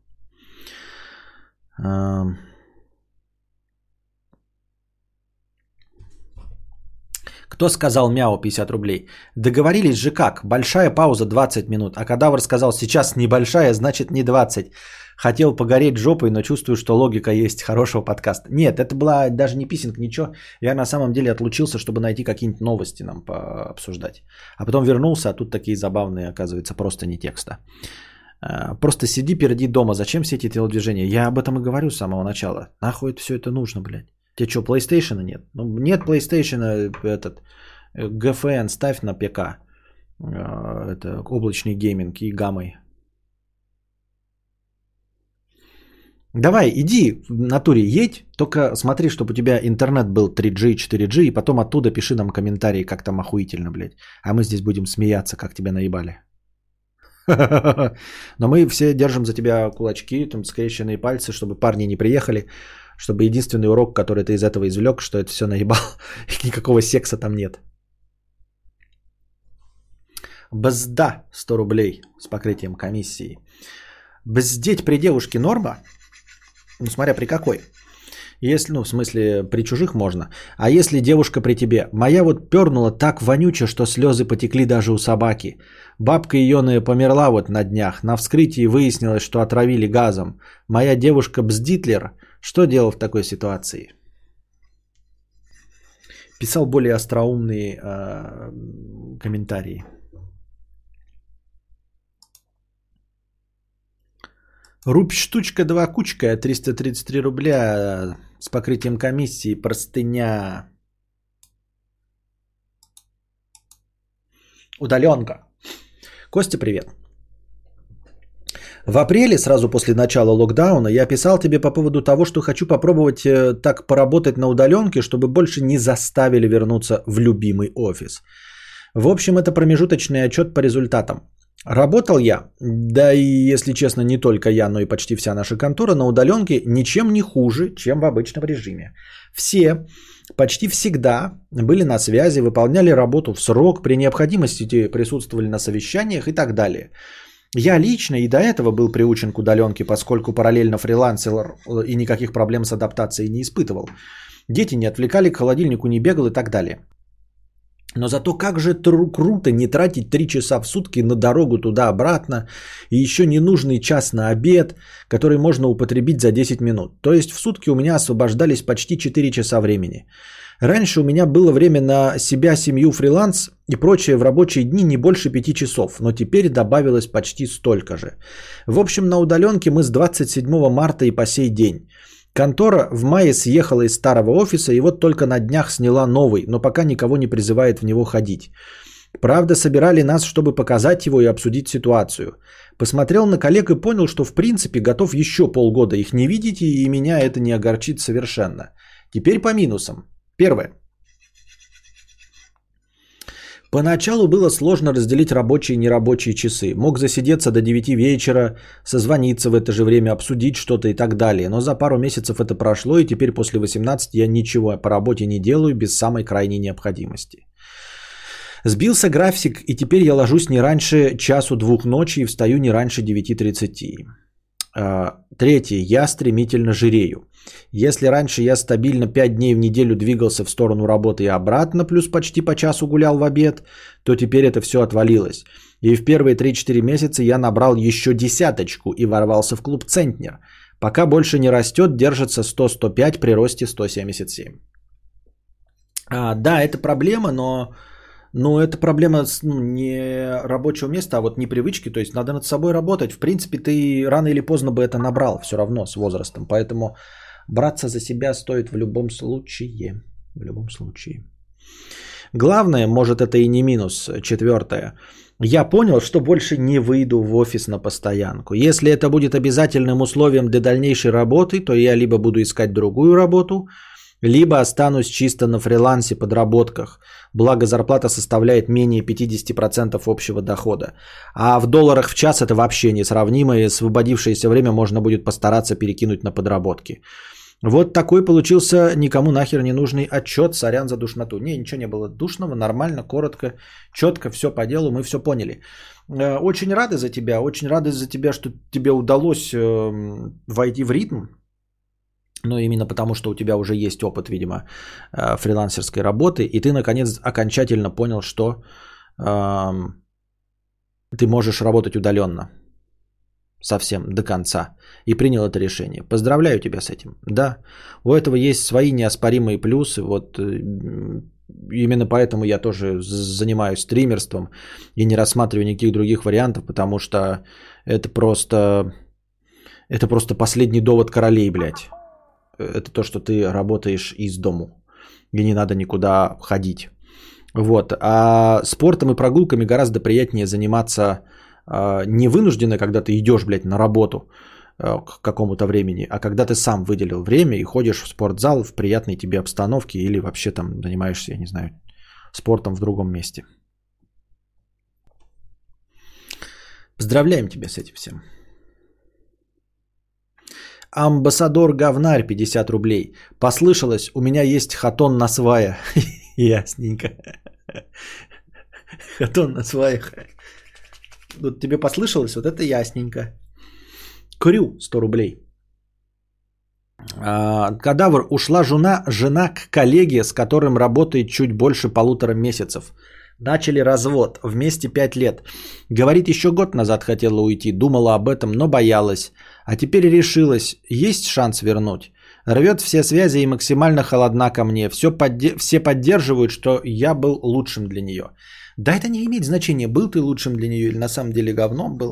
Кто сказал мяу 50 рублей? Договорились же как? Большая пауза 20 минут, а кадавр сказал сейчас небольшая, значит не 20. Хотел погореть жопой, но чувствую, что логика есть хорошего подкаста. Нет, это была даже не писинг, ничего. Я на самом деле отлучился, чтобы найти какие-нибудь новости нам пообсуждать. А потом вернулся, а тут такие забавные, оказывается, просто не текста. Просто сиди, перди дома. Зачем все эти телодвижения? Я об этом и говорю с самого начала. Нахуй все это нужно, блядь? Тебе что, PlayStation нет? Ну, нет PlayStation, этот GFN ставь на ПК. Это облачный гейминг и гаммой. Давай, иди в натуре едь, только смотри, чтобы у тебя интернет был 3G, 4G, и потом оттуда пиши нам комментарии, как там охуительно, блядь. А мы здесь будем смеяться, как тебя наебали. Но мы все держим за тебя кулачки, там скрещенные пальцы, чтобы парни не приехали, чтобы единственный урок, который ты из этого извлек, что это все наебал, и никакого секса там нет. Бзда 100 рублей с покрытием комиссии. Бздеть при девушке норма? Ну, смотря при какой. Если, ну, в смысле, при чужих можно. А если девушка при тебе? Моя вот пернула так вонюче, что слезы потекли даже у собаки. Бабка еёная померла вот на днях. На вскрытии выяснилось, что отравили газом. Моя девушка Бздитлер. Что делал в такой ситуации? Писал более остроумные комментарии. Рубь штучка 2 кучка, 333 рубля с покрытием комиссии, простыня. Удаленка. Костя, привет. В апреле, сразу после начала локдауна, я писал тебе по поводу того, что хочу попробовать так поработать на удаленке, чтобы больше не заставили вернуться в любимый офис. В общем, это промежуточный отчет по результатам. Работал я, да и, если честно, не только я, но и почти вся наша контора на удаленке ничем не хуже, чем в обычном режиме. Все почти всегда были на связи, выполняли работу в срок, при необходимости присутствовали на совещаниях и так далее. Я лично и до этого был приучен к удаленке, поскольку параллельно фрилансер и никаких проблем с адаптацией не испытывал. Дети не отвлекали, к холодильнику не бегал и так далее. Но зато как же круто не тратить 3 часа в сутки на дорогу туда-обратно и еще ненужный час на обед, который можно употребить за 10 минут. То есть в сутки у меня освобождались почти 4 часа времени. Раньше у меня было время на себя, семью, фриланс и прочее в рабочие дни не больше 5 часов, но теперь добавилось почти столько же. В общем, на удаленке мы с 27 марта и по сей день. Контора в мае съехала из старого офиса и вот только на днях сняла новый, но пока никого не призывает в него ходить. Правда, собирали нас, чтобы показать его и обсудить ситуацию. Посмотрел на коллег и понял, что в принципе готов еще полгода их не видеть, и меня это не огорчит совершенно. Теперь по минусам. Первое. Поначалу было сложно разделить рабочие и нерабочие часы. Мог засидеться до 9 вечера, созвониться в это же время, обсудить что-то и так далее. Но за пару месяцев это прошло, и теперь после 18 я ничего по работе не делаю без самой крайней необходимости. Сбился график, и теперь я ложусь не раньше 1-2 ночи и встаю не раньше 9:30. Третье. Я стремительно жирею. Если раньше я стабильно 5 дней в неделю двигался в сторону работы и обратно, плюс почти по часу гулял в обед, то теперь это все отвалилось. И в первые 3-4 месяца я набрал еще 10 и ворвался в клуб «Центнер». Пока больше не растет, держится 100-105 при росте 177. Да, это проблема, но это проблема не рабочего места, а вот непривычки. То есть надо над собой работать. В принципе, ты рано или поздно бы это набрал все равно с возрастом. Поэтому браться за себя стоит в любом случае. В любом случае. Главное, может это и не минус, 4. Я понял, что больше не выйду в офис на постоянку. Если это будет обязательным условием для дальнейшей работы, то я либо буду искать другую работу, либо останусь чисто на фрилансе, подработках. Благо зарплата составляет менее 50% общего дохода. А в долларах в час это вообще несравнимо, и освободившееся время можно будет постараться перекинуть на подработки. Вот такой получился никому нахер не нужный отчет. Сорян за душноту. Не, ничего не было душного, нормально, коротко, четко, все по делу, мы все поняли. Очень рады за тебя, что тебе удалось войти в ритм. Но именно потому, что у тебя уже есть опыт, видимо, фрилансерской работы, и ты, наконец, окончательно понял, что ты можешь работать удаленно. Совсем до конца. И принял это решение. Поздравляю тебя с этим. Да, у этого есть свои неоспоримые плюсы. Вот именно поэтому я тоже занимаюсь стримерством и не рассматриваю никаких других вариантов, потому что это просто последний довод королей, блядь. Это то, что ты работаешь из дому. И не надо никуда ходить. Вот. А спортом и прогулками гораздо приятнее заниматься не вынужденно, когда ты идешь, блядь, на работу к какому-то времени, а когда ты сам выделил время и ходишь в спортзал в приятной тебе обстановке или вообще там занимаешься, я не знаю, спортом в другом месте. Поздравляем тебя с этим всем. Амбассадор Говнарь, 50 рублей. Послышалось, у меня есть хатон на свая. Ясненько. Хатон на сваях. Вот тебе послышалось, вот это ясненько. Крю, 100 рублей. Кадавр, ушла жена к коллеге, с которым работает чуть больше 1,5 месяцев. Начали развод, вместе 5 лет. Говорит, еще год назад хотела уйти, думала об этом, но боялась. А теперь решилась, есть шанс вернуть. Рвет все связи и максимально холодна ко мне. Все поддерживают, что я был лучшим для нее. Да, это не имеет значения, был ты лучшим для нее или на самом деле говном был.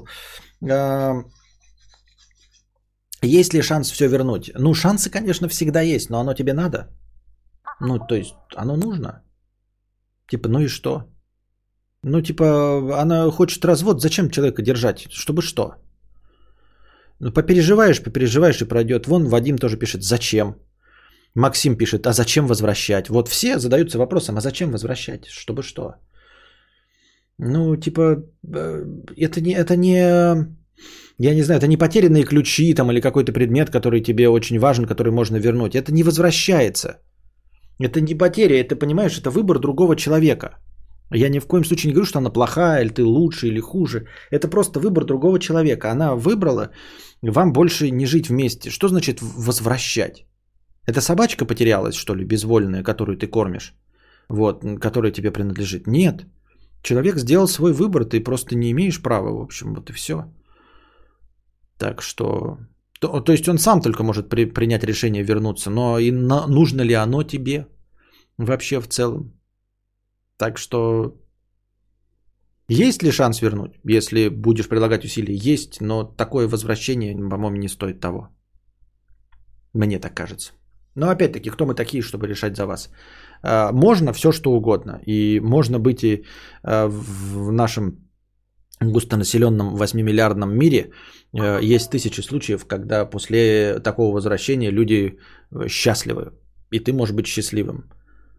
Есть ли шанс все вернуть? Ну, шансы, конечно, всегда есть, но оно тебе надо. Ну, то есть, оно нужно. Типа, ну и что? Ну, типа, она хочет развод, зачем человека держать? Чтобы что? Ну, попереживаешь и пройдет. Вон Вадим тоже пишет, зачем? Максим пишет, а зачем возвращать? Вот все задаются вопросом, а зачем возвращать? Чтобы что? Ну, типа, это не, я не знаю, это не потерянные ключи там или какой-то предмет, который тебе очень важен, который можно вернуть. Это не возвращается. Это не потеря, это, понимаешь, это выбор другого человека. Я ни в коем случае не говорю, что она плохая, или ты лучше, или хуже. Это просто выбор другого человека. Она выбрала вам больше не жить вместе. Что значит возвращать? Это собачка потерялась, что ли, безвольная, которую ты кормишь? Вот, которая тебе принадлежит? Нет. Человек сделал свой выбор, ты просто не имеешь права, в общем, вот и все. Так что... То есть он сам только может принять решение вернуться, но и нужно ли оно тебе вообще в целом? Так что есть ли шанс вернуть, если будешь прилагать усилия? Есть, но такое возвращение, по-моему, не стоит того. Мне так кажется. Но опять-таки, кто мы такие, чтобы решать за вас? Можно все, что угодно. И можно быть и в нашем густонаселенном 8-миллиардном мире есть тысячи случаев, когда после такого возвращения люди счастливы. И ты можешь быть счастливым.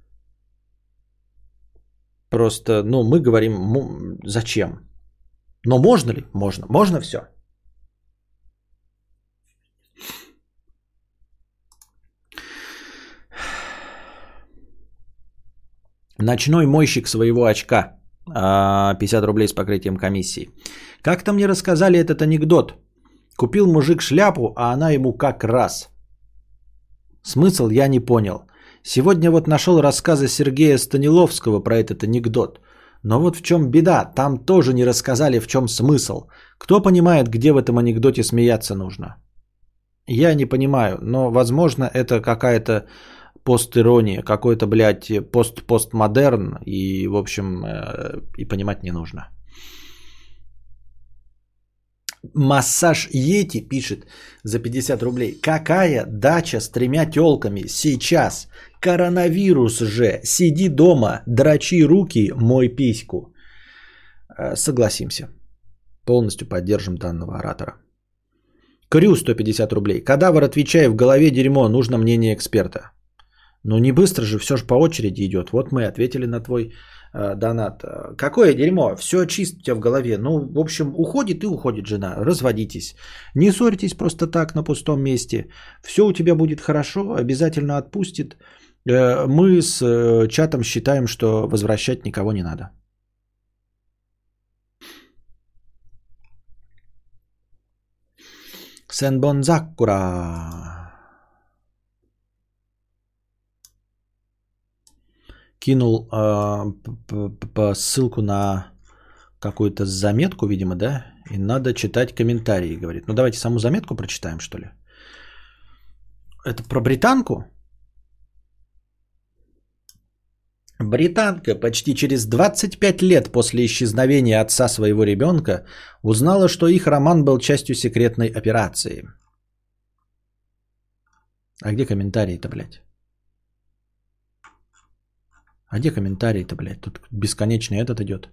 Просто, ну, мы говорим, зачем? Но можно ли? Можно. Можно все. Ночной мойщик своего очка. 50 рублей с покрытием комиссии. Как-то мне рассказали этот анекдот. Купил мужик шляпу, а она ему как раз. Смысл я не понял. Сегодня вот нашел рассказы Сергея Станиловского про этот анекдот. Но вот в чем беда, там тоже не рассказали, в чем смысл. Кто понимает, где в этом анекдоте смеяться нужно? Я не понимаю, но возможно это какая-то постирония, какой-то, блядь, постмодерн, и, в общем, и понимать не нужно. Массаж Йети пишет за 50 рублей. Какая дача с 3 тёлками сейчас? Коронавирус же. Сиди дома, дрочи руки, мой письку. Согласимся. Полностью поддержим данного оратора. Крю 150 рублей. Кадавр, отвечай, в голове дерьмо, нужно мнение эксперта. Ну не быстро же, все же по очереди идет. Вот мы ответили на твой донат. Какое дерьмо, все чисто у тебя в голове. Ну, в общем, уходит и уходит жена. Разводитесь. Не ссорьтесь просто так на пустом месте. Все у тебя будет хорошо, обязательно отпустит. Мы с чатом считаем, что возвращать никого не надо. Сенбон Закура кинул ссылку на какую-то заметку, видимо, да? И надо читать комментарии, говорит. Ну, давайте саму заметку прочитаем, что ли. Это про британку? Британка почти через 25 лет после исчезновения отца своего ребенка узнала, что их роман был частью секретной операции. А где комментарии-то, блядь? А где комментарии-то, блядь? Тут бесконечный этот идет.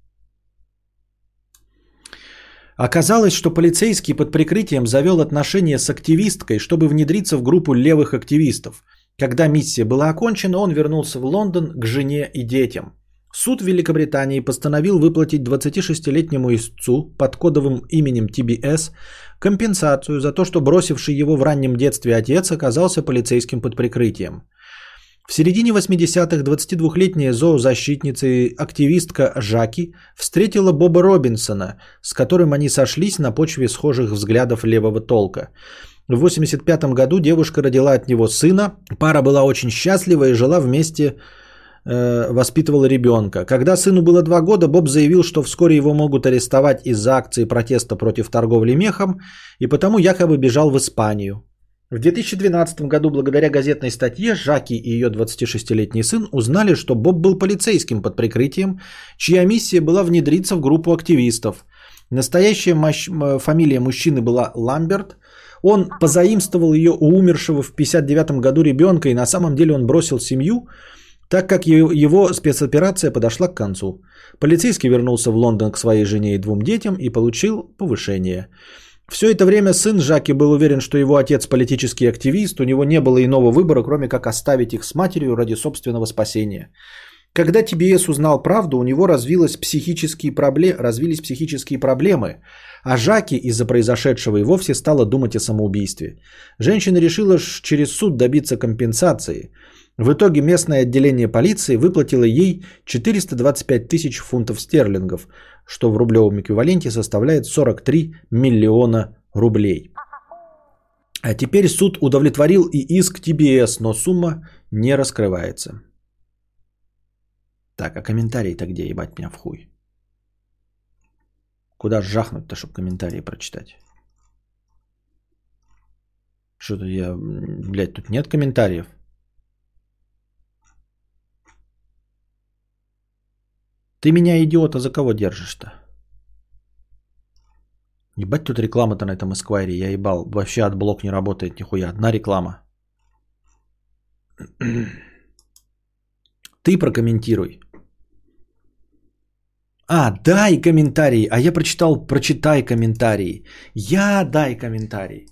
Оказалось, что полицейский под прикрытием завел отношения с активисткой, чтобы внедриться в группу левых активистов. Когда миссия была окончена, он вернулся в Лондон к жене и детям. Суд Великобритании постановил выплатить 26-летнему истцу под кодовым именем TBS компенсацию за то, что бросивший его в раннем детстве отец оказался полицейским под прикрытием. В середине 80-х 22-летняя зоозащитница и активистка Жаки встретила Боба Робинсона, с которым они сошлись на почве схожих взглядов левого толка. В 1985 году девушка родила от него сына, пара была очень счастлива и жила вместе, воспитывала ребенка. Когда сыну было 2 года, Боб заявил, что вскоре его могут арестовать из-за акции протеста против торговли мехом, и потому якобы бежал в Испанию. В 2012 году, благодаря газетной статье, Жаки и ее 26-летний сын узнали, что Боб был полицейским под прикрытием, чья миссия была внедриться в группу активистов. Настоящая фамилия мужчины была Ламберт. Он позаимствовал ее у умершего в 1959 году ребенка, и на самом деле он бросил семью, так как его спецоперация подошла к концу. Полицейский вернулся в Лондон к своей жене и 2 детям и получил повышение. Все это время сын Жаки был уверен, что его отец политический активист, у него не было иного выбора, кроме как оставить их с матерью ради собственного спасения. Когда ТБС узнал правду, у него развились психические проблемы, а Жаки из-за произошедшего и вовсе стала думать о самоубийстве. Женщина решила через суд добиться компенсации. В итоге местное отделение полиции выплатило ей 425 тысяч фунтов стерлингов, что в рублевом эквиваленте составляет 43 миллиона рублей. А теперь суд удовлетворил и иск ТБС, но сумма не раскрывается. Так, а комментарии-то где, ебать меня в хуй? Куда жахнуть-то, чтобы комментарии прочитать? Что-то я... Блядь, тут нет комментариев. Ты меня, идиота, за кого держишь-то? Ебать, тут реклама-то на этом Эсквайре, я ебал. Вообще отблок не работает нихуя. Одна реклама. Ты прокомментируй. Дай комментарий. А я прочитал, прочитай комментарии. Дай комментарий.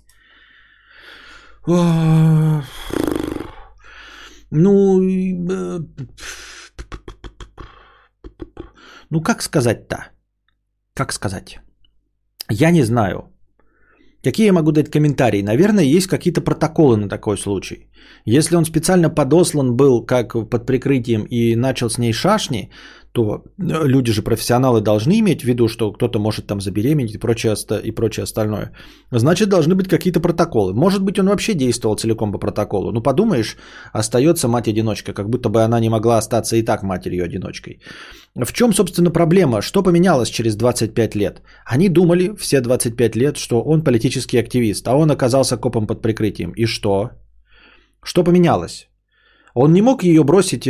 Ну, как сказать-то? Как сказать? Я не знаю. Какие я могу дать комментарии? Наверное, есть какие-то протоколы на такой случай. Если он специально подослан был как под прикрытием и начал с ней шашни, то люди же профессионалы должны иметь в виду, что кто-то может там забеременеть и прочее остальное. Значит, должны быть какие-то протоколы. Может быть, он вообще действовал целиком по протоколу. Ну, подумаешь, остается мать-одиночка, как будто бы она не могла остаться и так матерью-одиночкой. В чем, собственно, проблема? Что поменялось через 25 лет? Они думали все 25 лет, что он политический активист, а он оказался копом под прикрытием. И что? Что поменялось? Он не мог ее бросить...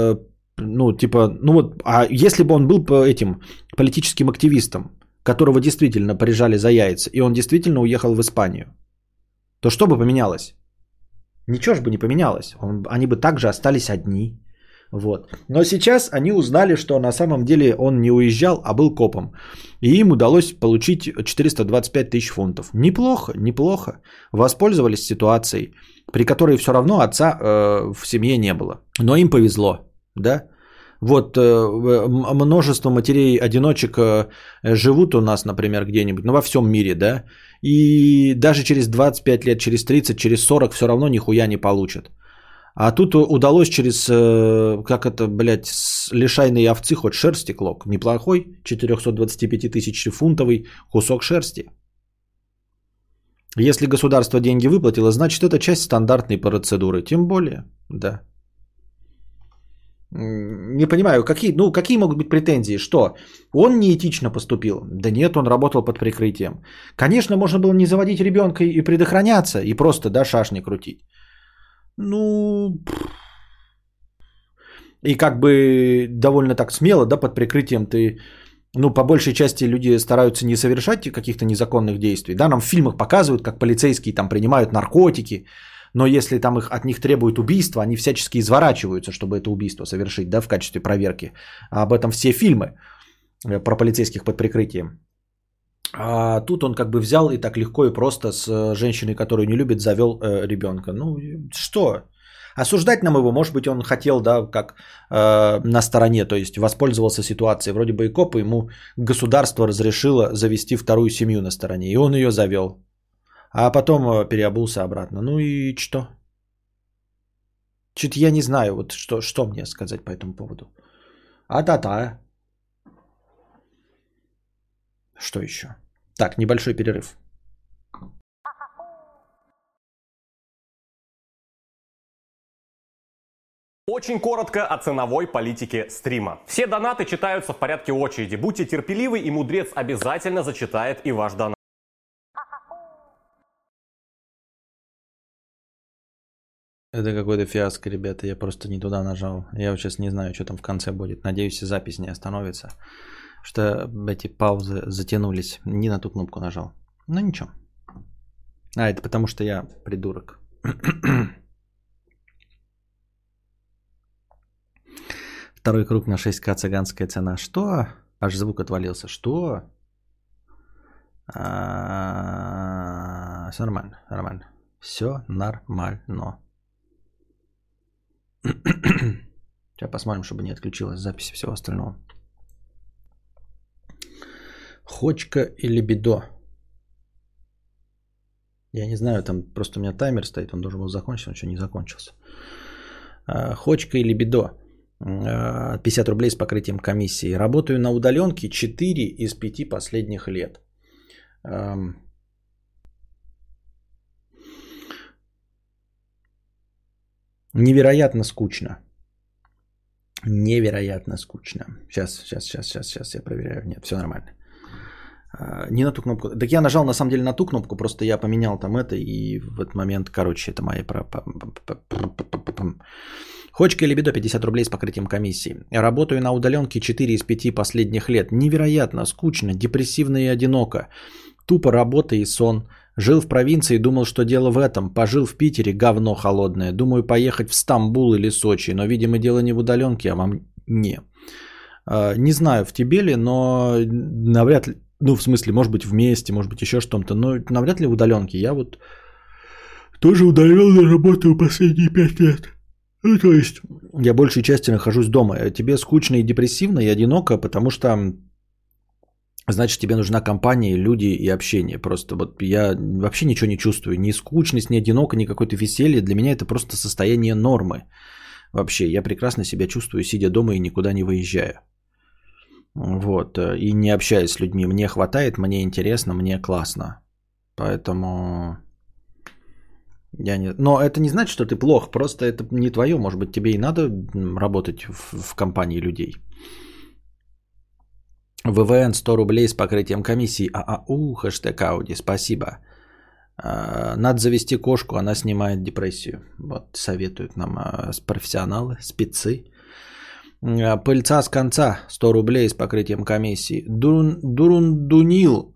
а если бы он был этим политическим активистом, которого действительно порежали за яйца, и он действительно уехал в Испанию, то что бы поменялось? Ничего же бы не поменялось. Они бы также остались одни. Вот. Но сейчас они узнали, что на самом деле он не уезжал, а был копом. И им удалось получить 425 тысяч фунтов. Неплохо, неплохо. Воспользовались ситуацией, при которой все равно отца в семье не было. Но им повезло. Да? Вот множество матерей-одиночек живут у нас, например, где-нибудь, ну, во всем мире, да, и даже через 25 лет, через 30, через 40 все равно нихуя не получат. А тут удалось через, как это, блядь, с лишайной овцы хоть шерсти клок. Неплохой 425 тысяч фунтовый кусок шерсти. Если государство деньги выплатило, значит это часть стандартной процедуры. Тем более, да. Не понимаю, какие могут быть претензии? Что? Он неэтично поступил? Да нет, он работал под прикрытием. Конечно, можно было не заводить ребенка и предохраняться, и просто, да, шашни крутить. Ну, и как бы довольно так смело, да, под прикрытием ты, ну, по большей части люди стараются не совершать каких-то незаконных действий, да, нам в фильмах показывают, как полицейские там принимают наркотики, но если там от них требуют убийства, они всячески изворачиваются, чтобы это убийство совершить, да, в качестве проверки. А об этом все фильмы про полицейских под прикрытием. А тут он как бы взял и так легко и просто с женщиной, которую не любит, завел ребенка. Ну что? Осуждать нам его, может быть, он хотел, да, как на стороне, то есть воспользовался ситуацией. Вроде бы и копы, ему государство разрешило завести вторую семью на стороне, и он ее завел. А потом переобулся обратно. Ну и что? Чуть я не знаю, вот что мне сказать по этому поводу. А-та-та. Что еще? Так, небольшой перерыв. Очень коротко о ценовой политике стрима. Все донаты читаются в порядке очереди. Будьте терпеливы, и мудрец обязательно зачитает и ваш донат. Это какой-то фиаско, ребята. Я просто не туда нажал. Я вот сейчас не знаю, что там в конце будет. Надеюсь, запись не остановится. Что эти паузы затянулись. Не на ту кнопку нажал. Ну ничего. А, это потому что я придурок. Второй круг на 6К цыганская цена. Что? Аж звук отвалился. Что? Все нормально, нормально. Все нормально. Сейчас посмотрим, чтобы не отключилась запись и всего остального. Хочка и либидо. Я не знаю, там просто у меня таймер стоит, он должен был закончиться, он еще не закончился. Хочка и либидо. 50 рублей с покрытием комиссии. Работаю на удаленке 4 из 5 последних лет. Невероятно скучно. Невероятно скучно. Сейчас я проверяю. Нет, все нормально. Не на ту кнопку. Так я нажал на самом деле на ту кнопку, просто я поменял там это, и в этот момент, короче, это мои... Хочка и либидо 50 рублей с покрытием комиссии. Работаю на удаленке 4 из 5 последних лет. Невероятно скучно, депрессивно и одиноко. Тупо работа и сон. Жил в провинции, думал, что дело в этом. Пожил в Питере, говно холодное. Думаю поехать в Стамбул или Сочи, но, видимо, дело не в удаленке, а вам не. Не знаю, в тебе ли, но навряд ли, ну, в смысле, может быть, вместе, может быть, еще что-то, но навряд ли в удаленке. Я вот тоже удаленно работаю последние 5 лет. Ну, то есть, я большей части нахожусь дома. Тебе скучно и депрессивно, и одиноко, потому что, значит, тебе нужна компания, люди и общение. Просто вот я вообще ничего не чувствую. Ни скучность, ни одиноко, ни какое-то веселье. Для меня это просто состояние нормы. Вообще, я прекрасно себя чувствую, сидя дома и никуда не выезжая. Вот. И не общаясь с людьми. Мне хватает, мне интересно, мне классно. Поэтому... Я не... Но это не значит, что ты плох. Просто это не твое. Может быть, тебе и надо работать в компании людей. ВВН 100 рублей с покрытием комиссии. Хэштег Ауди. Спасибо. Надо завести кошку, она снимает депрессию. Вот советуют нам профессионалы, спецы. Пыльца с конца 100 рублей с покрытием комиссии. Дурундунил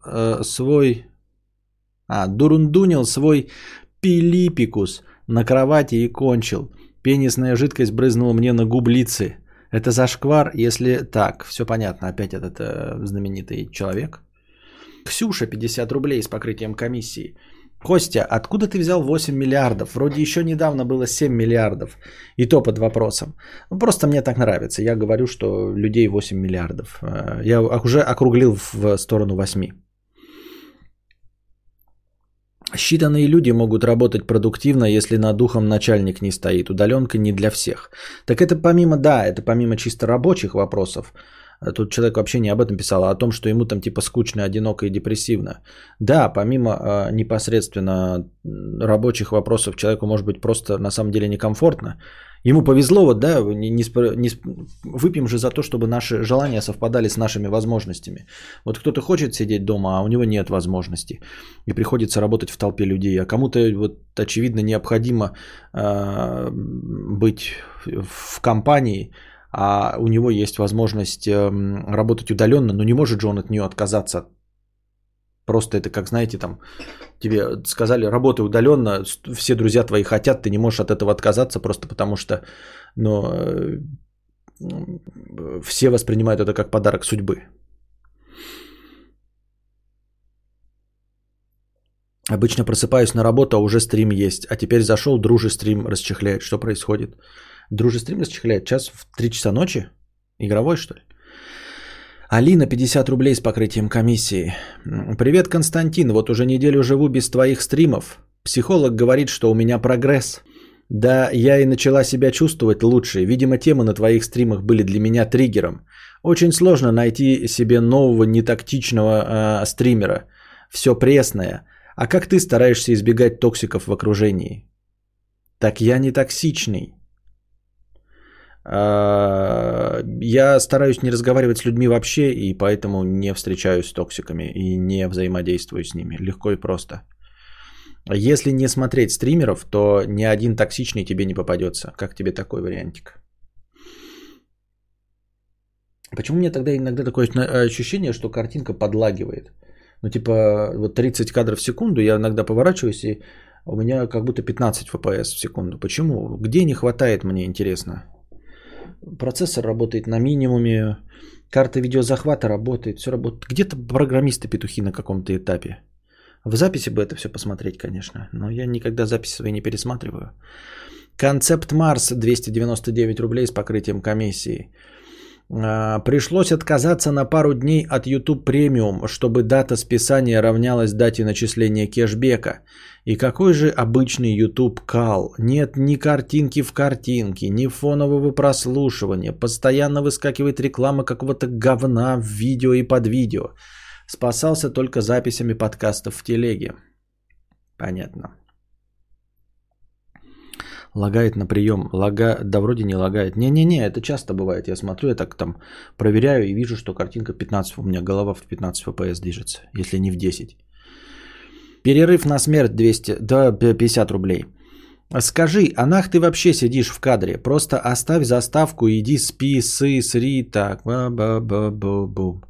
свой пилипикус на кровати и кончил. Пенисная жидкость брызнула мне на гублицы. Это зашквар, если так. Все понятно. Опять этот знаменитый человек. Ксюша 50 рублей с покрытием комиссии. Костя, откуда ты взял 8 миллиардов? Вроде еще недавно было 7 миллиардов. И то под вопросом. Ну, просто мне так нравится. Я говорю, что людей 8 миллиардов. Я уже округлил в сторону 8. Считанные люди могут работать продуктивно, если над ухом начальник не стоит. Удаленка не для всех. Так это помимо, да, это помимо чисто рабочих вопросов. Тут человек вообще не об этом писал, а о том, что ему там типа скучно, одиноко и депрессивно. Да, помимо непосредственно рабочих вопросов, человеку может быть просто на самом деле некомфортно. Ему повезло, вот, да, выпьем же за то, чтобы наши желания совпадали с нашими возможностями. Вот кто-то хочет сидеть дома, а у него нет возможности. И приходится работать в толпе людей. А кому-то, вот, очевидно, необходимо быть в компании, а у него есть возможность работать удаленно, но не может же он от нее отказаться. Просто это как, знаете, там тебе сказали, работай удаленно, все друзья твои хотят, ты не можешь от этого отказаться, просто потому что все воспринимают это как подарок судьбы. Обычно просыпаюсь на работу, а уже стрим есть. А теперь зашел, дружи стрим расчехляет. Что происходит? Дружи стрим расчехляет час в 3 часа ночи? Игровой, что ли? Алина, 50 рублей с покрытием комиссии. Привет, Константин. Вот уже неделю живу без твоих стримов. Психолог говорит, что у меня прогресс. Да, я и начала себя чувствовать лучше. Видимо, темы на твоих стримах были для меня триггером. Очень сложно найти себе нового нетактичного стримера. Все пресное. А как ты стараешься избегать токсиков в окружении? Так я не токсичный. Я стараюсь не разговаривать с людьми вообще, и поэтому не встречаюсь с токсиками и не взаимодействую с ними. Легко и просто. Если не смотреть стримеров, то ни один токсичный тебе не попадется. Как тебе такой вариантик? Почему у меня тогда иногда такое ощущение, что картинка подлагивает? Ну, типа, вот 30 кадров в секунду, я иногда поворачиваюсь, и у меня как будто 15 FPS в секунду. Почему? Где не хватает, мне интересно. Процессор работает на минимуме, карта видеозахвата работает, все работает. Где-то программисты-петухи на каком-то этапе. В записи бы это все посмотреть, конечно, но я никогда записи свои не пересматриваю. Концепт Марс, 299 рублей с покрытием комиссии. Пришлось отказаться на пару дней от YouTube Premium, чтобы дата списания равнялась дате начисления кэшбэка. И какой же обычный YouTube кал? Нет ни картинки в картинке, ни фонового прослушивания. Постоянно выскакивает реклама какого-то говна в видео и под видео. Спасался только записями подкастов в телеге. Понятно. Лагает на прием. Да вроде не лагает. Не-не-не, это часто бывает. Я смотрю, я так там проверяю и вижу, что картинка 15. У меня голова в 15 FPS движется, если не в 10. Перерыв на смерть 50 рублей. Скажи, а нах ты вообще сидишь в кадре? Просто оставь заставку, иди спи, сри. Так, ба-ба-ба-бу-бу.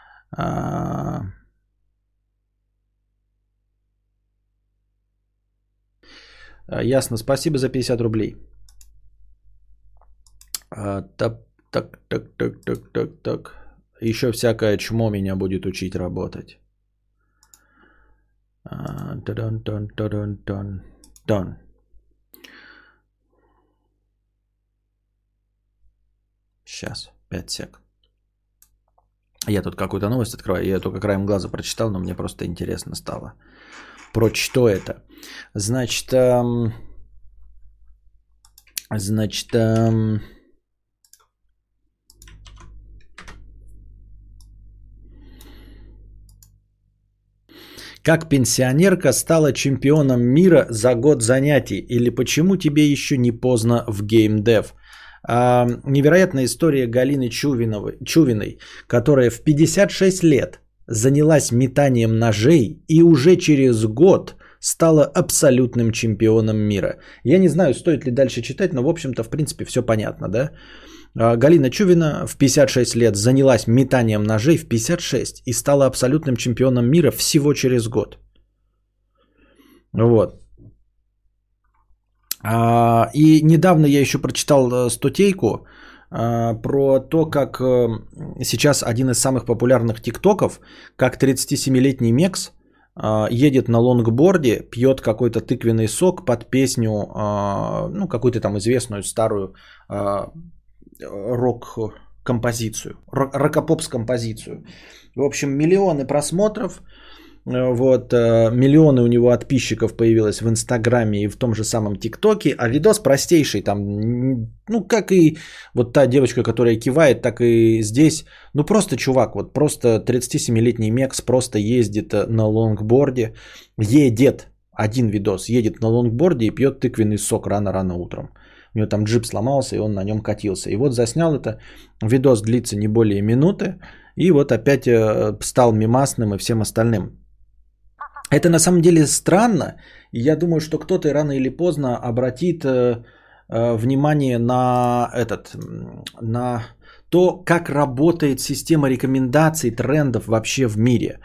Ясно, спасибо за 50 рублей. Так. Еще всякое чмо меня будет учить работать. Сейчас, 5 сек. Я тут какую-то новость открываю. Я только краем глаза прочитал, но мне просто интересно стало. Что это? Значит, как пенсионерка стала чемпионом мира за год занятий? Или почему тебе еще не поздно в геймдев? Невероятная история Галины Чувиной, которая в 56 лет занялась метанием ножей и уже через год стала абсолютным чемпионом мира. Я не знаю, стоит ли дальше читать, но в общем-то, в принципе, все понятно, да? Галина Чувина в 56 лет занялась метанием ножей в 56 и стала абсолютным чемпионом мира всего через год. Вот. И недавно я еще прочитал статейку про то, как сейчас один из самых популярных тиктоков, как 37-летний Мекс едет на лонгборде, пьет какой-то тыквенный сок под песню, ну, какую-то там известную старую рок-композицию, рокопопс-композицию. В общем, миллионы просмотров, вот, миллионы у него подписчиков появилось в Инстаграме и в том же самом ТикТоке, а видос простейший, там, ну, как и вот та девочка, которая кивает, так и здесь, ну, просто чувак, вот, просто 37-летний Мекс просто ездит на лонгборде, едет, один видос, едет на лонгборде и пьет тыквенный сок рано-рано утром. У него там джип сломался, и он на нем катился. И вот заснял это, видос длится не более минуты, и вот опять стал мемасным и всем остальным. Это на самом деле странно, и я думаю, что кто-то рано или поздно обратит внимание на на то, как работает система рекомендаций, трендов вообще в мире.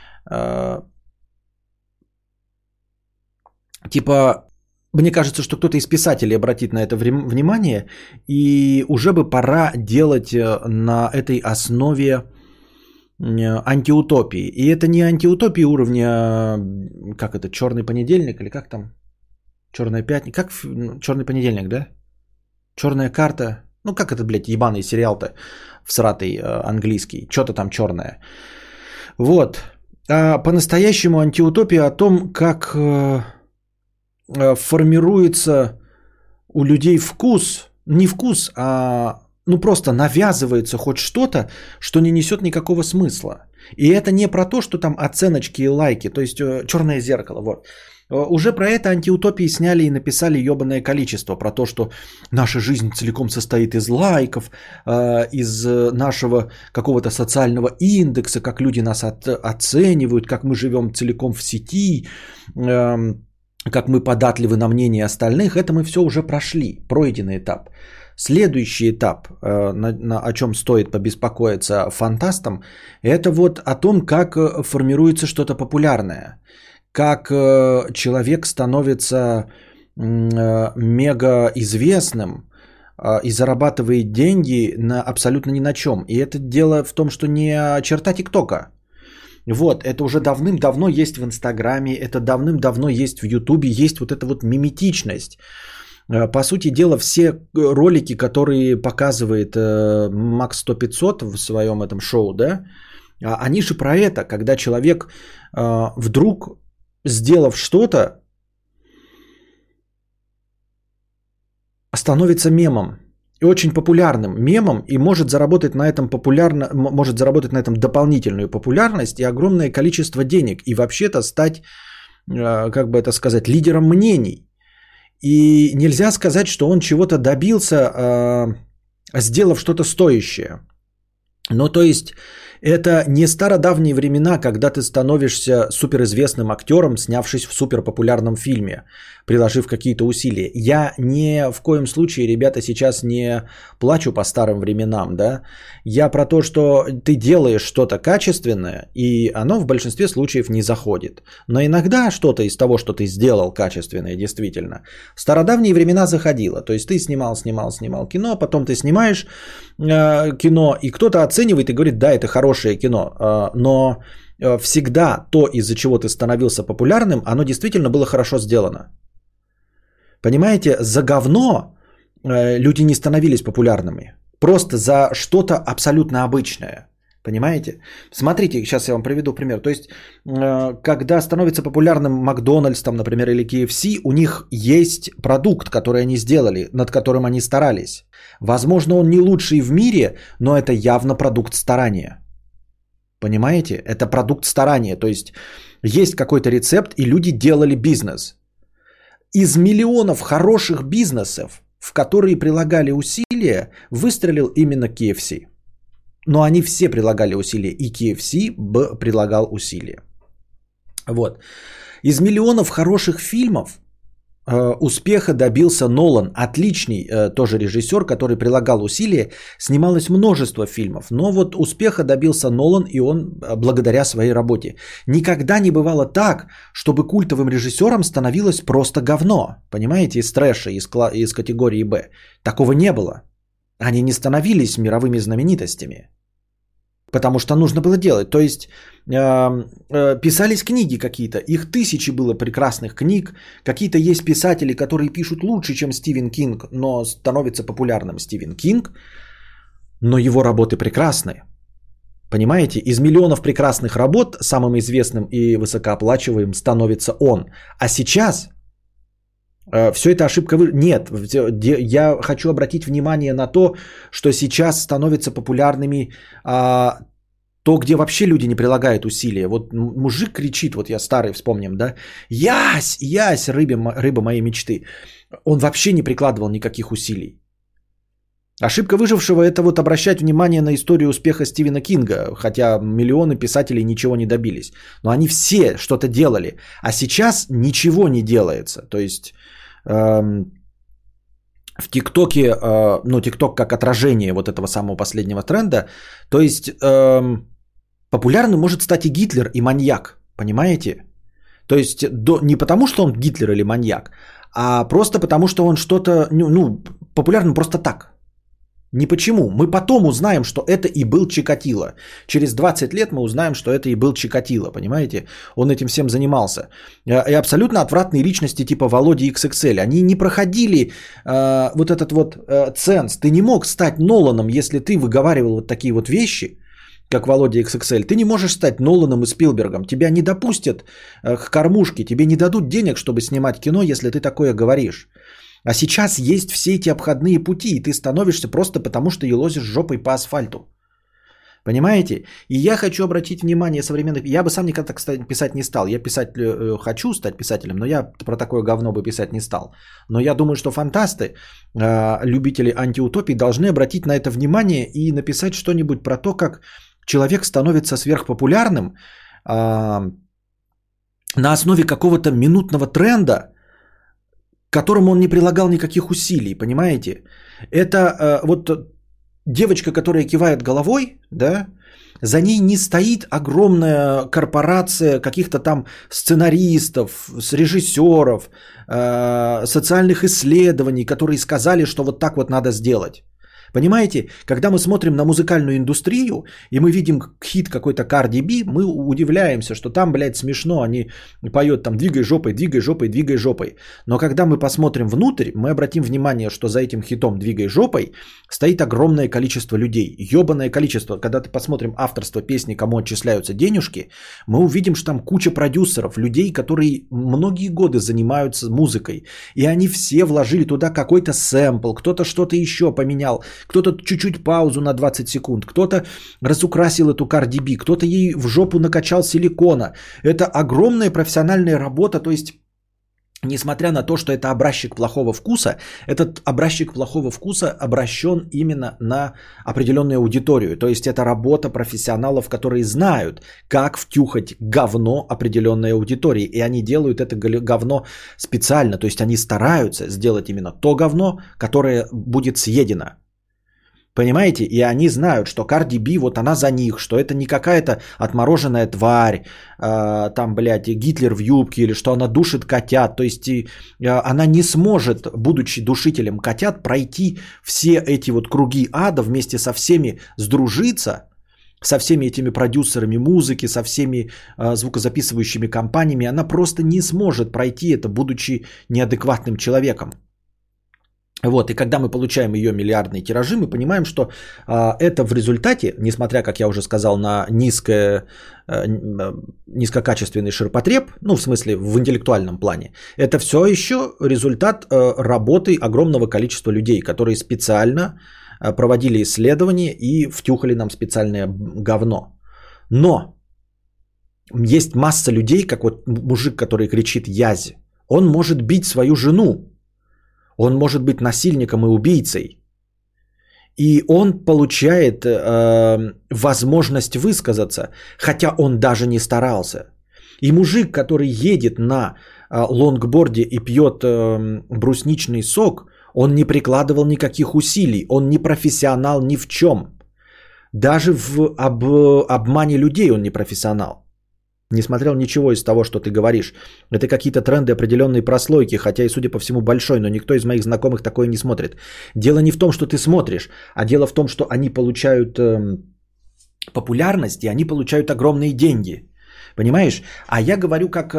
Типа, мне кажется, что кто-то из писателей обратит на это внимание, и уже бы пора делать на этой основе антиутопии. И это не антиутопии уровня, как это, черный понедельник или как там? Черная пятница. Как черный понедельник, да? Черная карта. Ну как это, блядь, ебаный сериал-то всратый английский. Что-то там черное. Вот. А по-настоящему антиутопия о том, как формируется у людей вкус. Не вкус, а ну просто навязывается хоть что-то, что не несет никакого смысла. И это не про то, что там оценочки и лайки, то есть черное зеркало. Вот. Уже про это антиутопии сняли и написали ебаное количество. Про то, что наша жизнь целиком состоит из лайков, из нашего какого-то социального индекса, как люди нас оценивают, как мы живем целиком в сети, как мы податливы на мнение остальных. Это мы все уже прошли, пройденный этап. Следующий этап, о чем стоит побеспокоиться фантастам, это вот о том, как формируется что-то популярное, как человек становится мега известным и зарабатывает деньги на абсолютно ни на чем. И это дело в том, что не черта ТикТока. Вот, это уже давным-давно есть в Инстаграме, это давным-давно есть в Ютубе, есть вот эта вот миметичность. По сути дела, все ролики, которые показывает Макс 100-500 в своем этом шоу, да, они же про это, когда человек вдруг, сделав что-то, становится мемом. И очень популярным мемом, и может заработать на этом дополнительную популярность и огромное количество денег. И вообще-то стать, как бы это сказать, лидером мнений. И нельзя сказать, что он чего-то добился, сделав что-то стоящее. Ну, то есть, это не стародавние времена, когда ты становишься суперизвестным актером, снявшись в суперпопулярном фильме, приложив какие-то усилия. Я ни в коем случае, ребята, сейчас не плачу по старым временам, да. Я про то, что ты делаешь что-то качественное, и оно в большинстве случаев не заходит. Но иногда что-то из того, что ты сделал качественное, действительно, в стародавние времена заходило. То есть, ты снимал кино, потом ты снимаешь кино, и кто-то оценивает и говорит, да, это хорошее кино, но всегда то, из-за чего ты становился популярным, оно действительно было хорошо сделано. Понимаете, за говно люди не становились популярными, просто за что-то абсолютно обычное. Понимаете? Смотрите, сейчас я вам приведу пример. То есть, когда становится популярным Макдональдс, там, например, или KFC, у них есть продукт, который они сделали, над которым они старались. Возможно, он не лучший в мире, но это явно продукт старания. Понимаете? Это продукт старания. То есть, есть какой-то рецепт, и люди делали бизнес. Из миллионов хороших бизнесов, в которые прилагали усилия, выстрелил именно KFC. Но они все прилагали усилия, и KFC прилагал усилия. Вот. Из миллионов хороших фильмов успеха добился Нолан. Отличный тоже режиссер, который прилагал усилия. Снималось множество фильмов. Но вот успеха добился Нолан, и он благодаря своей работе. Никогда не бывало так, чтобы культовым режиссером становилось просто говно. Понимаете, из трэша, из категории Б. Такого не было. Они не становились мировыми знаменитостями. Потому что нужно было делать. То есть писались книги какие-то. Их тысячи было прекрасных книг. Какие-то есть писатели, которые пишут лучше, чем Стивен Кинг, но становится популярным Стивен Кинг. Но его работы прекрасные. Понимаете? Из миллионов прекрасных работ самым известным и высокооплачиваемым становится он. А сейчас все это ошибка. Нет, я хочу обратить внимание на то, что сейчас становятся популярными то, где вообще люди не прилагают усилия. Вот мужик кричит, вот я старый, вспомним, да? Ясь, ясь, рыба моей мечты. Он вообще не прикладывал никаких усилий. Ошибка выжившего – это вот обращать внимание на историю успеха Стивена Кинга, хотя миллионы писателей ничего не добились. Но они все что-то делали, а сейчас ничего не делается. То есть в ТикТоке, ну ТикТок как отражение вот этого самого последнего тренда, то есть популярным может стать и Гитлер, и маньяк, понимаете? То есть не потому, что он Гитлер или маньяк, а просто потому, что он что-то, популярным просто так. Не почему. Мы потом узнаем, что это и был Чикатило. Через 20 лет мы узнаем, что это и был Чикатило, понимаете? Он этим всем занимался. И абсолютно отвратные личности типа Володи XXL. Они не проходили вот этот вот ценз. Ты не мог стать Ноланом, если ты выговаривал вот такие вот вещи, как Володя XXL. Ты не можешь стать Ноланом и Спилбергом. Тебя не допустят к кормушке. Тебе не дадут денег, чтобы снимать кино, если ты такое говоришь. А сейчас есть все эти обходные пути, и ты становишься просто потому, что елозишь жопой по асфальту. Понимаете? И я хочу обратить внимание современных... Я бы сам никогда так писать не стал. Я хочу стать писателем, но я про такое говно бы писать не стал. Но я думаю, что фантасты, любители антиутопий, должны обратить на это внимание и написать что-нибудь про то, как человек становится сверхпопулярным на основе какого-то минутного тренда, к которому он не прилагал никаких усилий, понимаете? Это вот девочка, которая кивает головой, да, за ней не стоит огромная корпорация каких-то там сценаристов, режиссеров, социальных исследований, которые сказали, что вот так вот надо сделать. Понимаете, когда мы смотрим на музыкальную индустрию, и мы видим хит какой-то Cardi B, мы удивляемся, что там, блядь, смешно, они поют там «двигай жопой, двигай жопой, двигай жопой». Но когда мы посмотрим внутрь, мы обратим внимание, что за этим хитом «двигай жопой» стоит огромное количество людей, ебаное количество. Когда ты посмотрим авторство песни, кому отчисляются денежки, мы увидим, что там куча продюсеров, людей, которые многие годы занимаются музыкой, и они все вложили туда какой-то сэмпл, кто-то что-то еще поменял, кто-то чуть-чуть паузу на 20 секунд, кто-то разукрасил эту Cardi B, кто-то ей в жопу накачал силикона. Это огромная профессиональная работа, то есть, несмотря на то, что это образчик плохого вкуса, этот образчик плохого вкуса обращен именно на определенную аудиторию. То есть, это работа профессионалов, которые знают, как втюхать говно определенной аудитории. И они делают это говно специально. То есть, они стараются сделать именно то говно, которое будет съедено. Понимаете? И они знают, что Cardi B, вот она за них, что это не какая-то отмороженная тварь, там, блядь, Гитлер в юбке, или что она душит котят. То есть она не сможет, будучи душителем котят, пройти все эти вот круги ада, вместе со всеми сдружиться, со всеми этими продюсерами музыки, со всеми звукозаписывающими компаниями. Она просто не сможет пройти это, будучи неадекватным человеком. Вот, и когда мы получаем ее миллиардные тиражи, мы понимаем, что это в результате, несмотря, как я уже сказал, на низкокачественный ширпотреб, ну, в смысле, в интеллектуальном плане, это все еще результат работы огромного количества людей, которые специально проводили исследования и втюхали нам специальное говно. Но есть масса людей, как вот мужик, который кричит «Язь», он может бить свою жену. Он может быть насильником и убийцей. И он получает возможность высказаться, хотя он даже не старался. И мужик, который едет на лонгборде и пьет брусничный сок, он не прикладывал никаких усилий. Он не профессионал ни в чем. Даже в обмане людей он не профессионал. Не смотрел ничего из того, что ты говоришь. Это какие-то тренды определенной прослойки, хотя и, судя по всему, большой, но никто из моих знакомых такое не смотрит. Дело не в том, что ты смотришь, а дело в том, что они получают популярность, и они получают огромные деньги. Понимаешь? А я говорю как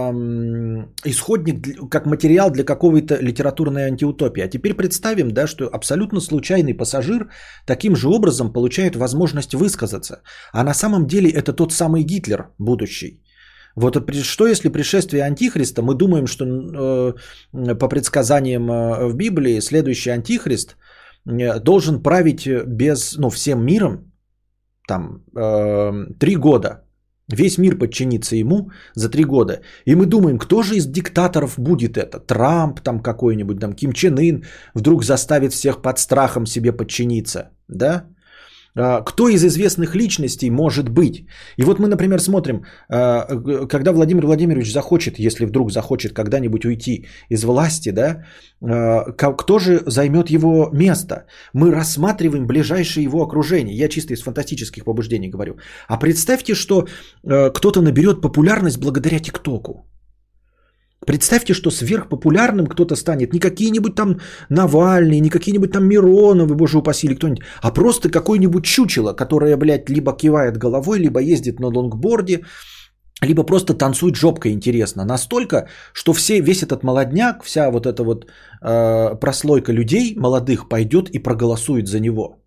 исходник, как материал для какой-то литературной антиутопии. А теперь представим, да, что абсолютно случайный пассажир таким же образом получает возможность высказаться. А на самом деле это тот самый Гитлер будущий. Вот что если пришествие Антихриста, мы думаем, что по предсказаниям в Библии следующий Антихрист должен править всем миром там 3 года. Весь мир подчинится ему за 3 года. И мы думаем, кто же из диктаторов будет это? Трамп там какой-нибудь, там Ким Чен Ын вдруг заставит всех под страхом себе подчиниться, да? Кто из известных личностей может быть? И вот мы, например, смотрим, когда Владимир Владимирович захочет, если вдруг захочет когда-нибудь уйти из власти, да, кто же займет его место? Мы рассматриваем ближайшее его окружение. Я чисто из фантастических побуждений говорю. А представьте, что кто-то наберет популярность благодаря ТикТоку. Представьте, что сверхпопулярным кто-то станет не какие-нибудь там Навальный, не какие-нибудь там Мироновы, боже упаси, или кто-нибудь, а просто какое-нибудь чучело, которое, блядь, либо кивает головой, либо ездит на лонгборде, либо просто танцует жопкой интересно. Настолько, что весь этот молодняк, вся вот эта вот прослойка людей молодых пойдет и проголосует за него.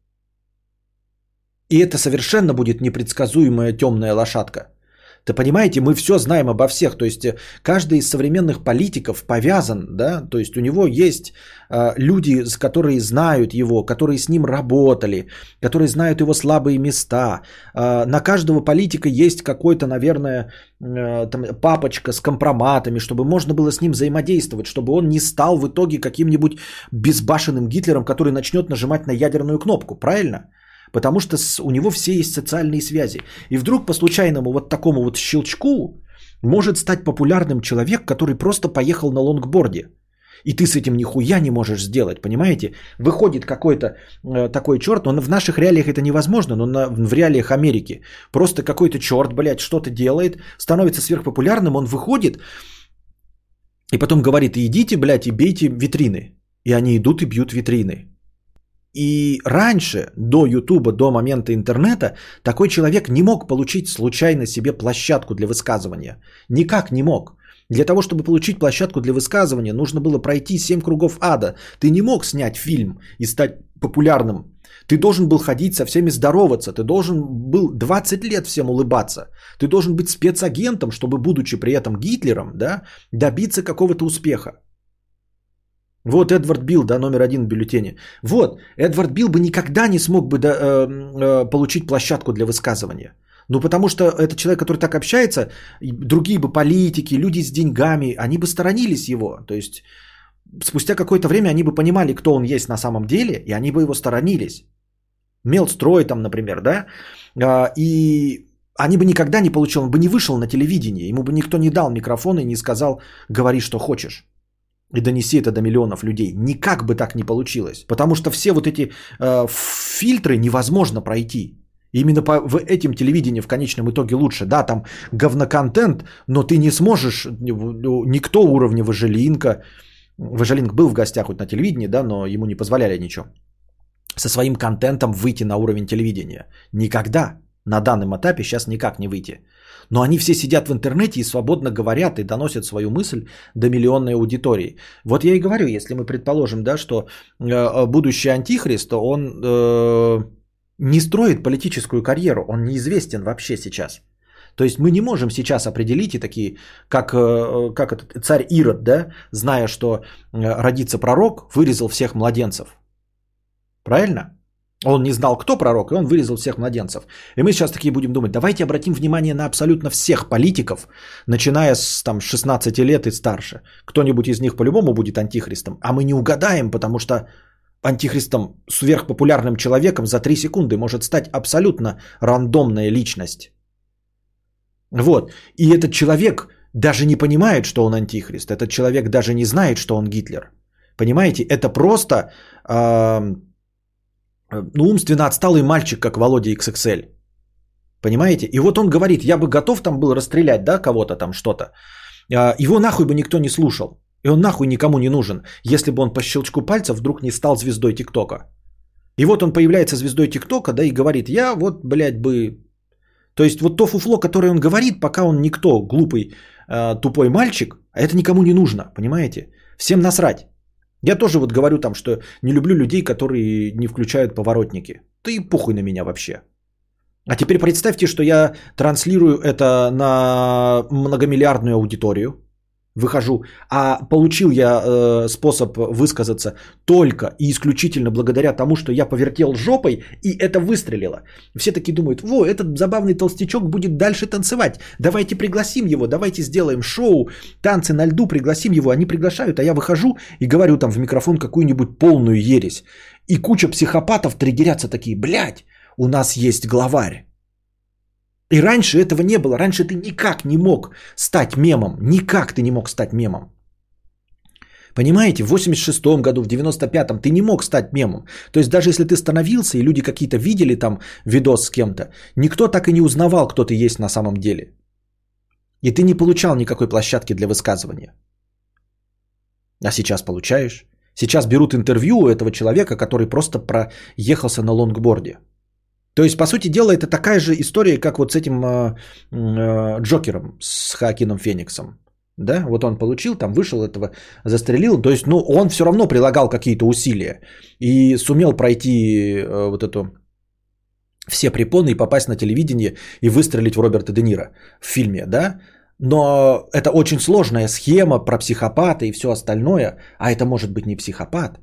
И это совершенно будет непредсказуемая темная лошадка. Да понимаете, мы все знаем обо всех, то есть каждый из современных политиков повязан, да, то есть у него есть люди, которые знают его, которые с ним работали, которые знают его слабые места. На каждого политика есть какой-то, наверное, там, папочка с компроматами, чтобы можно было с ним взаимодействовать, чтобы он не стал в итоге каким-нибудь безбашенным Гитлером, который начнет нажимать на ядерную кнопку, правильно? Потому что у него все есть социальные связи. И вдруг по случайному вот такому вот щелчку может стать популярным человек, который просто поехал на лонгборде. И ты с этим нихуя не можешь сделать, понимаете? Выходит какой-то такой черт, но в наших реалиях это невозможно, но в реалиях Америки. Просто какой-то черт, блядь, что-то делает, становится сверхпопулярным, он выходит и потом говорит, идите, блядь, и бейте витрины. И они идут и бьют витрины. И раньше, до Ютуба, до момента интернета, такой человек не мог получить случайно себе площадку для высказывания. Никак не мог. Для того, чтобы получить площадку для высказывания, нужно было пройти 7 кругов ада. Ты не мог снять фильм и стать популярным. Ты должен был ходить со всеми здороваться. Ты должен был 20 лет всем улыбаться. Ты должен быть спецагентом, чтобы, будучи при этом Гитлером, да, добиться какого-то успеха. Вот Эдвард Билл, да, номер 1 в бюллетене. Вот, Эдвард Билл бы никогда не смог бы получить площадку для высказывания. Ну, потому что это человек, который так общается, другие бы политики, люди с деньгами, они бы сторонились его. То есть, спустя какое-то время они бы понимали, кто он есть на самом деле, и они бы его сторонились. Мелстрой там, например, да, и они бы никогда не получили, он бы не вышел на телевидение, ему бы никто не дал микрофон и не сказал, говори, что хочешь. И донеси это до миллионов людей. Никак бы так не получилось. Потому что все вот эти фильтры невозможно пройти. Именно по этим телевидениям в конечном итоге лучше. Да, там говноконтент, но ты не сможешь, никто уровня Важелинка. Важелинк был в гостях хоть на телевидении, да, но ему не позволяли ничего. Со своим контентом выйти на уровень телевидения. Никогда. На данном этапе сейчас никак не выйти. Но они все сидят в интернете и свободно говорят и доносят свою мысль до миллионной аудитории. Вот я и говорю, если мы предположим, да, что будущий антихрист, он не строит политическую карьеру, он неизвестен вообще сейчас. То есть мы не можем сейчас определить и такие, как этот царь Ирод, да, зная, что родится пророк, вырезал всех младенцев. Правильно? Он не знал, кто пророк, и он вырезал всех младенцев. И мы сейчас такие будем думать, давайте обратим внимание на абсолютно всех политиков, начиная с там, 16 лет и старше. Кто-нибудь из них по-любому будет антихристом. А мы не угадаем, потому что антихристом, сверхпопулярным человеком за 3 секунды может стать абсолютно рандомная личность. Вот. И этот человек даже не понимает, что он антихрист. Этот человек даже не знает, что он Гитлер. Понимаете, это просто... умственно отсталый мальчик, как Володя XXL. Понимаете? И вот он говорит, я бы готов там был расстрелять, да, кого-то там, что-то. Его нахуй бы никто не слушал. И он нахуй никому не нужен, если бы он по щелчку пальцев вдруг не стал звездой ТикТока. И вот он появляется звездой ТикТока, да, и говорит, я вот, блядь, бы... То есть вот то фуфло, которое он говорит, пока он никто, глупый, тупой мальчик, а это никому не нужно, понимаете? Всем насрать. Я тоже вот говорю там, что не люблю людей, которые не включают поворотники. Да и похуй на меня вообще. А теперь представьте, что я транслирую это на многомиллиардную аудиторию. Выхожу, а получил я способ высказаться только и исключительно благодаря тому, что я повертел жопой, и это выстрелило. Все такие думают, во, этот забавный толстячок будет дальше танцевать, давайте пригласим его, давайте сделаем шоу, танцы на льду, пригласим его. Они приглашают, а я выхожу и говорю там в микрофон какую-нибудь полную ересь. И куча психопатов триггерятся такие, блядь, у нас есть главарь. И раньше этого не было. Раньше ты никак не мог стать мемом. Никак ты не мог стать мемом. Понимаете, в 86-м году, в 95-м ты не мог стать мемом. То есть даже если ты становился, и люди какие-то видели там видос с кем-то, никто так и не узнавал, кто ты есть на самом деле. И ты не получал никакой площадки для высказывания. А сейчас получаешь. Сейчас берут интервью у этого человека, который просто проехался на лонгборде. То есть, по сути дела, это такая же история, как вот с этим Джокером, с Хоакином Фениксом. Да, вот он получил, там вышел этого, застрелил. То есть, ну, он все равно прилагал какие-то усилия. И сумел пройти вот эту все препоны и попасть на телевидение и выстрелить в Роберта Де Ниро в фильме, да. Но это очень сложная схема про психопата и все остальное. А это может быть не психопат.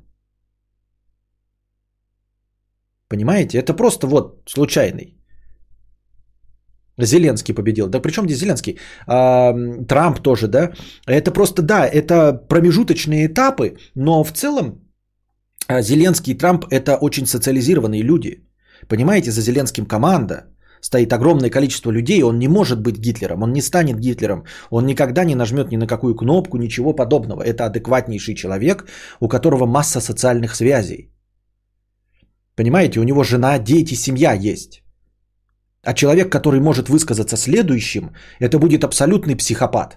Понимаете? Это просто вот случайный. Зеленский победил. Да причем здесь Зеленский? Трамп тоже, да? Это просто, да, это промежуточные этапы, но в целом Зеленский и Трамп это очень социализированные люди. Понимаете, за Зеленским команда. Стоит огромное количество людей, он не может быть Гитлером, он не станет Гитлером, он никогда не нажмет ни на какую кнопку, ничего подобного. Это адекватнейший человек, у которого масса социальных связей. Понимаете, у него жена, дети, семья есть. А человек, который может высказаться следующим, это будет абсолютный психопат.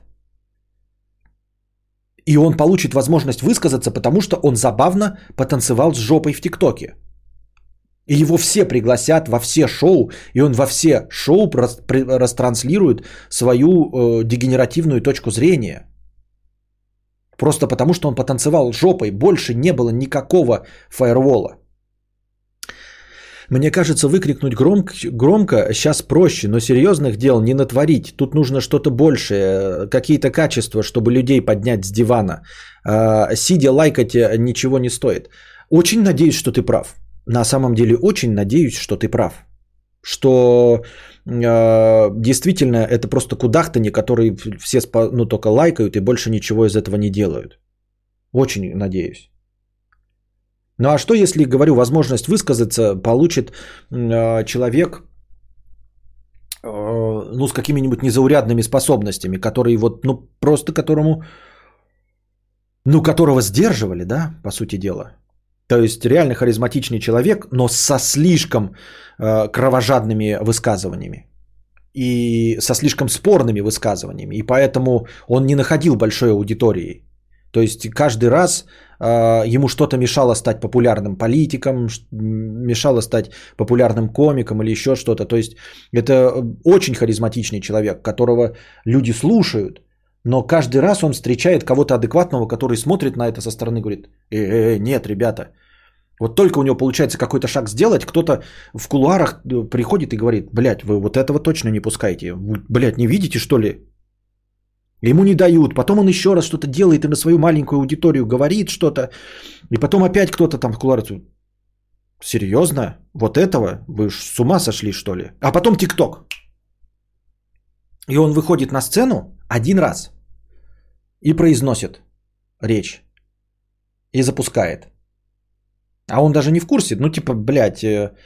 И он получит возможность высказаться, потому что он забавно потанцевал с жопой в ТикТоке. И его все пригласят во все шоу, и он во все шоу растранслирует свою дегенеративную точку зрения. Просто потому, что он потанцевал жопой, больше не было никакого фаервола. Мне кажется, выкрикнуть громко сейчас проще, но серьезных дел не натворить. Тут нужно что-то большее, какие-то качества, чтобы людей поднять с дивана. Сидя лайкать ничего не стоит. Очень надеюсь, что ты прав. На самом деле очень надеюсь, что ты прав. Что действительно это просто кудахтанье, которые все только лайкают и больше ничего из этого не делают. Очень надеюсь. Ну а что, если, говорю, возможность высказаться получит человек с какими-нибудь незаурядными способностями, который вот, просто которого сдерживали, да, по сути дела. То есть реально харизматичный человек, но со слишком кровожадными высказываниями. И со слишком спорными высказываниями. И поэтому он не находил большой аудитории. То есть каждый раз ему что-то мешало стать популярным политиком, мешало стать популярным комиком или еще что-то. То есть это очень харизматичный человек, которого люди слушают, но каждый раз он встречает кого-то адекватного, который смотрит на это со стороны и говорит, нет, ребята, вот только у него получается какой-то шаг сделать, кто-то в кулуарах приходит и говорит, блядь, вы вот этого точно не пускайте, вы, блядь, не видите что ли? Ему не дают, потом он еще раз что-то делает и на свою маленькую аудиторию говорит что-то, и потом опять кто-то там в кулуарах, серьезно? Вот этого? Вы с ума сошли что ли? А потом ТикТок. И он выходит на сцену один раз и произносит речь и запускает. А он даже не в курсе, блядь,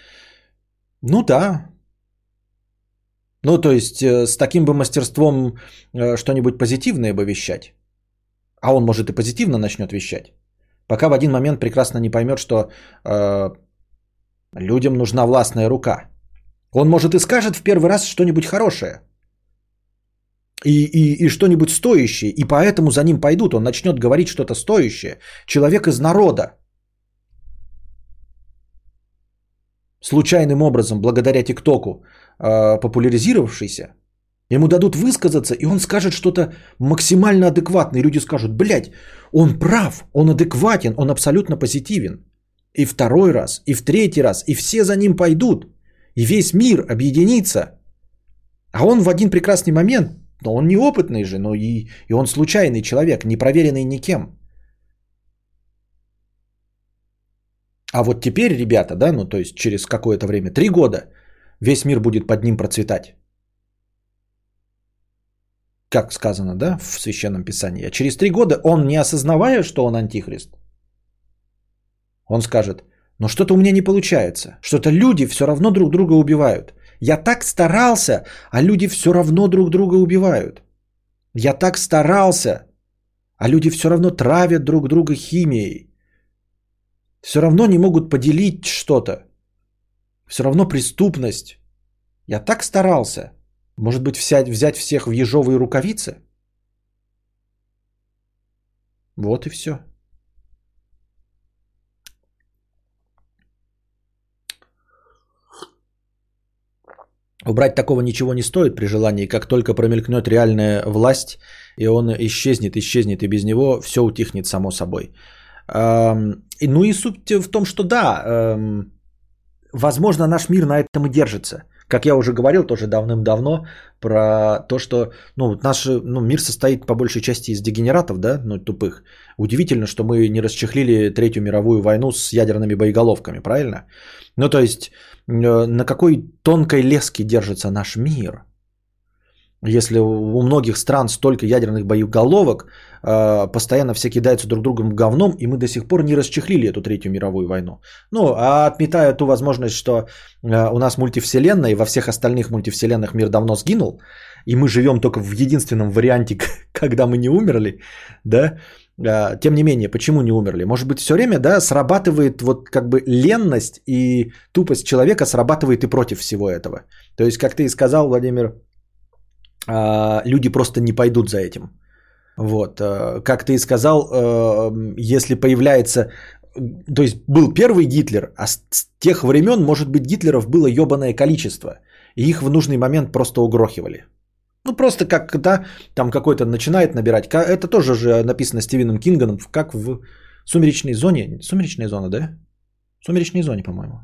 да. То есть с таким бы мастерством что-нибудь позитивное бы вещать. А он, может, и позитивно начнет вещать. Пока в один момент прекрасно не поймет, что людям нужна властная рука. Он, может, и скажет в первый раз что-нибудь хорошее. И что-нибудь стоящее. И поэтому за ним пойдут. Он начнет говорить что-то стоящее. Человек из народа. случайным образом, благодаря ТикТоку, популяризировавшийся, ему дадут высказаться, и он скажет что-то максимально адекватное. И люди скажут, блядь, он прав, он адекватен, он абсолютно позитивен. И второй раз, и в третий раз, и все за ним пойдут. И весь мир объединится. А он в один прекрасный момент, но он неопытный же, но и он случайный человек, не проверенный никем. А вот теперь, ребята, да, ну то есть через какое-то время, 3 года, весь мир будет под ним процветать. Как сказано, да, в Священном Писании. А через 3 года он, не осознавая, что он антихрист, он скажет, но что-то у меня не получается, что-то люди все равно друг друга убивают. Я так старался, а люди все равно друг друга убивают. Я так старался, а люди все равно травят друг друга химией. Все равно не могут поделить что-то. Все равно преступность. Я так старался. Может быть, взять всех в ежовые рукавицы? Вот и все. Убрать такого ничего не стоит при желании, как только промелькнет реальная власть, и он исчезнет, и без него все утихнет само собой. Ну и суть в том, что да, возможно, наш мир на этом и держится. Как я уже говорил тоже давным-давно про то, что наш мир состоит по большей части из дегенератов, да, тупых. Удивительно, что мы не расчехлили Третью мировую войну с ядерными боеголовками, правильно? Ну то есть на какой тонкой леске держится наш мир? Если у многих стран столько ядерных боеголовок, постоянно все кидаются друг другом говном, и мы до сих пор не расчехлили эту Третью мировую войну. Ну, а отметая ту возможность, что у нас мультивселенная, и во всех остальных мультивселенных мир давно сгинул, и мы живем только в единственном варианте, когда мы не умерли, да, тем не менее, почему не умерли? Может быть, все время, да, срабатывает вот как бы ленность и тупость человека срабатывает и против всего этого. То есть, как ты и сказал, Владимир, люди просто не пойдут за этим. Вот. Как ты и сказал, если появляется... То есть был первый Гитлер, а с тех времен, может быть, Гитлеров было ебаное количество. И их в нужный момент просто угрохивали. Ну, просто как, да, там какой-то начинает набирать. Это тоже же написано Стивеном Кингом, как в «Сумеречной зоне». «Сумеречная зона», да? В «Сумеречной зоне», по-моему.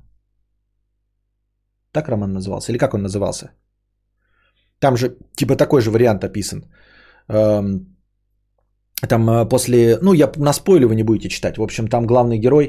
Так роман назывался? Или как он назывался? Там же типа такой же вариант описан. Там после... Ну, я наспойлю, вы не будете читать. В общем, там главный герой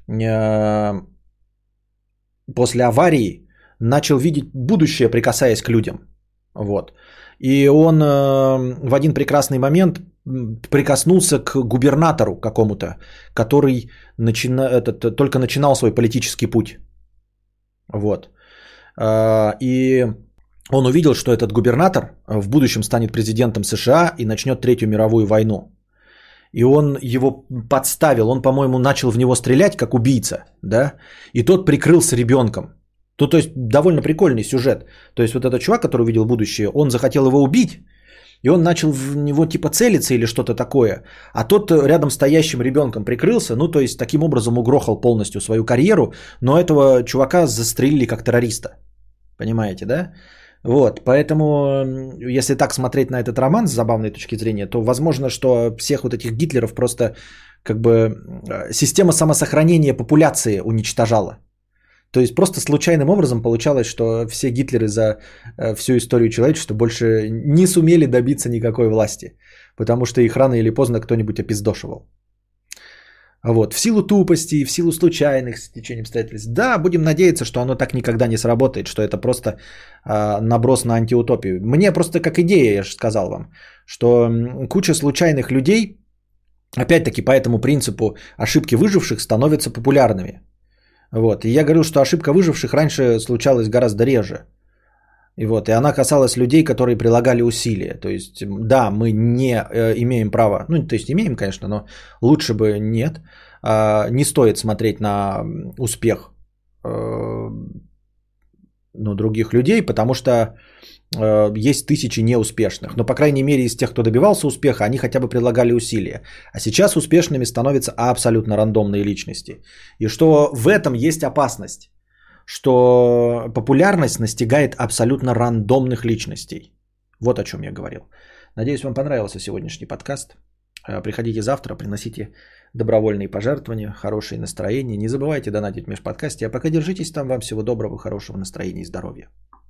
после аварии начал видеть будущее, прикасаясь к людям. Вот. И он в один прекрасный момент прикоснулся к губернатору какому-то, который только начинал свой политический путь. Вот. И... Он увидел, что этот губернатор в будущем станет президентом США и начнет Третью мировую войну. И он его подставил, он, по-моему, начал в него стрелять как убийца, да, и тот прикрылся ребенком. То есть довольно прикольный сюжет. То есть вот этот чувак, который увидел будущее, он захотел его убить, и он начал в него типа целиться или что-то такое, а тот рядом стоящим ребенком прикрылся, ну то есть таким образом угрохал полностью свою карьеру, но этого чувака застрелили как террориста. Понимаете, да? Вот, поэтому, если так смотреть на этот роман с забавной точки зрения, то возможно, что всех вот этих Гитлеров просто как бы система самосохранения популяции уничтожала. То есть просто случайным образом получалось, что все Гитлеры за всю историю человечества больше не сумели добиться никакой власти, потому что их рано или поздно кто-нибудь опиздошивал. Вот, в силу тупости, в силу случайных стечений обстоятельств. Да, будем надеяться, что оно так никогда не сработает, что это просто наброс на антиутопию. Мне просто как идея, я же сказал вам, что куча случайных людей, опять-таки по этому принципу ошибки выживших становятся популярными. Вот, и я говорю, что ошибка выживших раньше случалась гораздо реже. И вот, и она касалась людей, которые прилагали усилия. То есть, да, мы не имеем права, ну, то есть имеем, конечно, но лучше бы нет. Не стоит смотреть на успех других людей, потому что есть тысячи неуспешных. Но, по крайней мере, из тех, кто добивался успеха, они хотя бы прилагали усилия. А сейчас успешными становятся абсолютно рандомные личности. И что в этом есть опасность. что популярность настигает абсолютно рандомных личностей. Вот о чем я говорил. Надеюсь, вам понравился сегодняшний подкаст. Приходите завтра, приносите добровольные пожертвования, хорошее настроение. Не забывайте донатить в межподкасте. А пока держитесь там. Вам всего доброго, хорошего настроения и здоровья.